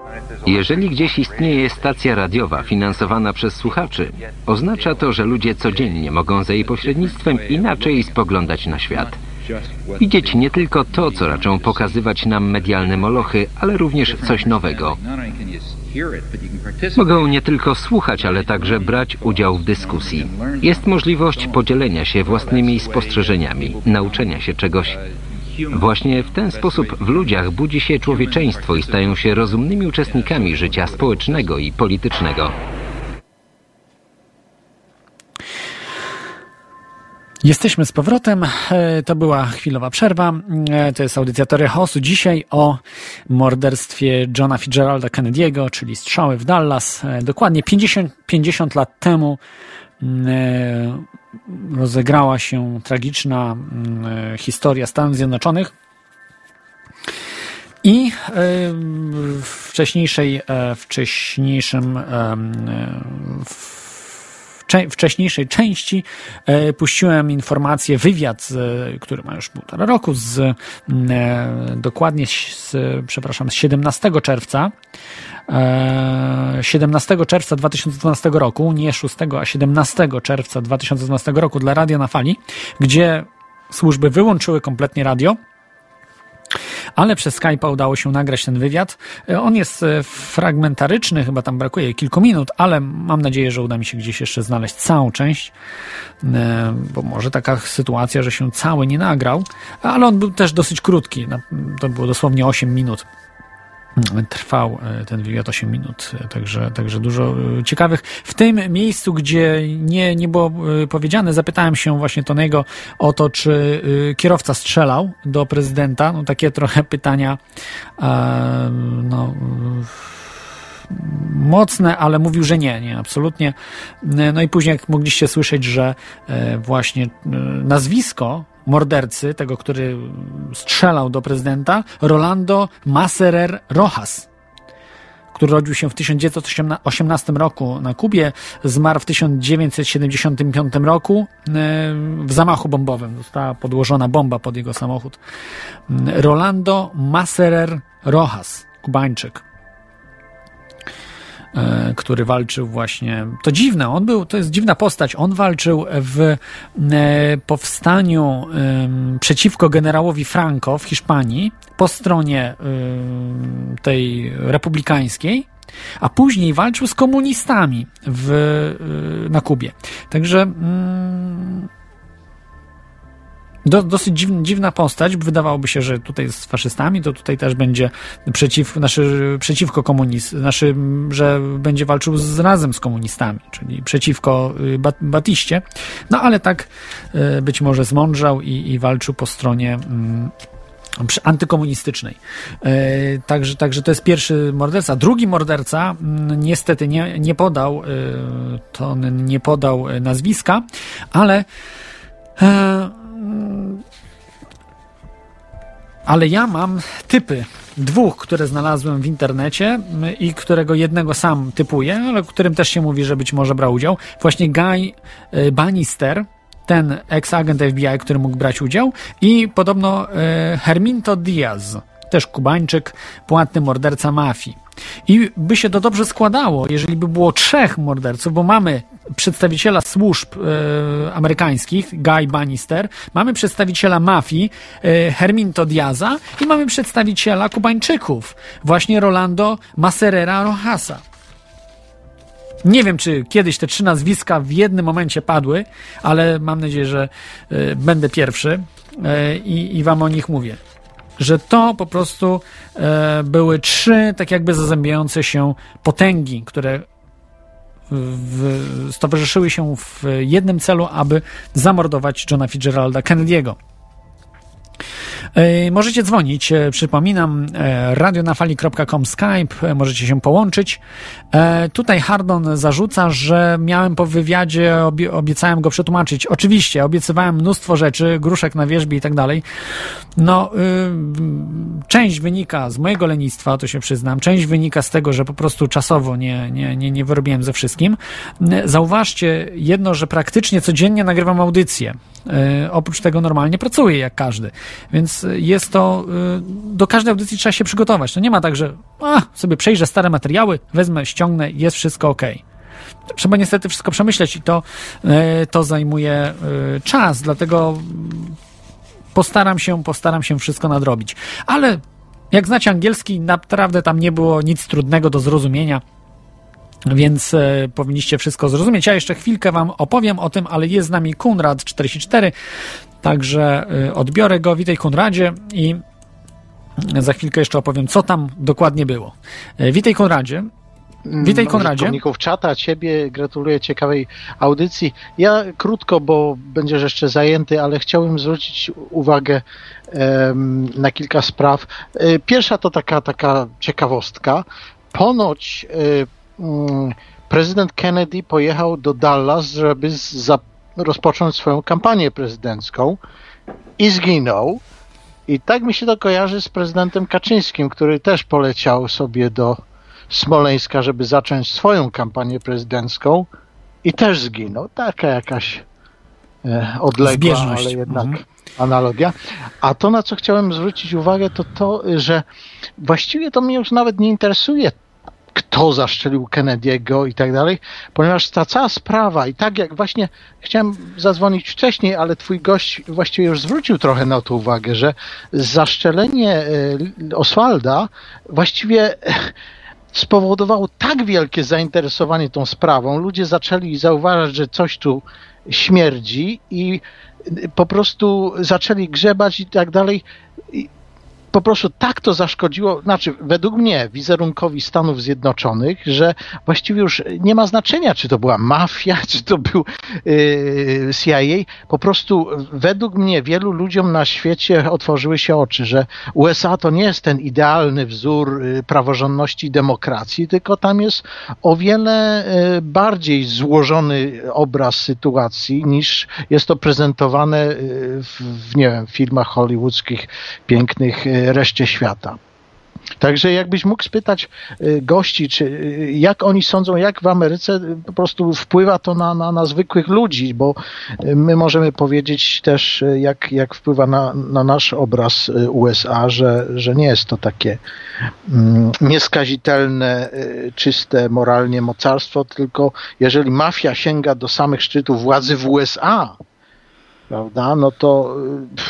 Jeżeli gdzieś istnieje stacja radiowa finansowana przez słuchaczy, oznacza to, że ludzie codziennie mogą za jej pośrednictwem inaczej spoglądać na świat. Widzieć nie tylko to, co raczą pokazywać nam medialne molochy, ale również coś nowego. Mogą nie tylko słuchać, ale także brać udział w dyskusji. Jest możliwość podzielenia się własnymi spostrzeżeniami, nauczenia się czegoś. Właśnie w ten sposób w ludziach budzi się człowieczeństwo i stają się rozumnymi uczestnikami życia społecznego i politycznego. Jesteśmy z powrotem. To była chwilowa przerwa. To jest audycja Teoria Chaosu. Dzisiaj o morderstwie Johna Fitzgeralda Kennedy'ego, czyli strzały w Dallas. Dokładnie 50 lat temu rozegrała się tragiczna historia Stanów Zjednoczonych i w wcześniejszej części puściłem informację, wywiad, który ma już 1,5 roku, dokładnie z 17 czerwca. 17 czerwca 2012 roku, nie 6, a 17 czerwca 2012 roku dla Radia na Fali, gdzie służby wyłączyły kompletnie radio, ale przez Skype'a udało się nagrać ten wywiad. On jest fragmentaryczny, chyba tam brakuje kilku minut, ale mam nadzieję, że uda mi się gdzieś jeszcze znaleźć całą część, bo może taka sytuacja, że się cały nie nagrał, ale on był też dosyć krótki, to było dosłownie 8 minut. Trwał ten wywiad 8 minut, także dużo ciekawych. W tym miejscu, gdzie nie było powiedziane, zapytałem się właśnie Tonego o to, czy kierowca strzelał do prezydenta. No takie trochę pytania mocne, ale mówił, że nie, absolutnie. No i później, jak mogliście słyszeć, że właśnie nazwisko mordercy, tego, który strzelał do prezydenta, Rolando Masserer Rojas, który rodził się w 1918 roku na Kubie, zmarł w 1975 roku w zamachu bombowym. Została podłożona bomba pod jego samochód. Rolando Masserer Rojas, Kubańczyk, który walczył właśnie, to jest dziwna postać, on walczył w powstaniu przeciwko generałowi Franco w Hiszpanii po stronie tej republikańskiej, a później walczył z komunistami na Kubie. Także dosyć dziwna postać. Wydawałoby się, że tutaj z faszystami, to tutaj też będzie przeciwko komunizm, że będzie walczył razem z komunistami, czyli przeciwko Batiście. No ale tak być może zmądrzał i walczył po stronie antykomunistycznej. Także to jest pierwszy morderca. Drugi morderca niestety nie podał nazwiska, ale ja mam typy dwóch, które znalazłem w internecie i którego jednego sam typuję, ale w którym też się mówi, że być może brał udział. Właśnie Guy Bannister, ten ex-agent FBI, który mógł brać udział, i podobno Herminto Diaz, też Kubańczyk, płatny morderca mafii. I by się to dobrze składało, jeżeli by było 3 morderców, bo mamy przedstawiciela służb amerykańskich, Guy Bannister, mamy przedstawiciela mafii, Herminto Diaza, i mamy przedstawiciela Kubańczyków, właśnie Rolando Masserera Rojasa. Nie wiem, czy kiedyś te 3 nazwiska w jednym momencie padły, ale mam nadzieję, że będę pierwszy i wam o nich mówię. Że to po prostu były 3 tak jakby zazębiające się potęgi, które stowarzyszyły się w jednym celu, aby zamordować Johna Fitzgeralda Kennedy'ego. Możecie dzwonić, przypominam, radionafali.com Skype, możecie się połączyć. Tutaj Hardon zarzuca, że miałem po wywiadzie, obiecałem go przetłumaczyć. Oczywiście, obiecywałem mnóstwo rzeczy, gruszek na wierzbie i tak dalej. No, część wynika z mojego lenistwa, to się przyznam, część wynika z tego, że po prostu czasowo nie wyrobiłem ze wszystkim. Zauważcie jedno, że praktycznie codziennie nagrywam audycję. oprócz tego normalnie pracuje jak każdy. Więc jest to, do każdej audycji trzeba się przygotować. To nie ma tak, że sobie przejrzę stare materiały, wezmę, ściągnę, jest wszystko okej. Trzeba niestety wszystko przemyśleć i to zajmuje czas, dlatego postaram się wszystko nadrobić. Ale jak znacie angielski, naprawdę tam nie było nic trudnego do zrozumienia, więc powinniście wszystko zrozumieć. Ja jeszcze chwilkę wam opowiem o tym, ale jest z nami Kunrad44, także odbiorę go. Witaj, Kunradzie, i za chwilkę jeszcze opowiem, co tam dokładnie było. Witaj, Konradzie. Witaj, Konradzie. Użytkowników czata, ciebie gratuluję ciekawej audycji. Ja krótko, bo będziesz jeszcze zajęty, ale chciałbym zwrócić uwagę na kilka spraw. Pierwsza to taka ciekawostka. Ponoć prezydent Kennedy pojechał do Dallas, żeby rozpocząć swoją kampanię prezydencką i zginął. I tak mi się to kojarzy z prezydentem Kaczyńskim, który też poleciał sobie do Smoleńska, żeby zacząć swoją kampanię prezydencką i też zginął. Taka jakaś odległa, ale jednak analogia. A to, na co chciałem zwrócić uwagę, to, że właściwie to mnie już nawet nie interesuje, kto zastrzelił Kennedy'ego i tak dalej, ponieważ ta cała sprawa, i tak jak właśnie chciałem zadzwonić wcześniej, ale twój gość właściwie już zwrócił trochę na to uwagę, że zaszczelenie Oswalda właściwie spowodowało tak wielkie zainteresowanie tą sprawą. Ludzie zaczęli zauważać, że coś tu śmierdzi i po prostu zaczęli grzebać i tak dalej. Po prostu tak to zaszkodziło, znaczy według mnie, wizerunkowi Stanów Zjednoczonych, że właściwie już nie ma znaczenia, czy to była mafia, czy to był CIA. Po prostu według mnie wielu ludziom na świecie otworzyły się oczy, że USA to nie jest ten idealny wzór praworządności i demokracji, tylko tam jest o wiele bardziej złożony obraz sytuacji, niż jest to prezentowane w nie wiem, filmach hollywoodzkich pięknych reszcie świata. Także jakbyś mógł spytać gości, czy jak oni sądzą, jak w Ameryce po prostu wpływa to na zwykłych ludzi, bo my możemy powiedzieć też, jak wpływa na nasz obraz USA, że nie jest to takie nieskazitelne, czyste moralnie mocarstwo, tylko jeżeli mafia sięga do samych szczytów władzy w USA, prawda, no to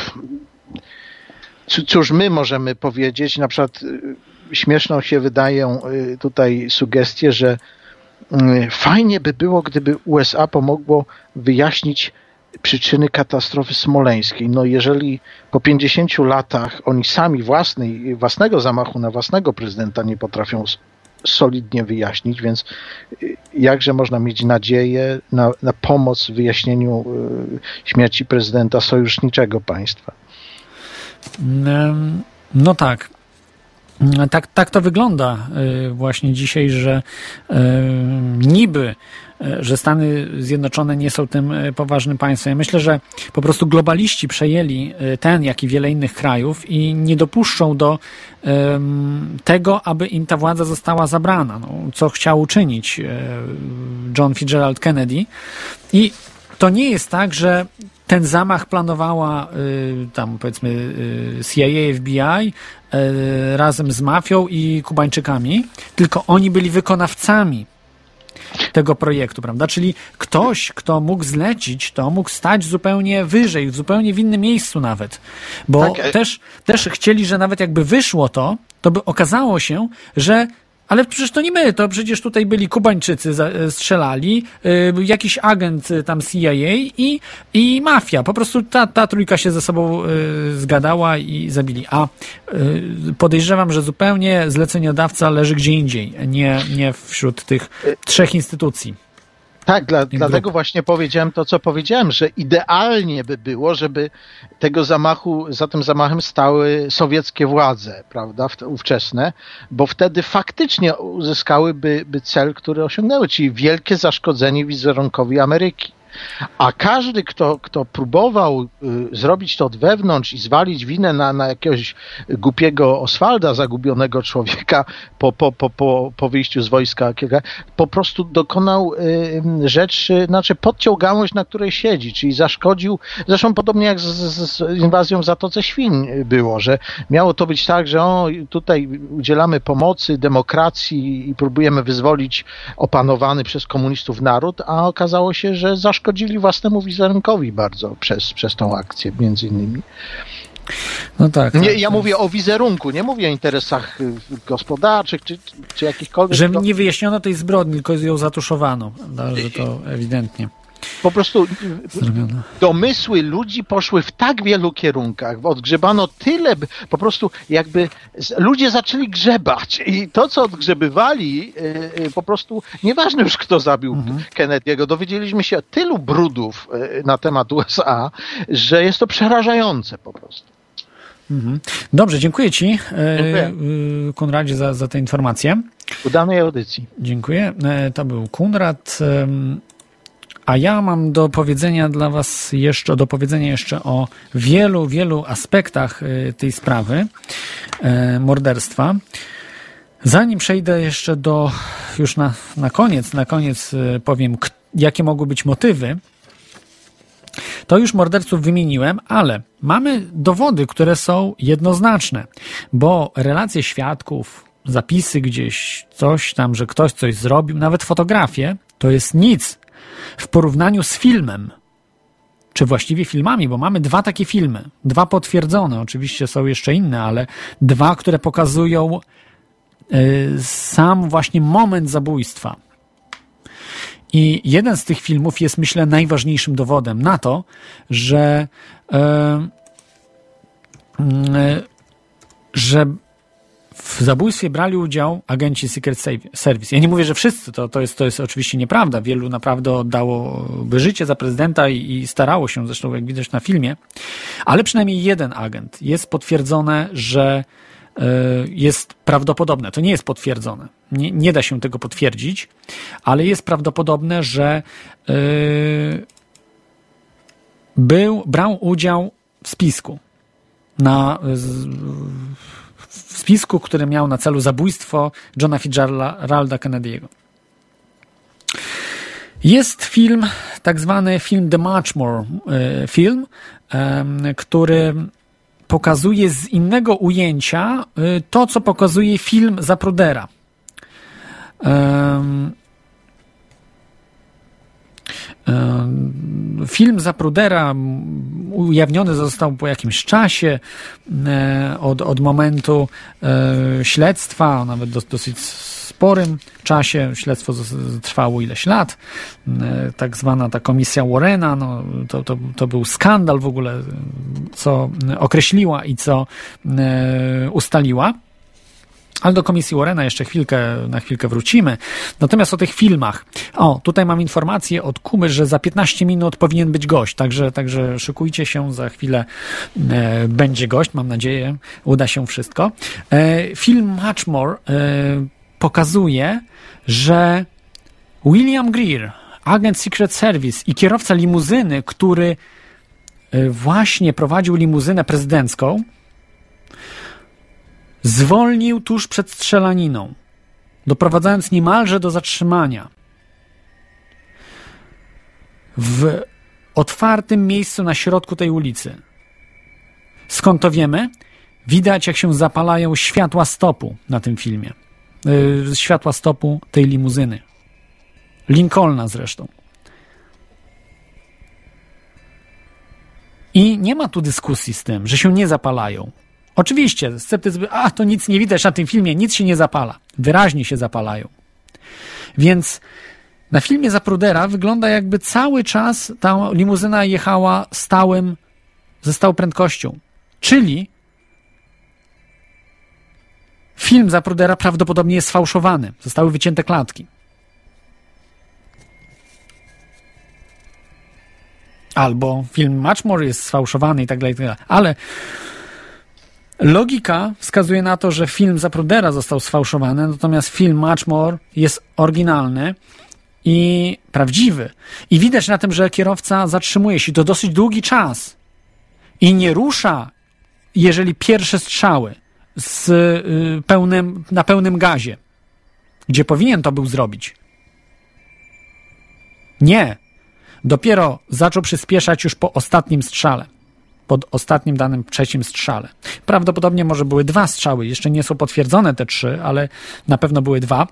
cóż my możemy powiedzieć? Na przykład śmieszną się wydają tutaj sugestie, że fajnie by było, gdyby USA pomogło wyjaśnić przyczyny katastrofy smoleńskiej. No jeżeli po 50 latach oni sami własnego zamachu na własnego prezydenta nie potrafią solidnie wyjaśnić, więc jakże można mieć nadzieję na pomoc w wyjaśnieniu śmierci prezydenta sojuszniczego państwa? No tak. Tak to wygląda właśnie dzisiaj, że niby, że Stany Zjednoczone nie są tym poważnym państwem. Ja myślę, że po prostu globaliści przejęli ten, jak i wiele innych krajów i nie dopuszczą do tego, aby im ta władza została zabrana. No, co chciał uczynić John Fitzgerald Kennedy. I to nie jest tak, że ten zamach planowała tam powiedzmy CIA, FBI razem z mafią i Kubańczykami, tylko oni byli wykonawcami tego projektu, prawda? Czyli ktoś, kto mógł zlecić, to mógł stać zupełnie wyżej, zupełnie w innym miejscu nawet. Bo tak, też chcieli, że nawet jakby wyszło to by okazało się, że ale przecież to nie my, to przecież tutaj byli Kubańczycy, strzelali, jakiś agent tam CIA i mafia. Po prostu ta trójka się ze sobą zgadała i zabili. A podejrzewam, że zupełnie zleceniodawca leży gdzie indziej, nie wśród tych trzech instytucji. Tak, dlatego właśnie powiedziałem to, co powiedziałem, że idealnie by było, żeby za tym zamachem stały sowieckie władze, prawda, ówczesne, bo wtedy faktycznie uzyskałyby cel, który osiągnęły, czyli wielkie zaszkodzenie wizerunkowi Ameryki. A każdy, kto próbował zrobić to od wewnątrz i zwalić winę na jakiegoś głupiego Oswalda, zagubionego człowieka po wyjściu z wojska, po prostu dokonał rzeczy, znaczy podciął gałąź, na której siedzi, czyli zaszkodził, zresztą podobnie jak z inwazją w Zatoce Świń było, że miało to być tak, że tutaj udzielamy pomocy demokracji i próbujemy wyzwolić opanowany przez komunistów naród, a okazało się, że zaszkodzili własnemu wizerunkowi bardzo przez tą akcję, między innymi. No tak. Ja mówię o wizerunku, nie mówię o interesach gospodarczych czy jakichkolwiek. Że nie wyjaśniono tej zbrodni, tylko ją zatuszowano, że to ewidentnie. Po prostu domysły ludzi poszły w tak wielu kierunkach, odgrzebano tyle, po prostu jakby ludzie zaczęli grzebać i to, co odgrzebywali, po prostu nieważne już, kto zabił Kennedy'ego, dowiedzieliśmy się tylu brudów na temat USA, że jest to przerażające po prostu. Dobrze, dziękuję Ci, Konradzie, za tę informację. Udanej audycji. Dziękuję. To był Konrad. A ja mam do powiedzenia jeszcze o wielu aspektach tej sprawy morderstwa. Zanim przejdę jeszcze już na koniec powiem, jakie mogły być motywy, to już morderców wymieniłem, ale mamy dowody, które są jednoznaczne, bo relacje świadków, zapisy gdzieś, coś tam, że ktoś coś zrobił, nawet fotografie, to jest nic w porównaniu z filmem, czy właściwie filmami, bo mamy 2 takie filmy, 2 potwierdzone, oczywiście są jeszcze inne, ale 2, które pokazują sam właśnie moment zabójstwa. I jeden z tych filmów jest, myślę, najważniejszym dowodem na to, że w zabójstwie brali udział agenci Secret Service. Ja nie mówię, że wszyscy, to jest oczywiście nieprawda. Wielu naprawdę oddałoby życie za prezydenta i starało się, zresztą jak widać na filmie, ale przynajmniej jeden agent. Jest potwierdzone, że jest prawdopodobne. To nie jest potwierdzone. Nie da się tego potwierdzić, ale jest prawdopodobne, że brał udział w spisku. W spisku, który miał na celu zabójstwo Johna Fitzgeralda Kennedy'ego. Jest film, tak zwany film The Muchmore film, który pokazuje z innego ujęcia to, co pokazuje film Zaprudera. Film Zaprudera ujawniony został po jakimś czasie od momentu śledztwa, nawet dosyć sporym czasie. Śledztwo trwało ileś lat. Tak zwana ta komisja Warrena, to był skandal w ogóle, co określiła i co ustaliła. Ale do komisji Warrena jeszcze na chwilkę wrócimy. Natomiast o tych filmach. Tutaj mam informację od Kuby, że za 15 minut powinien być gość. Także szykujcie się, za chwilę będzie gość. Mam nadzieję, uda się wszystko. Film Muchmore pokazuje, że William Greer, agent Secret Service i kierowca limuzyny, który właśnie prowadził limuzynę prezydencką, zwolnił tuż przed strzelaniną, doprowadzając niemalże do zatrzymania. W otwartym miejscu na środku tej ulicy. Skąd to wiemy? Widać, jak się zapalają światła stopu na tym filmie. Światła stopu tej limuzyny. Lincolna zresztą. I nie ma tu dyskusji z tym, że się nie zapalają. Oczywiście, sceptycy, to nic nie widać na tym filmie, nic się nie zapala. Wyraźnie się zapalają. Więc na filmie Zaprudera wygląda, jakby cały czas ta limuzyna jechała ze stałą prędkością. Czyli film Zaprudera prawdopodobnie jest sfałszowany. Zostały wycięte klatki. Albo film Muchmore jest sfałszowany i tak dalej. Ale logika wskazuje na to, że film Zaprudera został sfałszowany, natomiast film Muchmore jest oryginalny i prawdziwy. I widać na tym, że kierowca zatrzymuje się. To dosyć długi czas. I nie rusza, jeżeli pierwsze strzały na pełnym gazie, gdzie powinien to był zrobić. Nie. Dopiero zaczął przyspieszać już po ostatnim strzale. Po ostatnim danym trzecim strzale. Prawdopodobnie może były 2 strzały. Jeszcze nie są potwierdzone te 3, ale na pewno były 2.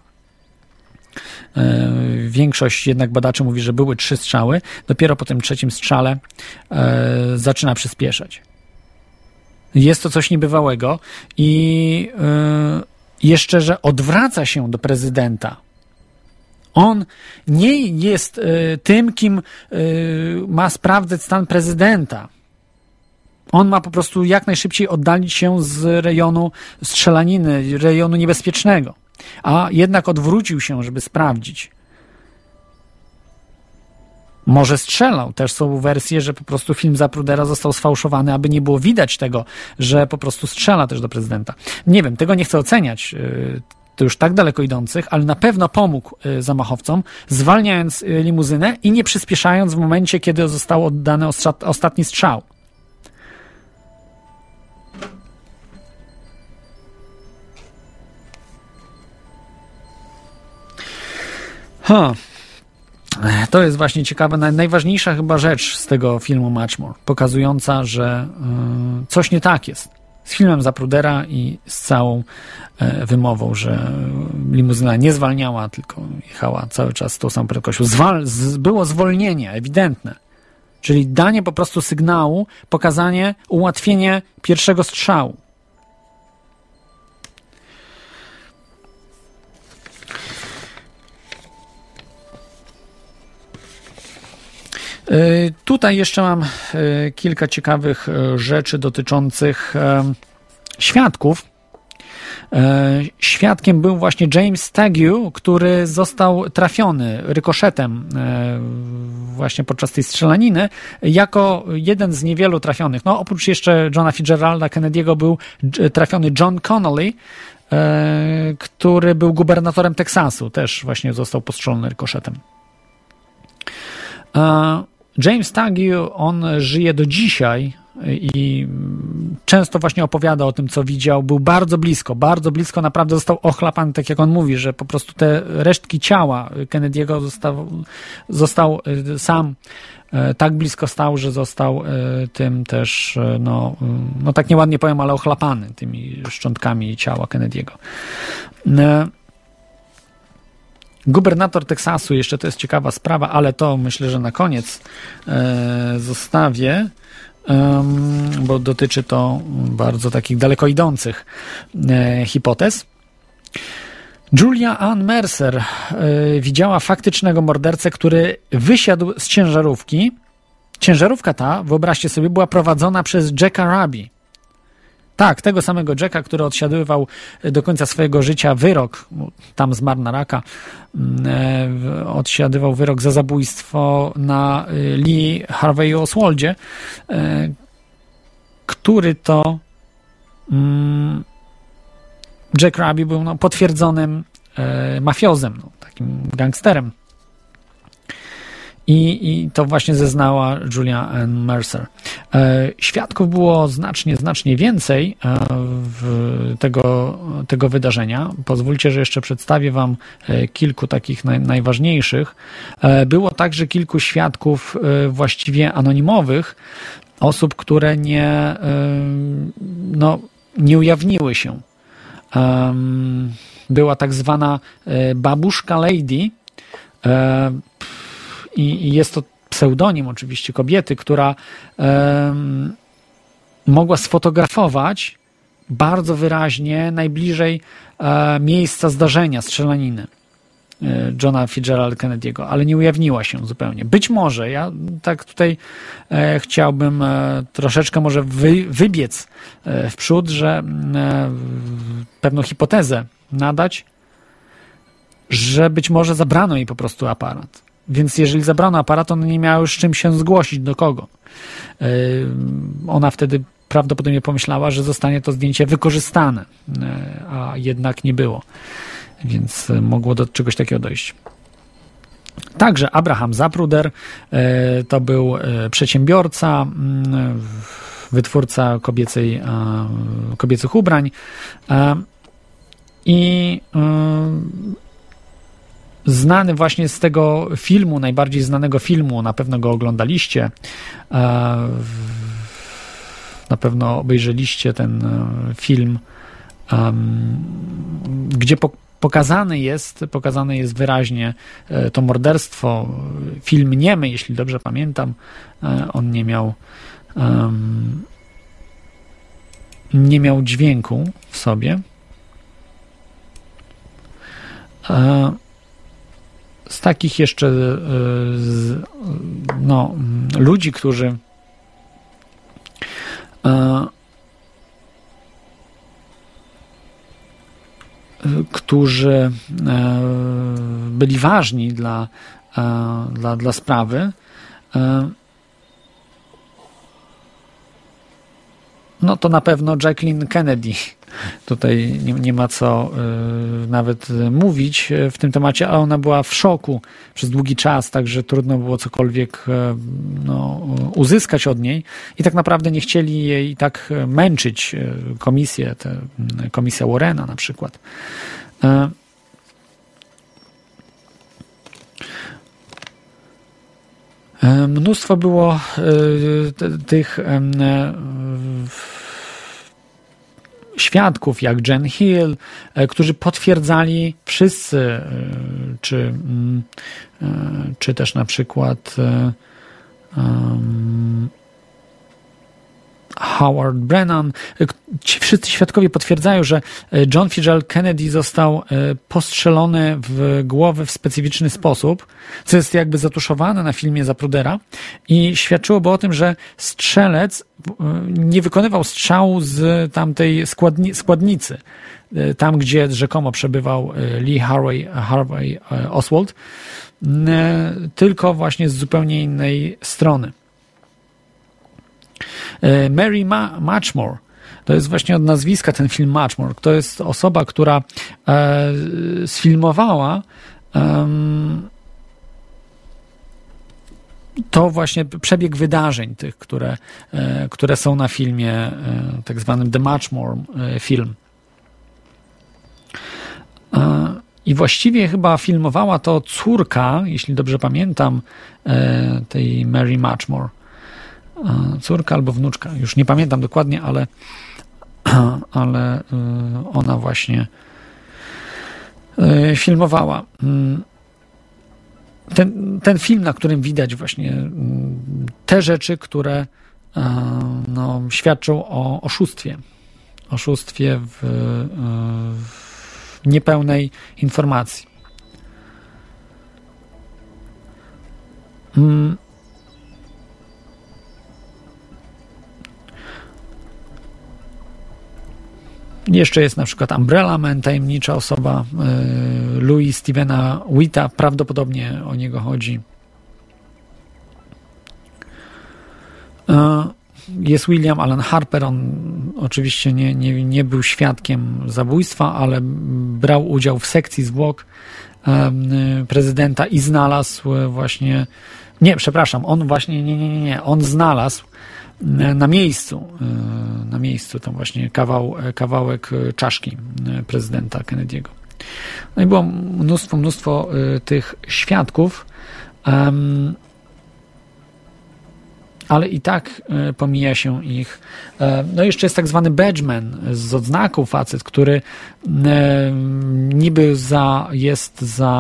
Większość jednak badaczy mówi, że były 3 strzały. Dopiero po tym trzecim strzale zaczyna przyspieszać. Jest to coś niebywałego i jeszcze, że odwraca się do prezydenta. On nie jest tym, kim ma sprawdzać stan prezydenta. On ma po prostu jak najszybciej oddalić się z rejonu strzelaniny, rejonu niebezpiecznego. A jednak odwrócił się, żeby sprawdzić. Może strzelał. Też są wersje, że po prostu film Zaprudera został sfałszowany, aby nie było widać tego, że po prostu strzela też do prezydenta. Nie wiem, tego nie chcę oceniać, to już tak daleko idących, ale na pewno pomógł zamachowcom, zwalniając limuzynę i nie przyspieszając w momencie, kiedy został oddany ostatni strzał. To jest właśnie ciekawe, najważniejsza chyba rzecz z tego filmu Much More, pokazująca, że coś nie tak jest z filmem Zaprudera i z całą wymową, że limuzyna nie zwalniała, tylko jechała cały czas z tą samą prędkością. Było zwolnienie ewidentne, czyli danie po prostu sygnału, pokazanie, ułatwienie pierwszego strzału. Tutaj jeszcze mam kilka ciekawych rzeczy dotyczących świadków. Świadkiem był właśnie James Stague, który został trafiony rykoszetem właśnie podczas tej strzelaniny jako jeden z niewielu trafionych. No, oprócz jeszcze Johna Fitzgeralda Kennedy'ego był trafiony John Connolly, który był gubernatorem Teksasu. Też właśnie został postrzelony rykoszetem. James Stague, on żyje do dzisiaj i często właśnie opowiada o tym, co widział. Był bardzo blisko, naprawdę został ochlapany, tak jak on mówi, że po prostu te resztki ciała Kennedy'ego został sam tak blisko stał, że został tym też, no tak nieładnie powiem, ale ochlapany tymi szczątkami ciała Kennedy'ego. Gubernator Teksasu, jeszcze to jest ciekawa sprawa, ale to myślę, że na koniec zostawię, bo dotyczy to bardzo takich daleko idących hipotez. Julia Ann Mercer widziała faktycznego mordercę, który wysiadł z ciężarówki. Ciężarówka ta, wyobraźcie sobie, była prowadzona przez Jacka Ruby. Tak, tego samego Jacka, który odsiadywał do końca swojego życia wyrok, tam zmarł na raka, odsiadywał wyrok za zabójstwo na Lee Harvey Oswaldzie, który to Jack Ruby był potwierdzonym mafiozem, takim gangsterem. I to właśnie zeznała Julia Ann Mercer. Świadków było znacznie więcej tego wydarzenia. Pozwólcie, że jeszcze przedstawię wam kilku takich najważniejszych. Było także kilku świadków właściwie anonimowych, osób, które nie ujawniły się. Była tak zwana babuszka lady, i jest to pseudonim oczywiście kobiety, która mogła sfotografować bardzo wyraźnie najbliżej miejsca zdarzenia strzelaniny Johna Fitzgeralda Kennedy'ego, ale nie ujawniła się zupełnie. Być może, ja tak tutaj chciałbym troszeczkę może wybiec w przód, że pewną hipotezę nadać, że być może zabrano jej po prostu aparat. Więc jeżeli zabrano aparat, ona nie miała już czym się zgłosić, do kogo. Ona wtedy prawdopodobnie pomyślała, że zostanie to zdjęcie wykorzystane, a jednak nie było. Więc mogło do czegoś takiego dojść. Także Abraham Zapruder to był przedsiębiorca, wytwórca kobiecych ubrań i znany właśnie z tego filmu, najbardziej znanego filmu, na pewno go oglądaliście, na pewno obejrzeliście ten film, gdzie pokazane jest wyraźnie to morderstwo. Film niemy, jeśli dobrze pamiętam, on nie miał dźwięku w sobie. Z takich jeszcze ludzi, którzy byli ważni dla sprawy, no to na pewno Jacqueline Kennedy. Tutaj nie ma co nawet mówić w tym temacie, a ona była w szoku przez długi czas, także trudno było cokolwiek uzyskać od niej i tak naprawdę nie chcieli jej tak męczyć komisja Warrena na przykład. Mnóstwo było tych świadków, jak Jen Hill, którzy potwierdzali wszyscy, czy też na przykład Howard Brennan. Ci wszyscy świadkowie potwierdzają, że John Fitzgerald Kennedy został postrzelony w głowę w specyficzny sposób, co jest jakby zatuszowane na filmie Zaprudera i świadczyłoby o tym, że strzelec nie wykonywał strzału z tamtej składnicy, tam gdzie rzekomo przebywał Lee Harvey Oswald, tylko właśnie z zupełnie innej strony. Mary Muchmore, to jest właśnie od nazwiska ten film Muchmore, to jest osoba, która sfilmowała to właśnie przebieg wydarzeń tych, które są na filmie tak zwanym The Muchmore Film. I właściwie chyba filmowała to córka, jeśli dobrze pamiętam, tej Mary Muchmore. Córka albo wnuczka, już nie pamiętam dokładnie, ale ona właśnie filmowała. Ten film, na którym widać właśnie te rzeczy, które świadczą o oszustwie. Oszustwie w niepełnej informacji. Jeszcze jest na przykład Umbrella Man, tajemnicza osoba Louis Stevena Witta, prawdopodobnie o niego chodzi. Jest William Allen Harper, on oczywiście nie był świadkiem zabójstwa, ale brał udział w sekcji zwłok prezydenta i znalazł właśnie... Nie, przepraszam, on właśnie... Nie, on znalazł na miejscu tam właśnie kawałek czaszki prezydenta Kennedy'ego. No i było mnóstwo tych świadków, ale i tak pomija się ich. No jeszcze jest tak zwany badgeman z odznaką, facet, który niby jest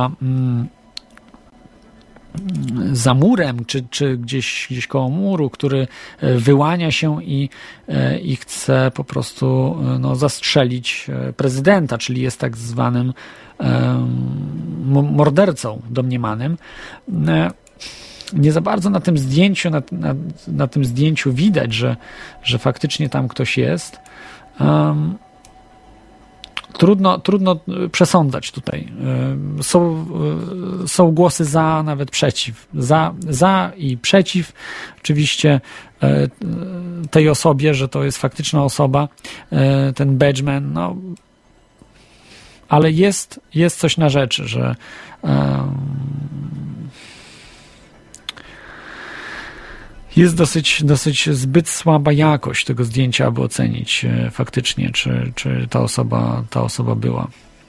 za murem, czy gdzieś koło muru, który wyłania się i chce po prostu zastrzelić prezydenta, czyli jest tak zwanym mordercą domniemanym. Nie za bardzo na tym zdjęciu, na tym zdjęciu widać, że faktycznie tam ktoś jest. Trudno przesądzać tutaj. Są głosy za, nawet przeciw. Za i przeciw oczywiście tej osobie, że to jest faktyczna osoba, ten badgeman, ale jest coś na rzeczy, że Jest dosyć zbyt słaba jakość tego zdjęcia, aby ocenić faktycznie, czy ta osoba była.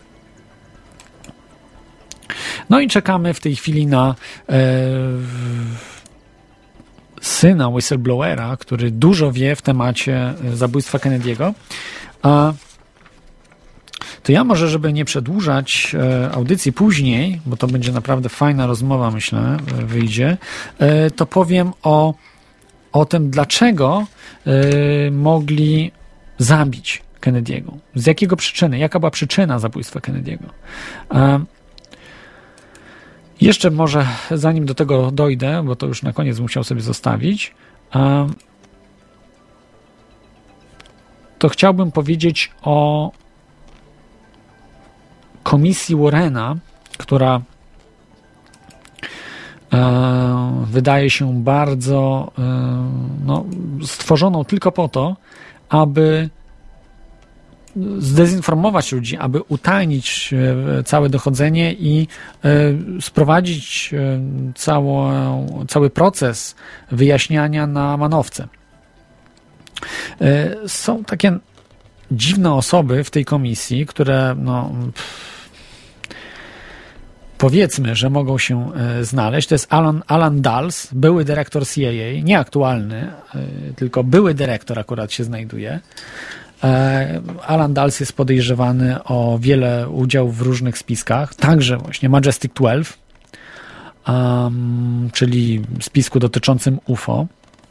No i czekamy w tej chwili na syna whistleblowera, który dużo wie w temacie zabójstwa Kennedy'ego. To ja może, żeby nie przedłużać audycji później, bo to będzie naprawdę fajna rozmowa, myślę, wyjdzie, to powiem o tym, dlaczego mogli zabić Kennedy'ego. Z jakiego przyczyny? Jaka była przyczyna zabójstwa Kennedy'ego? Jeszcze może, zanim do tego dojdę, bo to już na koniec musiał sobie zostawić, to chciałbym powiedzieć o komisji Warrena, która wydaje się bardzo stworzoną tylko po to, aby zdezinformować ludzi, aby utajnić całe dochodzenie i sprowadzić cały proces wyjaśniania na manowce. Są takie dziwne osoby w tej komisji, które powiedzmy, że mogą się znaleźć. To jest Alan Dulles, były dyrektor CIA, nie aktualny, tylko były dyrektor akurat się znajduje. Alan Dulles jest podejrzewany o wiele udziałów w różnych spiskach, także właśnie Majestic 12, czyli spisku dotyczącym UFO.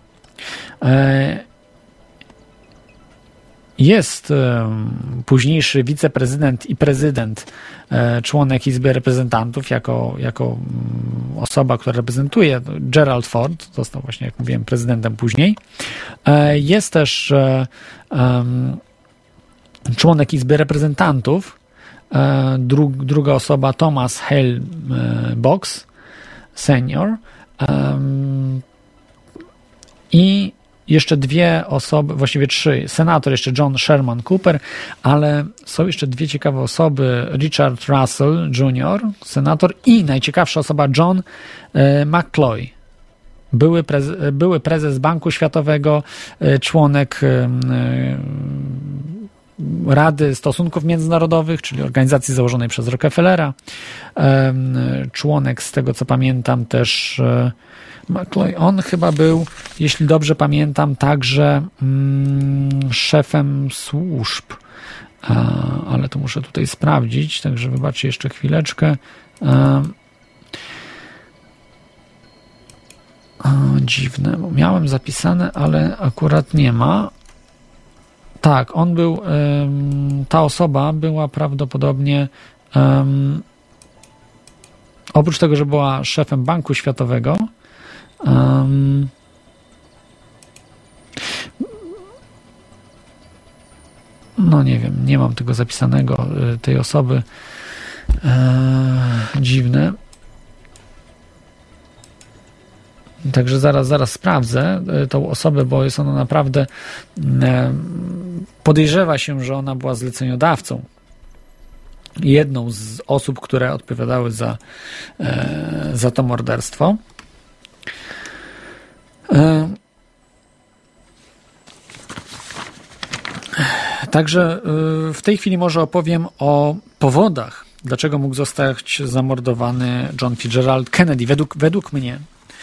Jest późniejszy wiceprezydent i prezydent, członek Izby Reprezentantów, jako osoba, która reprezentuje, Gerald Ford, został właśnie, jak mówiłem, prezydentem później. Jest też członek Izby Reprezentantów, druga osoba, Thomas Hale Box senior, i jeszcze dwie osoby, właściwie trzy, senator jeszcze John Sherman Cooper, ale są jeszcze dwie ciekawe osoby, Richard Russell Jr., senator, i najciekawsza osoba John McCloy, były prezes Banku Światowego, członek Rady Stosunków Międzynarodowych, czyli organizacji założonej przez Rockefellera, członek, z tego co pamiętam, też McCloy. On chyba był, jeśli dobrze pamiętam, także szefem służb, ale to muszę tutaj sprawdzić, także wybaczcie jeszcze chwileczkę. Dziwne, bo miałem zapisane, ale akurat nie ma. Tak, on był, ta osoba była prawdopodobnie, oprócz tego, że była szefem Banku Światowego, no nie wiem, nie mam tego zapisanego, tej osoby, dziwne. Także zaraz sprawdzę tą osobę, bo jest ona naprawdę, podejrzewa się, że ona była zleceniodawcą. Jedną z osób, które odpowiadały za to morderstwo. Także w tej chwili może opowiem o powodach, dlaczego mógł zostać zamordowany John Fitzgerald Kennedy, według mnie.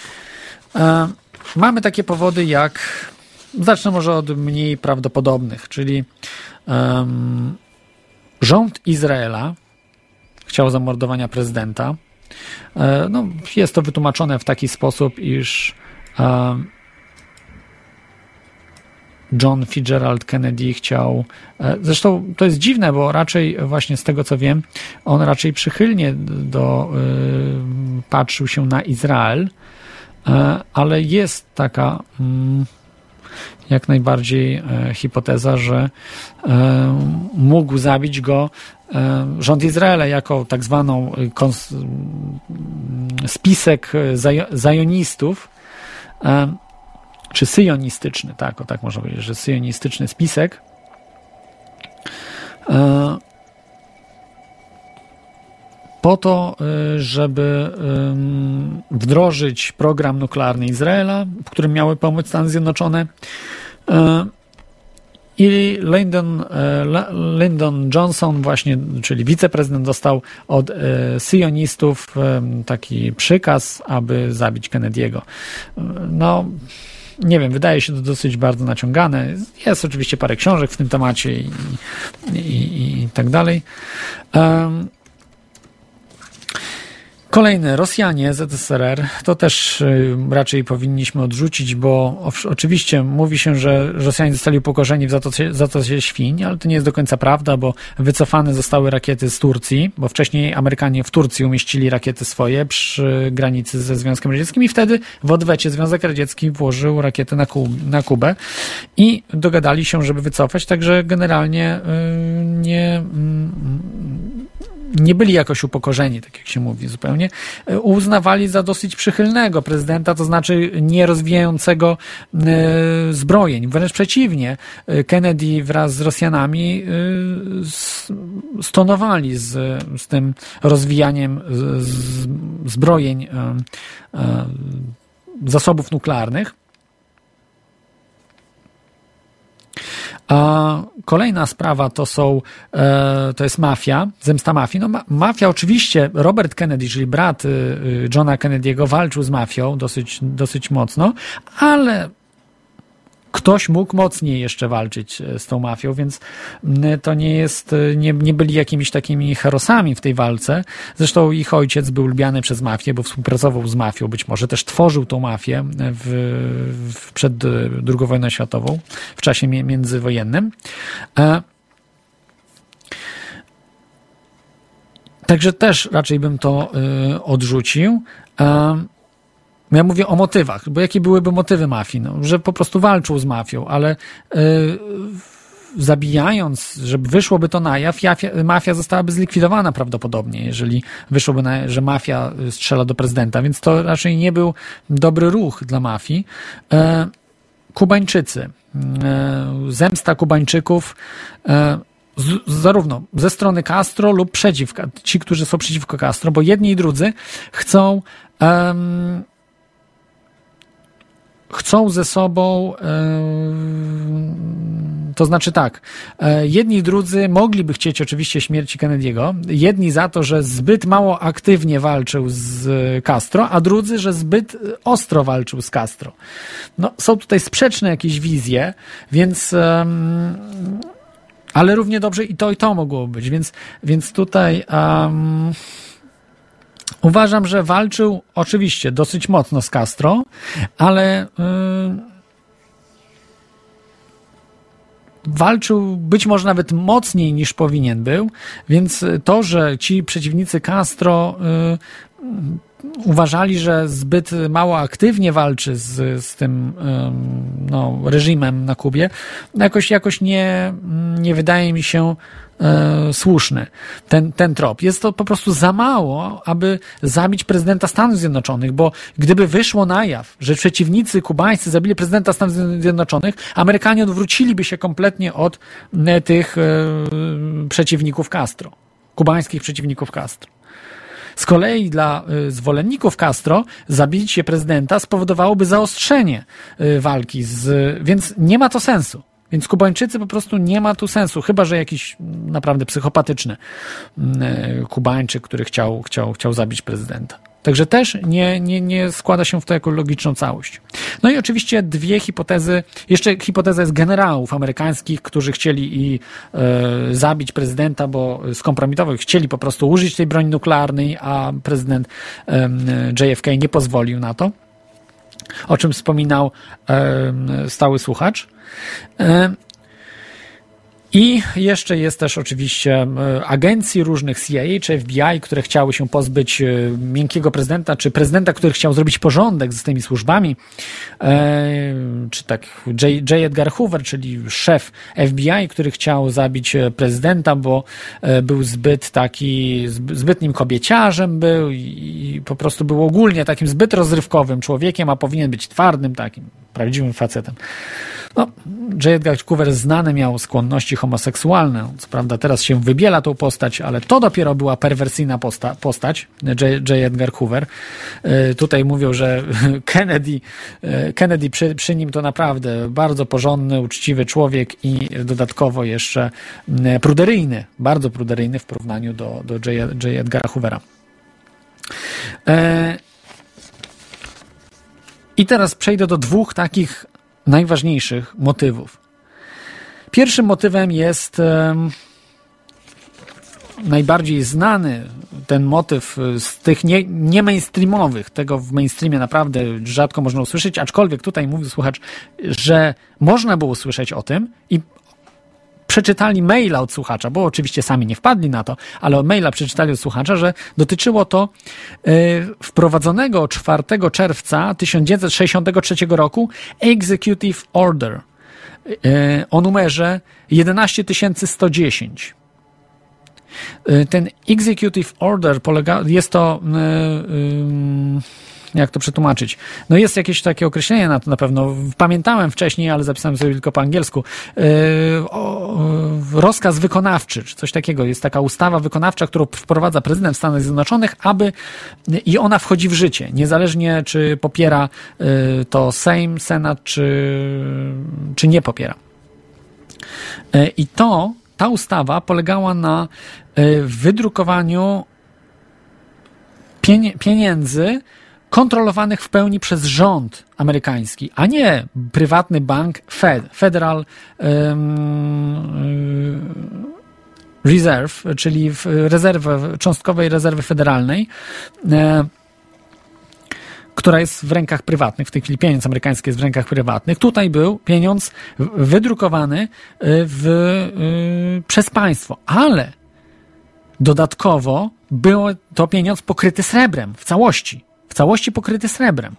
Mamy takie powody jak, zacznę może od mniej prawdopodobnych, czyli rząd Izraela chciał zamordowania prezydenta. No, jest to wytłumaczone w taki sposób, iż John Fitzgerald Kennedy chciał, zresztą to jest dziwne, bo raczej właśnie z tego co wiem, on raczej przychylnie patrzył się na Izrael, ale jest taka jak najbardziej hipoteza, że mógł zabić go rząd Izraela jako tak zwaną spisek zajonistów, czy syjonistyczny, tak można powiedzieć, że syjonistyczny spisek, po to, żeby wdrożyć program nuklearny Izraela, w którym miały pomóc Stany Zjednoczone. I Lyndon Johnson właśnie, czyli wiceprezydent, dostał od syjonistów taki przykaz, aby zabić Kennedy'ego. No, nie wiem, wydaje się to dosyć bardzo naciągane. Jest oczywiście parę książek w tym temacie i tak dalej. Kolejny, Rosjanie, ZSRR, to też raczej powinniśmy odrzucić, bo oczywiście mówi się, że Rosjanie zostali upokorzeni w Zatoce Świń, ale to nie jest do końca prawda, bo wycofane zostały rakiety z Turcji, bo wcześniej Amerykanie w Turcji umieścili rakiety swoje przy granicy ze Związkiem Radzieckim i wtedy w odwecie Związek Radziecki włożył rakiety na Kubę i dogadali się, żeby wycofać, także generalnie nie byli jakoś upokorzeni, tak jak się mówi zupełnie. Uznawali za dosyć przychylnego prezydenta, to znaczy nie rozwijającego zbrojeń. Wręcz przeciwnie, Kennedy wraz z Rosjanami stonowali z tym rozwijaniem zbrojeń, zasobów nuklearnych. A kolejna sprawa to jest mafia, zemsta mafii. No, mafia oczywiście, Robert Kennedy, czyli brat Johna Kennedy'ego, walczył z mafią dosyć mocno, ale ktoś mógł mocniej jeszcze walczyć z tą mafią, więc to nie byli jakimiś takimi herosami w tej walce. Zresztą ich ojciec był lubiany przez mafię, bo współpracował z mafią, być może też tworzył tą mafię przed II wojną światową, w czasie międzywojennym. Także też raczej bym to odrzucił. Ja mówię o motywach, bo jakie byłyby motywy mafii? No, że po prostu walczył z mafią, ale zabijając, żeby wyszłoby to na jaw, mafia zostałaby zlikwidowana prawdopodobnie, jeżeli wyszłoby, że mafia strzela do prezydenta, więc to raczej nie był dobry ruch dla mafii. Kubańczycy. Zemsta Kubańczyków zarówno ze strony Castro lub ci, którzy są przeciwko Castro, bo jedni i drudzy chcą ze sobą, to znaczy tak, jedni i drudzy mogliby chcieć oczywiście śmierci Kennedy'ego, jedni za to, że zbyt mało aktywnie walczył z Castro, a drudzy, że zbyt ostro walczył z Castro. No, są tutaj sprzeczne jakieś wizje, więc ale równie dobrze i to mogło być, więc tutaj uważam, że walczył oczywiście dosyć mocno z Castro, ale walczył być może nawet mocniej niż powinien był, więc to, że ci przeciwnicy Castro uważali, że zbyt mało aktywnie walczy z tym reżimem na Kubie, jakoś nie wydaje mi się słuszny ten trop. Jest to po prostu za mało, aby zabić prezydenta Stanów Zjednoczonych, bo gdyby wyszło na jaw, że przeciwnicy kubańscy zabili prezydenta Stanów Zjednoczonych, Amerykanie odwróciliby się kompletnie od tych przeciwników Castro, kubańskich przeciwników Castro. Z kolei dla zwolenników Castro zabicie prezydenta spowodowałoby zaostrzenie walki, więc nie ma to sensu. Więc Kubańczycy po prostu nie ma tu sensu, chyba że jakiś naprawdę psychopatyczny Kubańczyk, który chciał zabić prezydenta. Także też nie składa się w to jako logiczną całość. No i oczywiście dwie hipotezy. Jeszcze hipoteza jest generałów amerykańskich, którzy chcieli zabić prezydenta, bo skompromitował, chcieli po prostu użyć tej broni nuklearnej, a prezydent JFK nie pozwolił na to, o czym wspominał stały słuchacz. I jeszcze jest też oczywiście agencji różnych CIA czy FBI, które chciały się pozbyć miękkiego prezydenta, czy prezydenta, który chciał zrobić porządek z tymi służbami, czy tak J. Edgar Hoover, czyli szef FBI, który chciał zabić prezydenta, bo był zbytnim kobieciarzem był i po prostu był ogólnie takim zbyt rozrywkowym człowiekiem, a powinien być twardym, takim prawdziwym facetem. No, J. Edgar Hoover znany miał skłonności homoseksualne. Co prawda teraz się wybiela tą postać, ale to dopiero była perwersyjna postać J. Edgar Hoover. Tutaj mówią, że Kennedy przy nim to naprawdę bardzo porządny, uczciwy człowiek i dodatkowo jeszcze pruderyjny, bardzo pruderyjny w porównaniu do J. Edgara Hoovera. I teraz przejdę do dwóch takich najważniejszych motywów. Pierwszym motywem jest najbardziej znany ten motyw z tych nie mainstreamowych. Tego w mainstreamie naprawdę rzadko można usłyszeć, aczkolwiek tutaj mówił słuchacz, że można było usłyszeć o tym i przeczytali maila od słuchacza, bo oczywiście sami nie wpadli na to, ale maila przeczytali od słuchacza, że dotyczyło to wprowadzonego 4 czerwca 1963 roku Executive Order o numerze 11110. Ten Executive Order jest to jak to przetłumaczyć? No jest jakieś takie określenie na to na pewno. Pamiętałem wcześniej, ale zapisałem sobie tylko po angielsku. Rozkaz wykonawczy, czy coś takiego. Jest taka ustawa wykonawcza, którą wprowadza prezydent Stanów Zjednoczonych, i ona wchodzi w życie. Niezależnie, czy popiera to Sejm, Senat, czy nie popiera. I ta ustawa polegała na wydrukowaniu pieniędzy kontrolowanych w pełni przez rząd amerykański, a nie prywatny bank Federal Reserve, czyli cząstkowej rezerwy federalnej, która jest w rękach prywatnych. W tej chwili pieniądz amerykański jest w rękach prywatnych. Tutaj był pieniądz wydrukowany przez państwo, ale dodatkowo był to pieniądz pokryty srebrem w całości pokryty srebrem.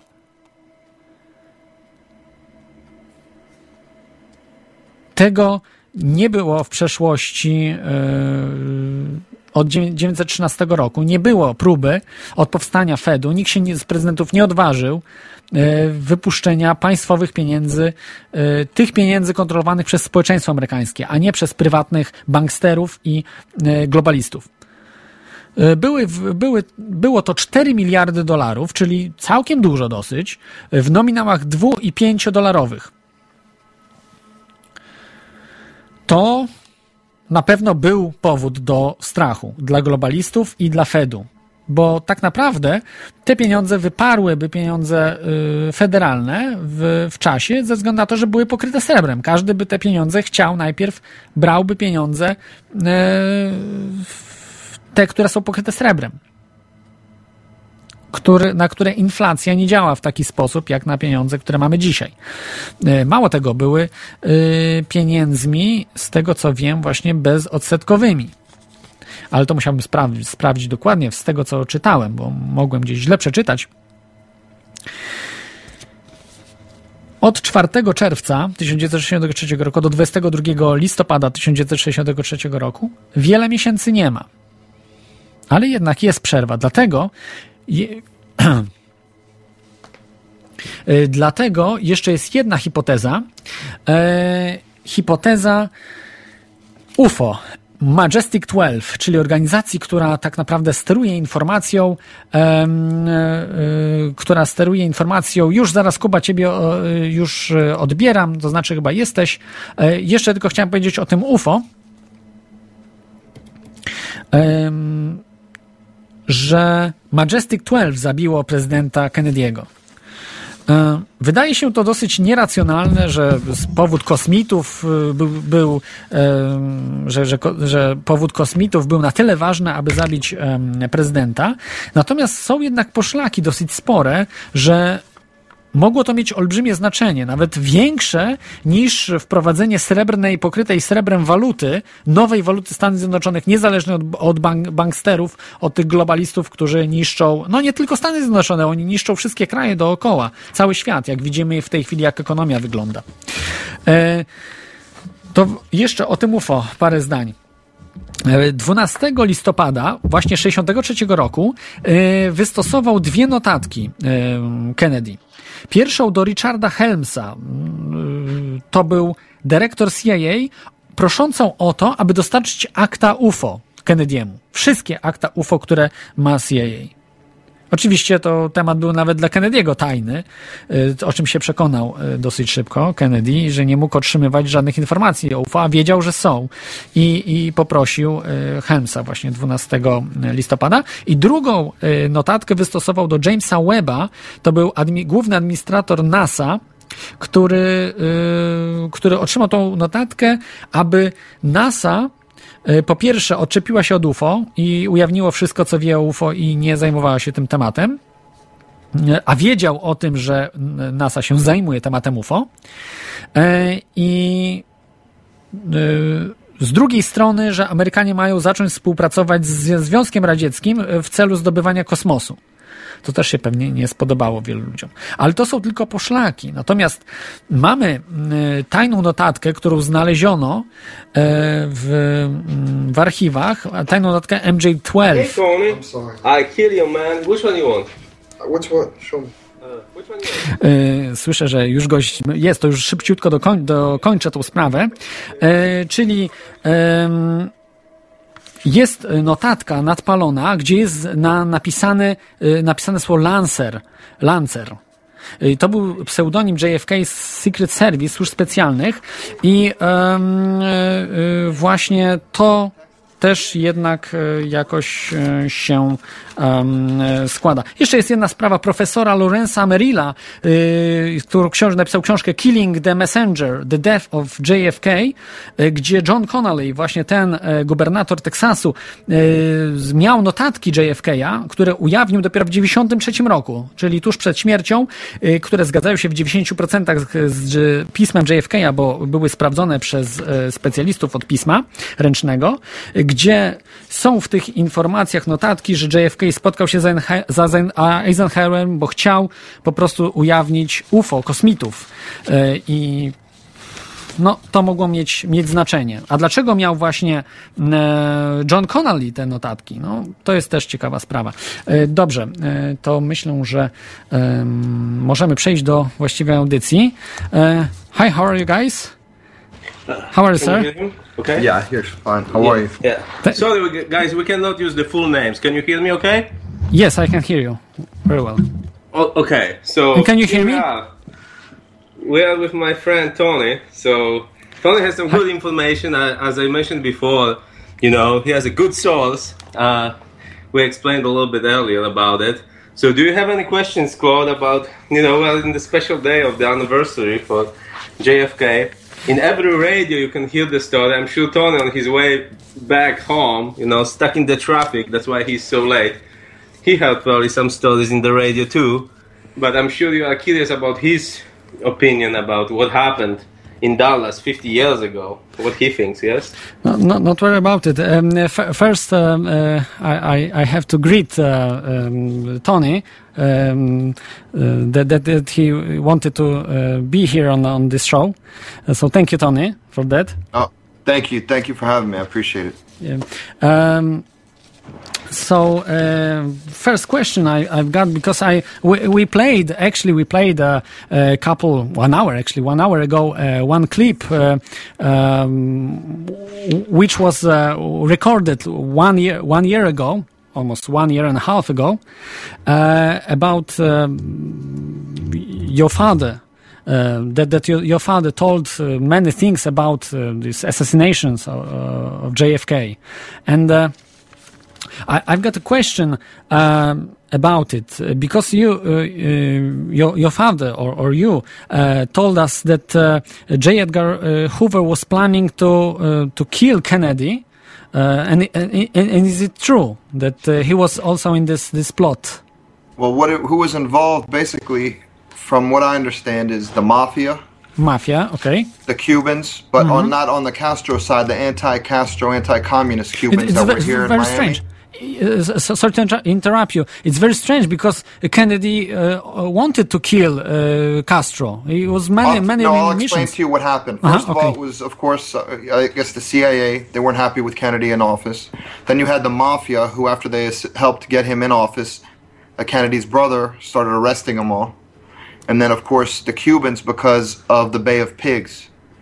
Tego nie było w przeszłości od 1913 roku. Nie było próby od powstania Fedu. Nikt się z prezydentów nie odważył wypuszczenia państwowych pieniędzy, tych pieniędzy kontrolowanych przez społeczeństwo amerykańskie, a nie przez prywatnych banksterów i globalistów. Było to 4 miliardy dolarów, czyli całkiem dużo dosyć, w nominałach 2 i 5 dolarowych. To na pewno był powód do strachu dla globalistów i dla Fedu, bo tak naprawdę te pieniądze wyparłyby pieniądze federalne w czasie ze względu na to, że były pokryte srebrem. Każdy by te pieniądze chciał, najpierw brałby pieniądze te, które są pokryte srebrem, na które inflacja nie działa w taki sposób, jak na pieniądze, które mamy dzisiaj. Mało tego, były pieniędzmi, z tego co wiem, właśnie bezodsetkowymi. Ale to musiałbym sprawdzić dokładnie z tego, co czytałem, bo mogłem gdzieś źle przeczytać. Od 4 czerwca 1963 roku do 22 listopada 1963 roku wiele miesięcy nie ma. Ale jednak jest przerwa, dlatego jeszcze jest jedna hipoteza. Hipoteza UFO, Majestic 12, czyli organizacji, która tak naprawdę steruje informacją, już zaraz, Kuba, ciebie już odbieram, to znaczy chyba jesteś. Jeszcze tylko chciałem powiedzieć o tym UFO, że Majestic 12 zabiło prezydenta Kennedy'ego. Wydaje się to dosyć nieracjonalne, że powód kosmitów że powód kosmitów był na tyle ważny, aby zabić prezydenta. Natomiast są jednak poszlaki dosyć spore, że mogło to mieć olbrzymie znaczenie, nawet większe niż wprowadzenie srebrnej, pokrytej srebrem waluty, nowej waluty Stanów Zjednoczonych, niezależnej od banksterów, od tych globalistów, którzy niszczą, no nie tylko Stany Zjednoczone, oni niszczą wszystkie kraje dookoła, cały świat, jak widzimy w tej chwili, jak ekonomia wygląda. To jeszcze o tym UFO parę zdań. 12 listopada właśnie 1963 roku wystosował 2 notatki Kennedy. Pierwszą do Richarda Helmsa, to był dyrektor CIA proszącą o to, aby dostarczyć akta UFO Kennedy'emu. Wszystkie akta UFO, które ma CIA. Oczywiście to temat był nawet dla Kennedy'ego tajny, o czym się przekonał dosyć szybko Kennedy, że nie mógł otrzymywać żadnych informacji o UFO, a wiedział, że są. I poprosił Helmsa właśnie 12 listopada. I drugą notatkę wystosował do Jamesa Webba, to był główny administrator NASA, który otrzymał tą notatkę, aby NASA po pierwsze odczepiła się od UFO i ujawniło wszystko, co wie o UFO i nie zajmowała się tym tematem, a wiedział o tym, że NASA się zajmuje tematem UFO. I z drugiej strony, że Amerykanie mają zacząć współpracować z Związkiem Radzieckim w celu zdobywania kosmosu. To też się pewnie nie spodobało wielu ludziom. Ale to są tylko poszlaki. Natomiast mamy tajną notatkę, którą znaleziono w archiwach, tajną notatkę MJ-12. Hey Tony, I kill you, man. Which one you want? Which one? Show me. Słyszę, że już gość jest, to już szybciutko dokończę tą sprawę. Czyli jest notatka nadpalona, gdzie jest napisane słowo Lancer. To był pseudonim JFK z Secret Service, służb specjalnych i właśnie to też jednak jakoś się składa. Jeszcze jest jedna sprawa profesora Lawrence'a Merrilla, który napisał książkę Killing the Messenger, The Death of JFK, gdzie John Connally, właśnie ten gubernator Teksasu, miał notatki JFK'a, które ujawnił dopiero w 1993 roku, czyli tuż przed śmiercią, które zgadzają się w 90% z pismem JFK'a, bo były sprawdzone przez specjalistów od pisma ręcznego, gdzie są w tych informacjach notatki, że JFK spotkał się z Eisenhowerem, bo chciał po prostu ujawnić UFO, kosmitów. I no, to mogło mieć znaczenie. A dlaczego miał właśnie John Connally te notatki? No, to jest też ciekawa sprawa. Dobrze, to myślę, że możemy przejść do właściwej audycji. Hi, how are you guys? How are you, sir? Okay. Yeah, here's fine. How are you? Yeah. Sorry, guys, we cannot use the full names. Can you hear me okay? Yes, I can hear you very well. Okay, so... And can you hear me? We are with my friend Tony. So Tony has some good information. As I mentioned before, you know, he has a good source. We explained a little bit earlier about it. So do you have any questions, Claude, about, you know, well, in the special day of the anniversary for JFK? In every radio you can hear the story. I'm sure Tony on his way back home, you know, stuck in the traffic, that's why he's so late. He heard probably some stories in the radio too, but I'm sure you are curious about his opinion about what happened in Dallas 50 years ago, what he thinks, yes? No, not worry about it. First, I have to greet Tony that he wanted to be here on this show. So thank you, Tony, for that. Oh, thank you. Thank you for having me. I appreciate it. Yeah. So first question I've got, because we played a couple 1 hour ago one clip which was recorded 1 year ago, almost 1 year and a half ago, about your father. That your father told many things about these assassinations of JFK, and I've got a question about it, because your father or you told us that J. Edgar Hoover was planning to kill Kennedy, and is it true that he was also in this plot? Well, who was involved, basically, from what I understand, is the mafia. Mafia, okay. The Cubans, but not on the Castro side, the anti-Castro, anti-communist Cubans that were here in Miami. Strange. Sorry to interrupt you. It's very strange, because Kennedy wanted to kill Castro. He was many I'll explain missions. to you what happened. First of all, it was, of course, I guess the CIA. They weren't happy with Kennedy in office. Then you had the mafia, who, after they helped get him in office, Kennedy's brother started arresting them all. And then, of course, the Cubans, because of the Bay of Pigs.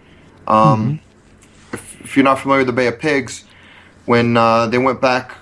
If you're not familiar with the Bay of Pigs, when they went back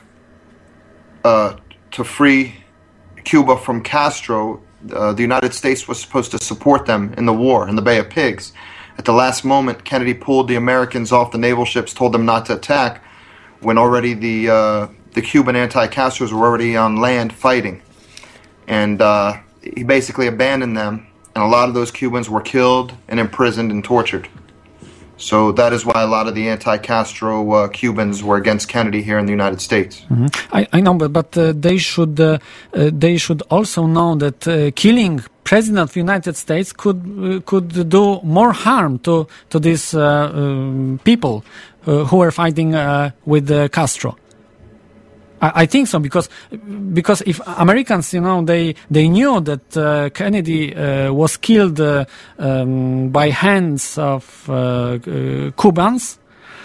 to free Cuba from Castro, the United States was supposed to support them in the war in the Bay of Pigs. At the last moment, Kennedy pulled the Americans off the naval ships, told them not to attack, when already the Cuban anti-Castros were already on land fighting. And he basically abandoned them, and a lot of those Cubans were killed and imprisoned and tortured. So that is why a lot of the anti-Castro Cubans were against Kennedy here in the United States. I know, but they should also know that killing President of the United States could do more harm to these people who were fighting with Castro. I think so, because if Americans, they knew that Kennedy was killed by hands of Cubans,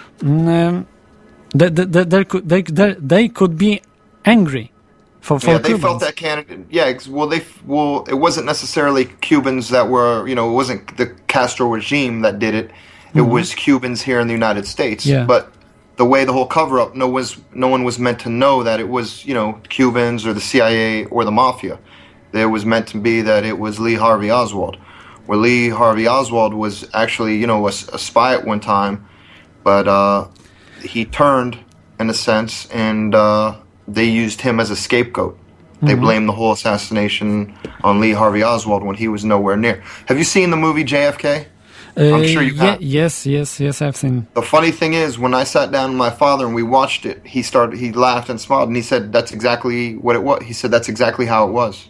they could be angry for Cubans. They felt that Kennedy. Yeah, well, it wasn't necessarily Cubans that were, it wasn't the Castro regime that did it. It was Cubans here in the United States. Yeah. But the way the whole cover-up, no one was meant to know that it was, Cubans or the CIA or the Mafia. It was meant to be that it was Lee Harvey Oswald. Where Lee Harvey Oswald was actually, a spy at one time, but he turned, in a sense, and they used him as a scapegoat. They blamed the whole assassination on Lee Harvey Oswald when he was nowhere near. Have you seen the movie JFK? I'm sure you have. Yes, I've seen. The funny thing is, when I sat down with my father and we watched it, he laughed and smiled, and he said, "That's exactly what it was." He said, "That's exactly how it was."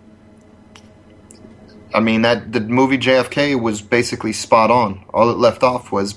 I mean, the movie JFK was basically spot on. All it left off was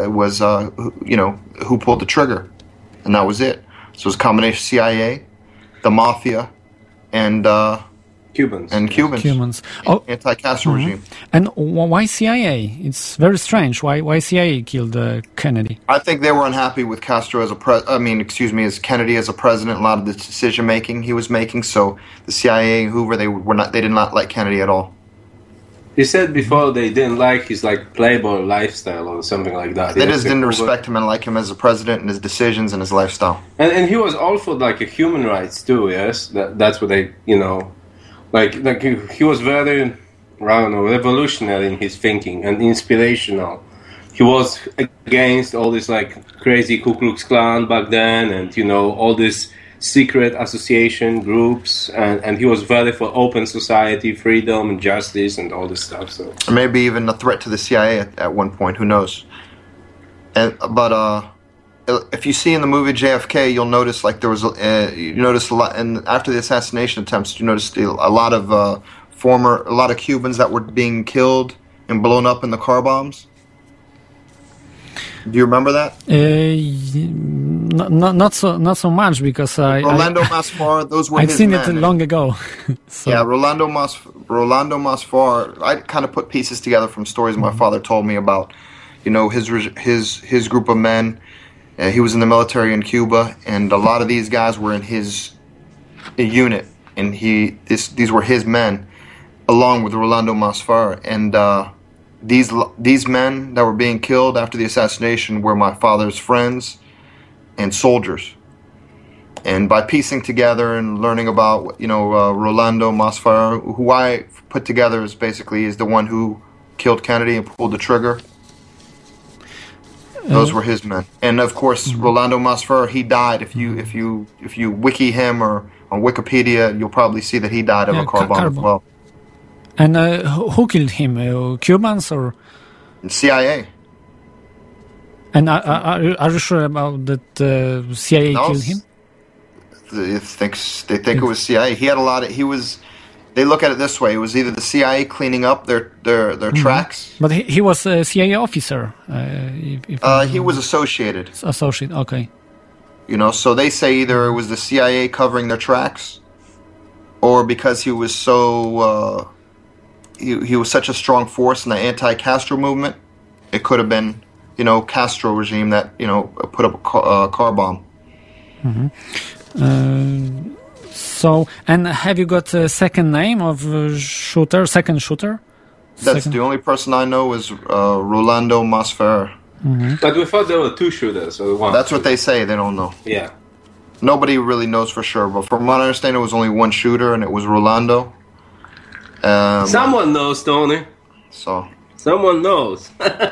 who pulled the trigger, and that was it. So it was a combination of CIA, the Mafia, and Cubans. Oh, anti-Castro regime. And why CIA? It's very strange. Why CIA killed Kennedy? I think they were unhappy with Castro as as Kennedy as a president. A lot of the decision making he was making. So the CIA, Hoover, they did not like Kennedy at all. He said before they didn't like his playboy lifestyle or something like that. They just didn't respect him and like him as a president and his decisions and his lifestyle. And he was all for human rights too. Yes, that's what they he was very, revolutionary in his thinking and inspirational. He was against all this crazy Ku Klux Klan back then, and all these secret association groups, and he was very for open society, freedom and justice and all this stuff. So maybe even a threat to the CIA at one point. Who knows? But if you see in the movie JFK, you'll notice there was you notice a lot, and after the assassination attempts, you noticed a lot of Cubans that were being killed and blown up in the car bombs. Do you remember that? Not so much, because Rolando Masfar, those were I've his seen men. it long ago. So. Yeah, Rolando Masfar. I kind of put pieces together from stories my father told me about. His group of men. He was in the military in Cuba, and a lot of these guys were in his unit, and these were his men, along with Rolando Masfar. And these men that were being killed after the assassination were my father's friends and soldiers. And by piecing together and learning about Rolando Masfar, who I put together is the one who killed Kennedy and pulled the trigger. Those were his men, and of course, Rolando Masfar. He died. If you wiki him or on Wikipedia, you'll probably see that he died of a car bomb as well. And who killed him? Cubans or CIA? And are you sure about that? CIA killed him? They think it was CIA. He had a lot of. They look at it this way: it was either the CIA cleaning up their tracks. But he was a CIA officer. He was associated. Associate, okay. So they say either it was the CIA covering their tracks, or because he was so he was such a strong force in the anti-Castro movement, it could have been Castro regime that put up a car bomb. So, and have you got a second name of second shooter? That's the only person I know is Rolando Masferrer. Mm-hmm. But we thought there were two shooters, or one. That's what they say. They don't know. Yeah. Nobody really knows for sure, but from what I understand, it was only one shooter, and it was Rolando. Someone knows, Tony. So. Someone knows.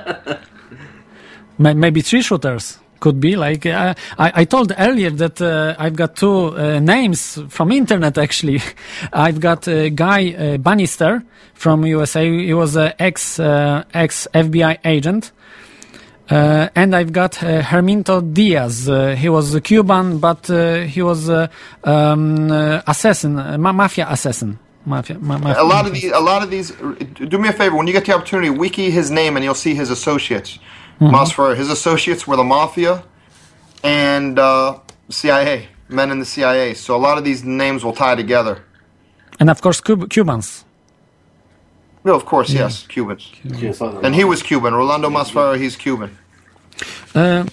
Maybe 3 shooters. Could be like I told earlier that I've got 2 names from internet. Actually, I've got Guy Bannister from USA. He was an ex FBI agent, and I've got Herminto Diaz. He was a Cuban, but he was assassin, mafia assassin. Mafia a lot of these. Do me a favor when you get the opportunity, wiki his name and you'll see his associates. Masferrer, his associates were the mafia and CIA, men in the CIA. So a lot of these names will tie together. And of course, Cubans. No, of course, yes, Cubans. And he was Cuban. Rolando Masferrer, he's Cuban. And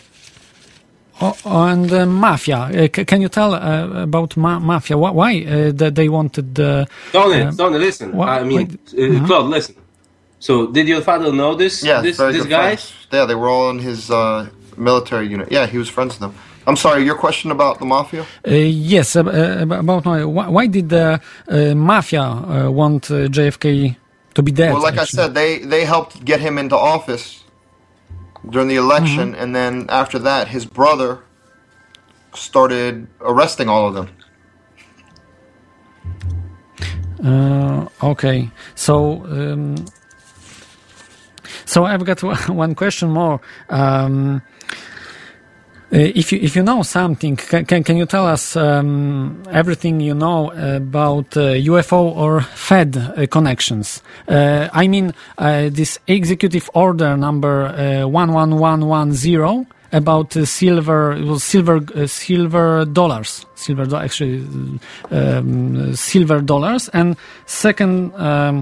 mafia. Can you tell about mafia? Why they wanted? Tony, listen. Claude, listen. So, did your father know this? Yeah, this guy? Friends. Yeah, they were all in his military unit. Yeah, he was friends with them. I'm sorry, your question about the mafia? Yes, about why did the mafia want JFK to be dead? Well, like actually? I said, they helped get him into office during the election, and then after that, his brother started arresting all of them. Okay, so I've got one question more. If you know something, can you tell us everything you know about UFO or Fed connections? I mean, this executive order number 11110 about silver dollars, silver dollars, and second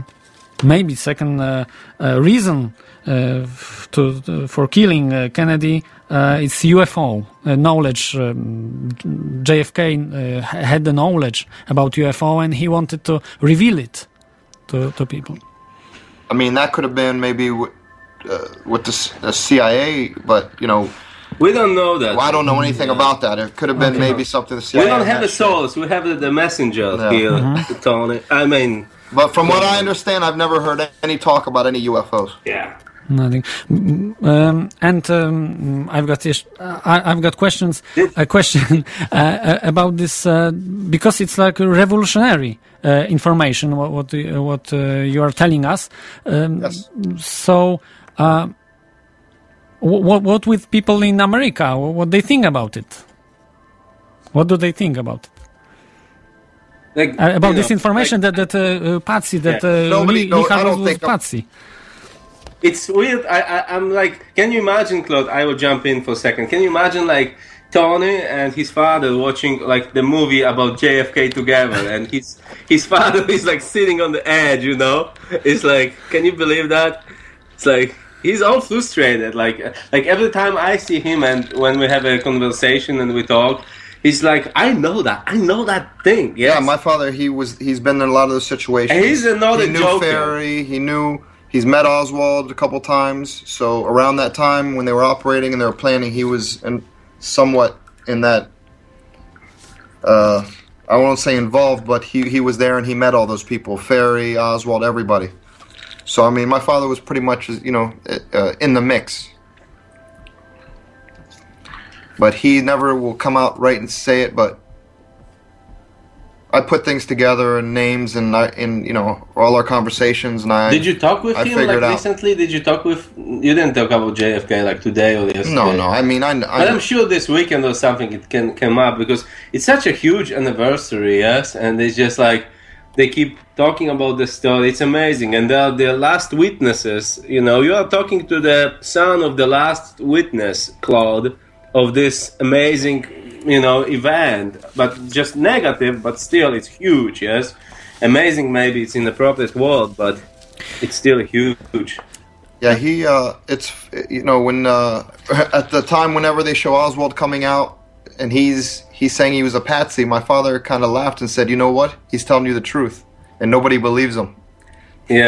reason for killing Kennedy. It's UFO knowledge. JFK had the knowledge about UFO, and he wanted to reveal it to people. I mean, that could have been maybe with the CIA, but we don't know that. Well, I don't know anything about that. It could have been maybe something the CIA. We don't have a source. We have the messenger here, Tony. I mean, but from what I understand, I've never heard any talk about any UFOs. Yeah. Nothing. I've got questions. A question about this because it's like revolutionary information. What you are telling us. Yes. So, what with people in America? What they think about it? What do they think about it? About this information that Patsy Lee Harvey was Patsy. It's weird. I'm like, can you imagine, Claude? I will jump in for a second. Can you imagine, like, Tony and his father watching, like, the movie about JFK together, and his father is, like, sitting on the edge, It's like, can you believe that? It's like, he's all frustrated. Like every time I see him and when we have a conversation and we talk, he's like, I know that thing. Yes. Yeah, my father, he's been in a lot of those situations. And he's another He knew joker. Ferry, he's met Oswald a couple times, so around that time when they were operating and they were planning, he was somewhat in that, I won't say involved, but he was there and he met all those people, Ferry, Oswald, everybody. So, I mean, my father was pretty much, in the mix. But he never will come out right and say it, but I put things together and names and all our conversations, and Did you talk with him recently? Did you talk with? You didn't talk about JFK like today or yesterday. No. I mean, I'm sure this weekend or something it can come up because it's such a huge anniversary, yes, and it's just like they keep talking about the story. It's amazing, and they are the last witnesses. You are talking to the son of the last witness, Claude, of this amazing. Event, but just negative, but still it's huge, yes? Amazing, maybe it's inappropriate word, but it's still huge. Yeah, it's, when, at the time whenever they show Oswald coming out, and he's saying he was a patsy, my father kind of laughed and said, you know what? He's telling you the truth, and nobody believes him. Yeah.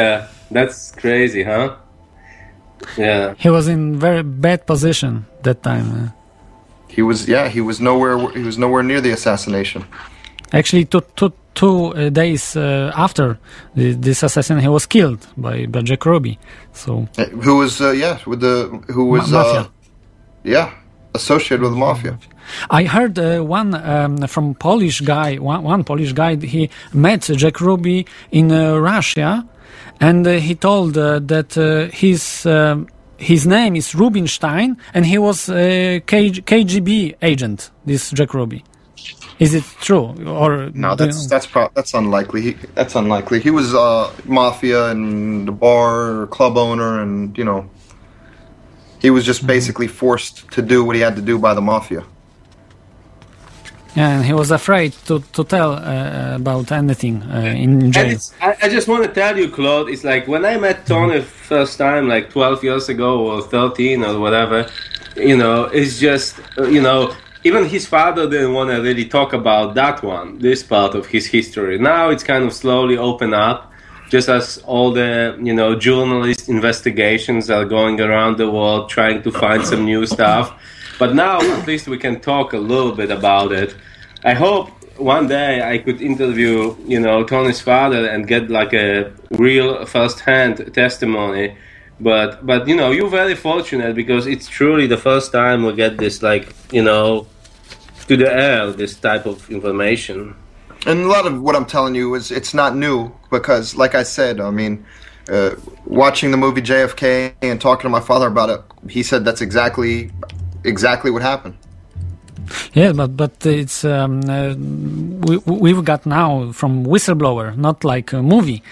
That's crazy, huh? Yeah. He was in very bad position that time. He was nowhere near the assassination. Actually, two days after this assassination, he was killed by Jack Ruby. So who was mafia? Associated with the mafia. I heard from Polish guy. One Polish guy. He met Jack Ruby in Russia, and he told that his name is Rubinstein, and he was a KGB agent. This Jack Ruby. Is it true or no? That's unlikely. That's unlikely. He was mafia and the bar club owner, and he was just basically forced to do what he had to do by the mafia. Yeah, and he was afraid to tell about anything in jail. I just want to tell you, Claude, it's like when I met Tony first time, like 12 years ago or 13 or whatever, it's just, even his father didn't want to really talk about this part of his history. Now it's kind of slowly open up, just as all the, journalist investigations are going around the world trying to find some new stuff. But now at least we can talk a little bit about it. I hope one day I could interview, Tony's father and get like a real first-hand testimony. But you're very fortunate because it's truly the first time we get this, like, to the air, this type of information. And a lot of what I'm telling you it's not new because, like I said, I mean, watching the movie JFK and talking to my father about it, he said that's exactly what happened. Yeah, but it's we've got now from whistleblower, not like a movie.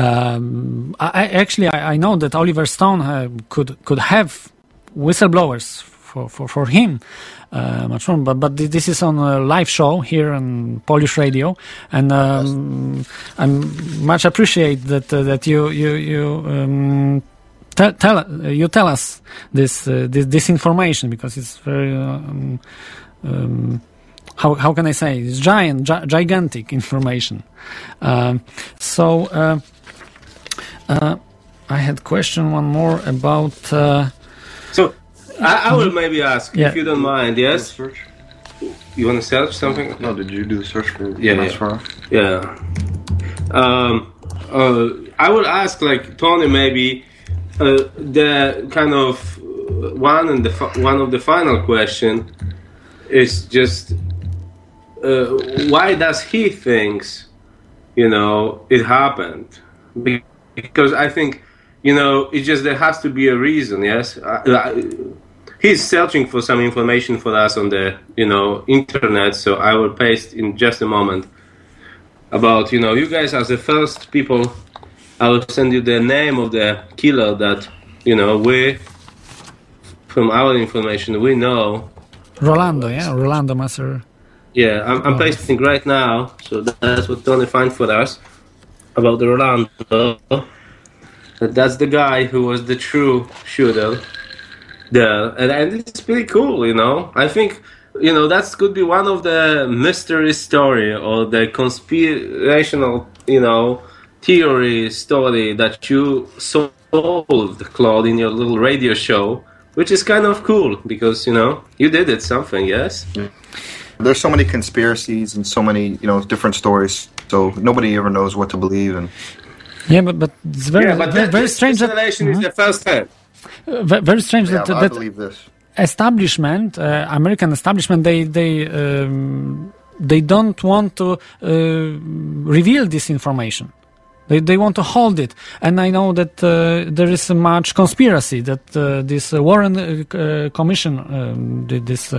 I know that Oliver Stone could have whistleblowers for him much more, but this is on a live show here on Polish radio, and I much appreciate that you. Tell us this information because it's very how can I say, it's gigantic information. So I had question one more about. So I will maybe ask if you don't mind. Yes. You want to search something? No. Did you do the search for? Yeah. I will ask like Tony maybe. The kind of one of the final question is just why does he thinks it happened? Because I think it's just there has to be a reason. Yes, he's searching for some information for us on the internet, so I will paste in just a moment about you guys as the first people. I will send you the name of the killer that, we, from our information, we know. Rolando Master. Yeah, I'm pasting right now, so that's what Tony found for us about the Rolando. That's the guy who was the true shooter there, and it's pretty cool, I think, that could be one of the mystery story or the conspirational, theory story that you solved, Claude, in your little radio show, which is kind of cool because you did it something. Yes. There's so many conspiracies and so many different stories, so nobody ever knows what to believe. And but it's very strange. That is the first time. Very strange that I believe this. Establishment, American establishment, they don't want to reveal this information. They want to hold it, and I know that there is much conspiracy that this Warren Commission did this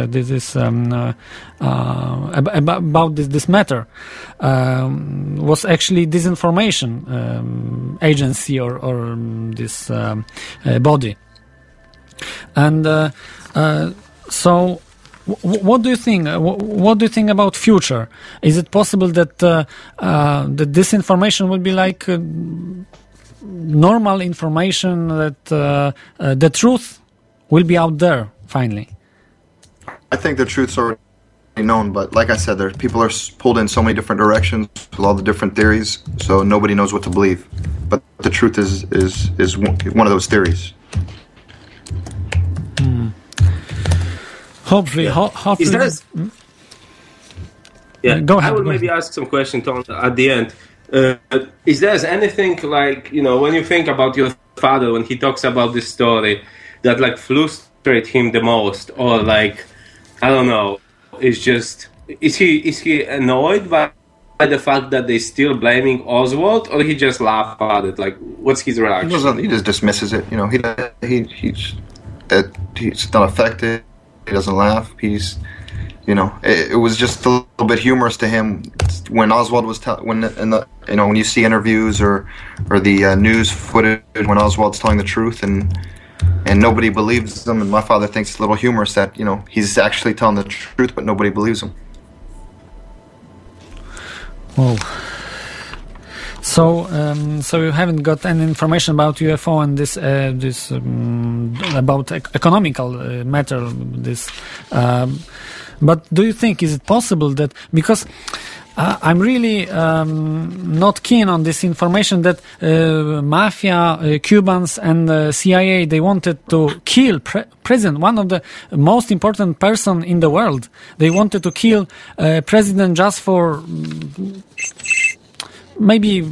about this matter was actually disinformation agency or this body, and so. What do you think? What do you think about future? Is it possible that that this information will be like normal information, that the truth will be out there finally? I think the truth's already known, but like I said, people are pulled in so many different directions with all the different theories, so nobody knows what to believe. But the truth is one of those theories. Hopefully. Go ahead. I would maybe ask some questions at the end. Is there anything like, when you think about your father, when he talks about this story, that like frustrates him the most, or like, I don't know, is he annoyed by the fact that they're still blaming Oswald, or he just laugh at it? Like, what's his reaction? He just dismisses it. He's not affected. He doesn't laugh. It was just a little bit humorous to him when Oswald was when you see interviews or the news footage when Oswald's telling the truth and nobody believes him, and my father thinks it's a little humorous that he's actually telling the truth but nobody believes him. Whoa. So you haven't got any information about UFO and this about economical matter. But do you think is it possible that, because I'm really not keen on this information that mafia, Cubans, and CIA, they wanted to kill president, one of the most important person in the world. They wanted to kill president just for maybe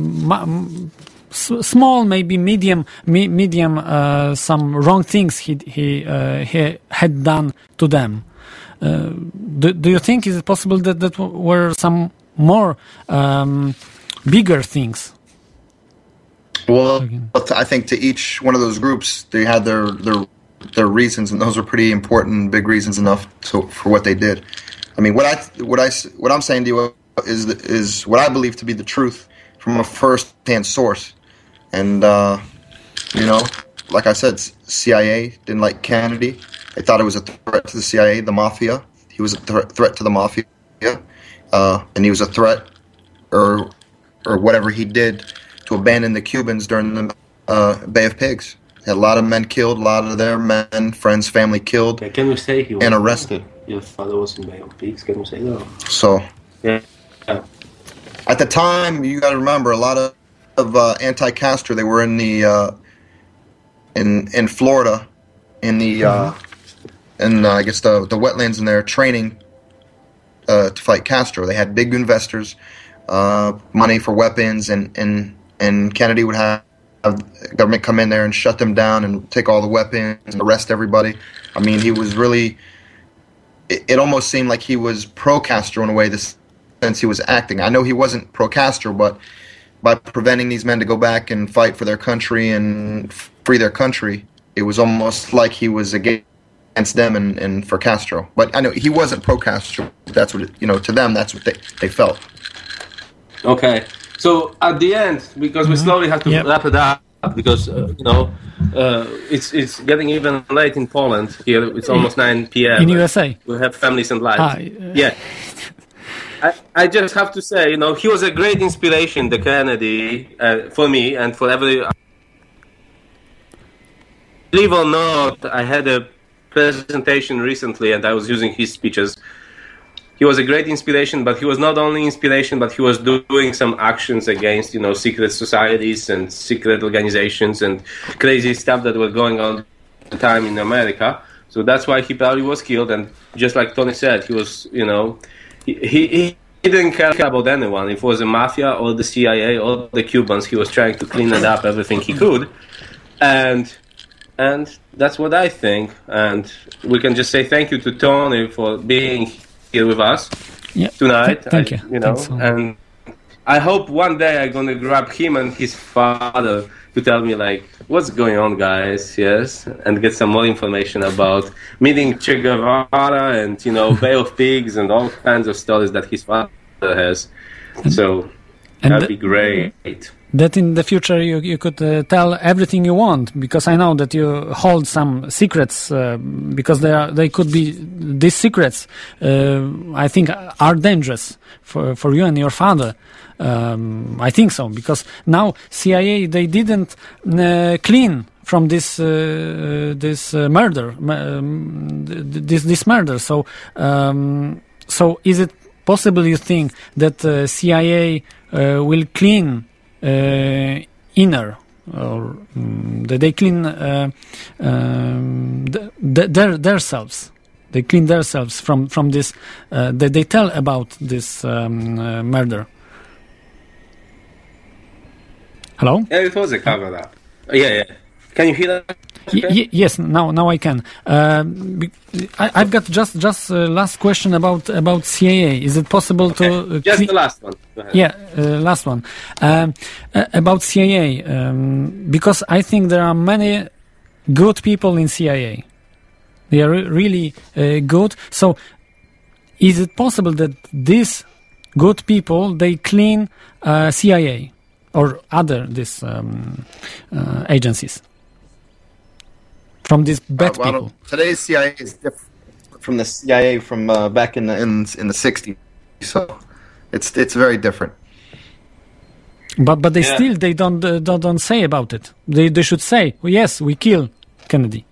small, maybe medium, some wrong things he had done to them. Do you think is it possible that were some more bigger things? Well, I think to each one of those groups, they had their reasons, and those were pretty important, big reasons enough for what they did. I mean, what I'm saying to you is what I believe to be the truth from a first-hand source, and like I said, CIA didn't like Kennedy. They thought it was a threat to the CIA, the mafia. He was a threat to the mafia, and he was a threat, or whatever he did, to abandon the Cubans during the Bay of Pigs. He had a lot of men killed, a lot of their men, friends, family killed, can we say he was and arrested. Your father was in Bay of Pigs, can we say that? So, yeah. At the time, you got to remember, a lot of anti-Castro, they were in the in Florida, in the I guess the wetlands in there, training to fight Castro. They had big investors, money for weapons, and Kennedy would have government come in there and shut them down and take all the weapons and arrest everybody. I mean, he was really. It almost seemed like he was pro-Castro in a way, the sense he was acting. I know he wasn't pro-Castro, but by preventing these men to go back and fight for their country and free their country, it was almost like he was against them and for Castro. But I know he wasn't pro-Castro. That's what to them, that's what they felt. Okay, so at the end, because we slowly have to wrap it up, because it's getting even late in Poland. Here it's almost 9 p.m. in USA. We have families and lives. Yeah. I just have to say, he was a great inspiration, the Kennedy, for me and for every. Believe or not, I had a presentation recently, and I was using his speeches. He was a great inspiration, but he was not only inspiration, but he was doing some actions against, secret societies and secret organizations and crazy stuff that were going on at the time in America. So that's why he probably was killed. And just like Tony said, he was, he didn't care about anyone. If it was the mafia or the CIA or the Cubans, he was trying to clean it up everything he could. And that's what I think. And we can just say thank you to Tony for being here with us tonight. Thank you. And I hope one day I'm gonna grab him and his father to tell me what's going on, guys. Yes, and get some more information about meeting Che Guevara and Bay of Pigs and all kinds of stories that his father has. So that'd be great. That in the future you could tell everything you want, because I know that you hold some secrets, because they could be these secrets. I think are dangerous for you and your father. I think so, because now CIA they didn't clean from this murder, this murder. So So is it possible, you think, that CIA will clean inner, or they clean themselves? They clean themselves from this. They tell about this murder. Hello? Yeah, it was a cover up. Yeah. Can you hear that? Okay. Yes, now I can. I've got just last question about CIA. Is it possible to just the last one? Go ahead. Yeah, last one about CIA, because I think there are many good people in CIA. They are really good. So, is it possible that these good people they clean CIA or other these agencies from these bad people? Today's CIA is different from the CIA from back in the 60s, so it's very different. But they still they don't say about it. They should say, well, yes, we kill Kennedy.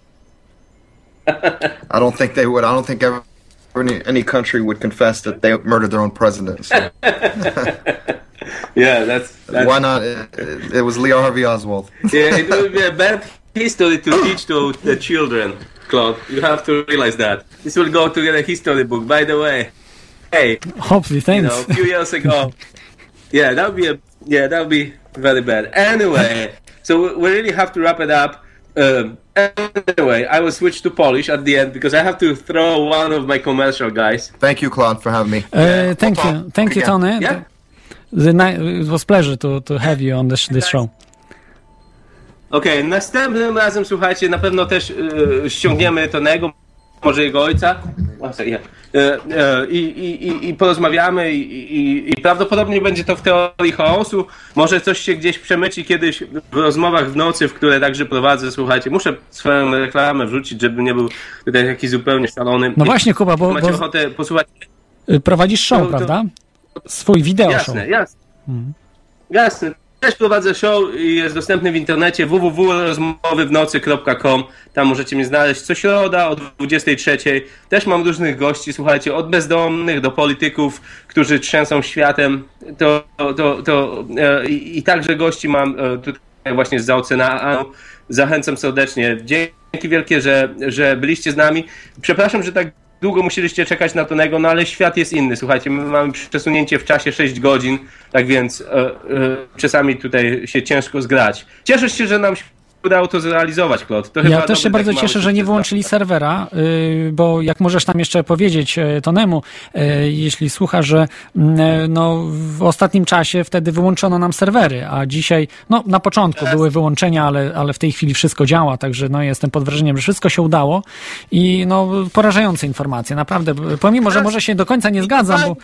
I don't think they would. I don't think any country would confess that they murdered their own president. So. Yeah, that's why not? It was Lee Harvey Oswald. Yeah, it would be a bad history to teach to the children, Claude. You have to realize that. This will go to the history book. By the way, hey, hopefully, thanks. A few years ago, that would be very bad. Anyway, so we really have to wrap it up. Anyway, I will switch to Polish at the end because I have to throw one of my commercial guys. Thank you, Claude, for having me. Thank you, Tony. Yeah? It was pleasure to have you on this show. Okej, następnym razem, słuchajcie, na pewno też ściągniemy Tonego, może jego ojca i porozmawiamy i prawdopodobnie będzie to w teorii chaosu. Może coś się gdzieś przemyci kiedyś w rozmowach w nocy, w które także prowadzę. Słuchajcie, muszę swoją reklamę wrzucić, żeby nie był tutaj jakiś zupełnie szalony. No właśnie, Kuba, bo macie ochotę posłuchać. Prowadzisz show, prawda? Swój wideo show. Jasne. Też prowadzę show i jest dostępny w internecie www.rozmowywnocy.com. Tam możecie mnie znaleźć co środa o 23:00. Też mam różnych gości, słuchajcie, od bezdomnych do polityków, którzy trzęsą światem. I także gości mam tutaj właśnie z oceanu. Zachęcam serdecznie. Dzięki wielkie, że byliście z nami. Przepraszam, że tak długo musieliście czekać na Tonego, no ale świat jest inny, słuchajcie, my mamy przesunięcie w czasie 6 godzin, tak więc czasami tutaj się ciężko zgrać. Cieszę się, że nam się udało to zrealizować, Claude. Ja też się bardzo cieszę, że nie wyłączyli serwera, bo jak możesz tam jeszcze powiedzieć Tonemu, jeśli słucha, że w ostatnim czasie wtedy wyłączono nam serwery, a dzisiaj, na początku były wyłączenia, ale w tej chwili wszystko działa, także jestem pod wrażeniem, że wszystko się udało i porażające informacje, naprawdę, pomimo, że może się do końca nie zgadzam, bo...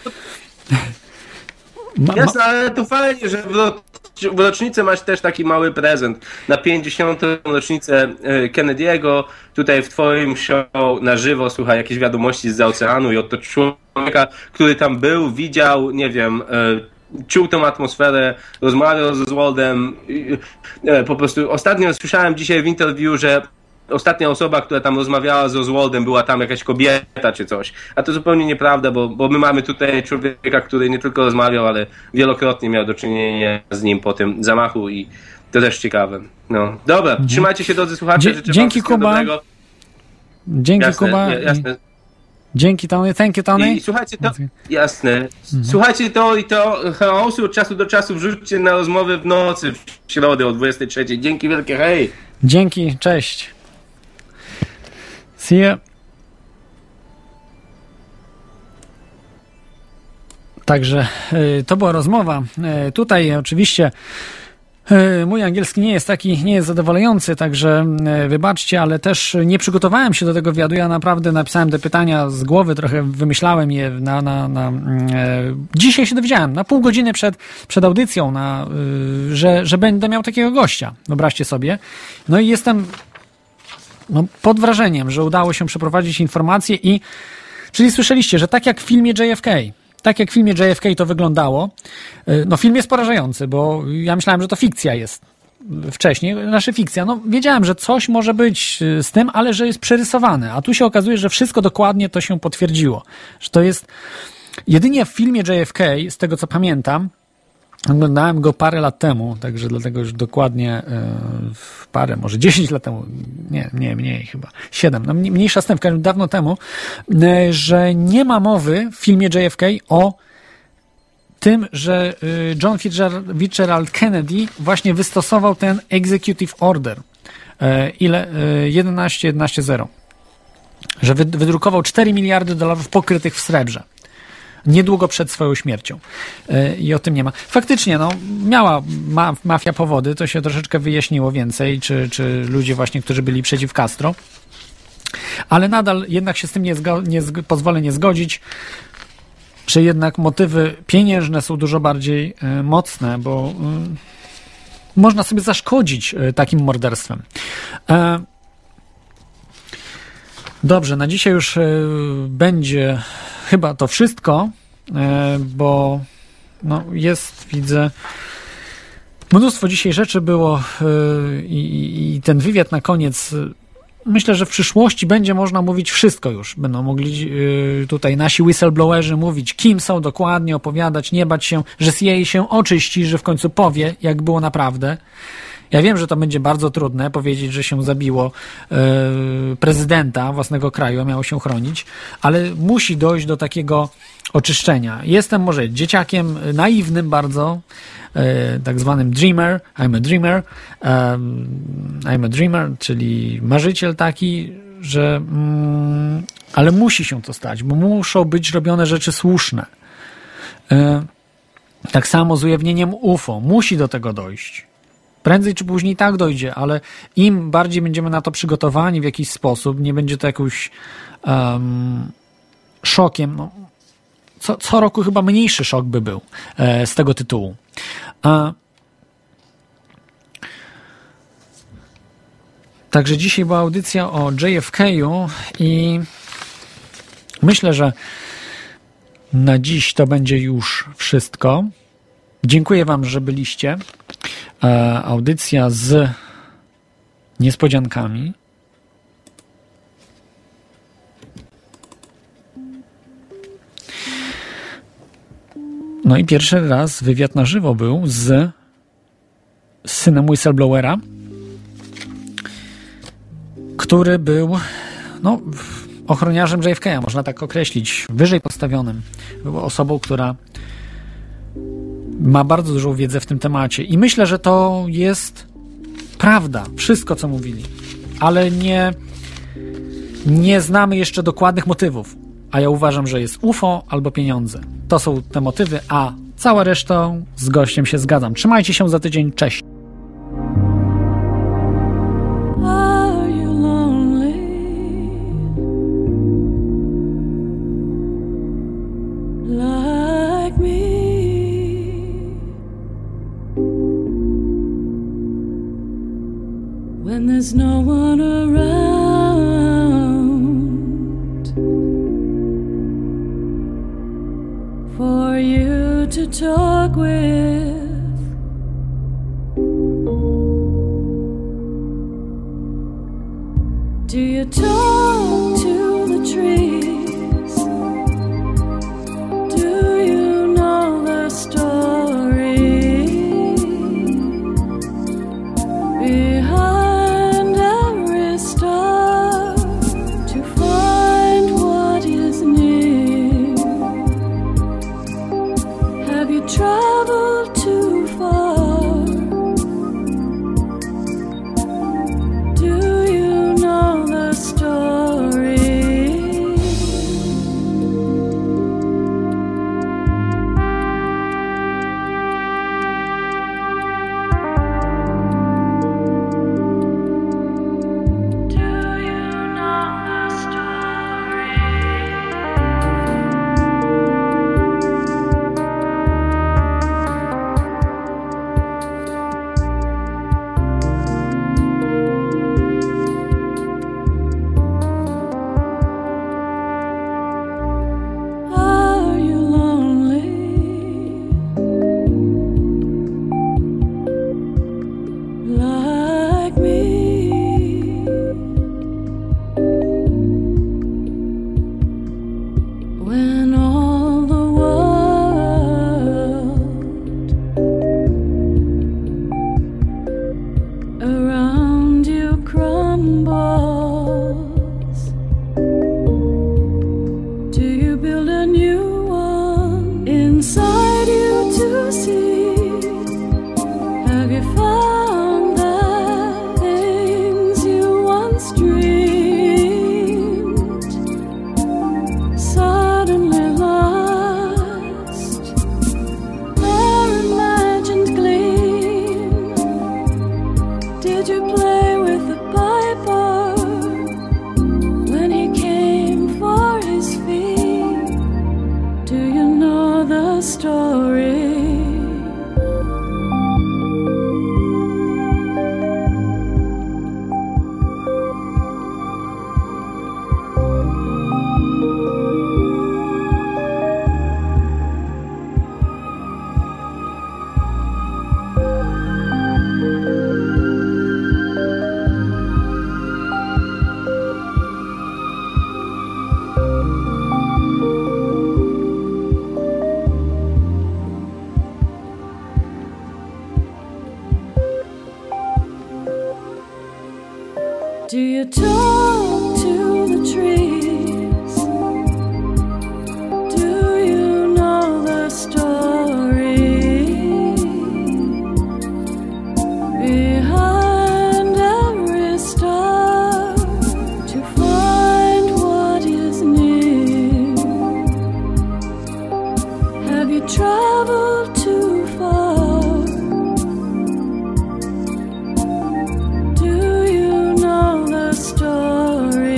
Jasne, ale to fajnie, że w rocznicę masz też taki mały prezent. Na 50. rocznicę Kennedy'ego, tutaj w twoim show na żywo, słuchaj, jakieś wiadomości zza oceanu i od to człowieka, który tam był, widział, nie wiem, czuł tą atmosferę, rozmawiał z Oswaldem. Po prostu ostatnio słyszałem dzisiaj w interview, że ostatnia osoba, która tam rozmawiała z Oswaldem, była tam jakaś kobieta czy coś. A to zupełnie nieprawda, bo my mamy tutaj człowieka, który nie tylko rozmawiał, ale wielokrotnie miał do czynienia z nim po tym zamachu i to też ciekawe. Dobra, trzymajcie się, drodzy słuchacze. Dzięki, Kuba. Dobrego. Dzięki, jasne, Kuba. Jasne. Dzięki, Tony. Thank you, Tony. I słuchajcie to, jasne. Słuchajcie to i to chaosu od czasu do czasu wrzućcie na rozmowy w nocy w środę o 23:00. Dzięki wielkie, hej. Dzięki, cześć. See ya. Także to była rozmowa. Tutaj oczywiście mój angielski nie jest zadowalający, także wybaczcie, ale też nie przygotowałem się do tego wywiadu. Ja naprawdę napisałem te pytania z głowy, trochę wymyślałem je dzisiaj się dowiedziałem, na pół godziny przed audycją, że będę miał takiego gościa. Wyobraźcie sobie. No i jestem pod wrażeniem, że udało się przeprowadzić informacje czyli słyszeliście, że tak jak w filmie JFK to wyglądało. Film jest porażający, bo ja myślałem, że to fikcja jest. wcześniej, fikcja, no wiedziałem, że coś może być z tym, ale że jest przerysowane, a tu się okazuje, że wszystko dokładnie to się potwierdziło, że to jest jedynie w filmie JFK, z tego co pamiętam, oglądałem go parę lat temu, także dlatego już dokładnie może 10 lat temu, nie, mniej chyba, 7, no mniejsza z tym, dawno temu, że nie ma mowy w filmie JFK o tym, że John Fitzgerald Kennedy właśnie wystosował ten Executive Order 11.0, że wydrukował $4 miliardy pokrytych w srebrze. Niedługo przed swoją śmiercią. I o tym nie ma. Faktycznie, miała mafia powody, to się troszeczkę wyjaśniło więcej, czy ludzie właśnie, którzy byli przeciw Castro. Ale nadal jednak się z tym pozwolę nie zgodzić, że jednak motywy pieniężne są dużo bardziej mocne, bo można sobie zaszkodzić takim morderstwem. Dobrze, na dzisiaj już będzie chyba to wszystko, bo widzę, mnóstwo dzisiaj rzeczy było i ten wywiad na koniec, myślę, że w przyszłości będzie można mówić wszystko już. Będą mogli tutaj nasi whistleblowerzy mówić, kim są dokładnie, opowiadać, nie bać się, że CIA się oczyści, że w końcu powie, jak było naprawdę. Ja wiem, że to będzie bardzo trudne powiedzieć, że się zabiło prezydenta własnego kraju, a miało się chronić, ale musi dojść do takiego oczyszczenia. Jestem może dzieciakiem naiwnym bardzo, tak zwanym dreamer, I'm a dreamer, czyli marzyciel taki, że ale musi się to stać, bo muszą być robione rzeczy słuszne. Tak samo z ujawnieniem UFO. Musi do tego dojść. Prędzej czy później tak dojdzie, ale im bardziej będziemy na to przygotowani w jakiś sposób, nie będzie to jakimś szokiem. Co roku chyba mniejszy szok by był z tego tytułu. Także dzisiaj była audycja o JFK-u i myślę, że na dziś to będzie już wszystko. Dziękuję wam, że byliście. Audycja z niespodziankami. No i pierwszy raz wywiad na żywo był z synem whistleblowera, który był ochroniarzem JFK, można tak określić, wyżej postawionym. Był osobą, która ma bardzo dużą wiedzę w tym temacie i myślę, że to jest prawda, wszystko co mówili, ale nie znamy jeszcze dokładnych motywów, a ja uważam, że jest UFO albo pieniądze. To są te motywy, a cała resztą z gościem się zgadzam. Trzymajcie się, za tydzień, cześć. When there's no one around for you to talk with, do you talk to the trees? Do you know the story behind travel too far? Do you know the story? you talk to the trees? Do you know the story behind every star to find what is near? Have you traveled too far? Do you know the story?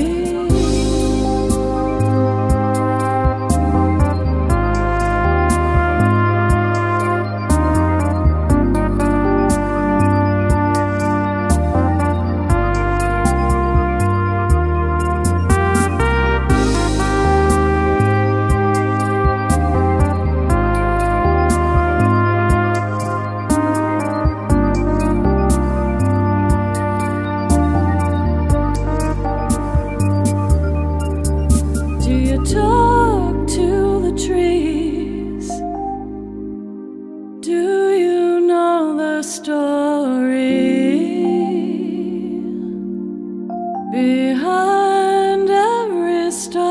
Do you talk to the trees? Do you know the story behind every star?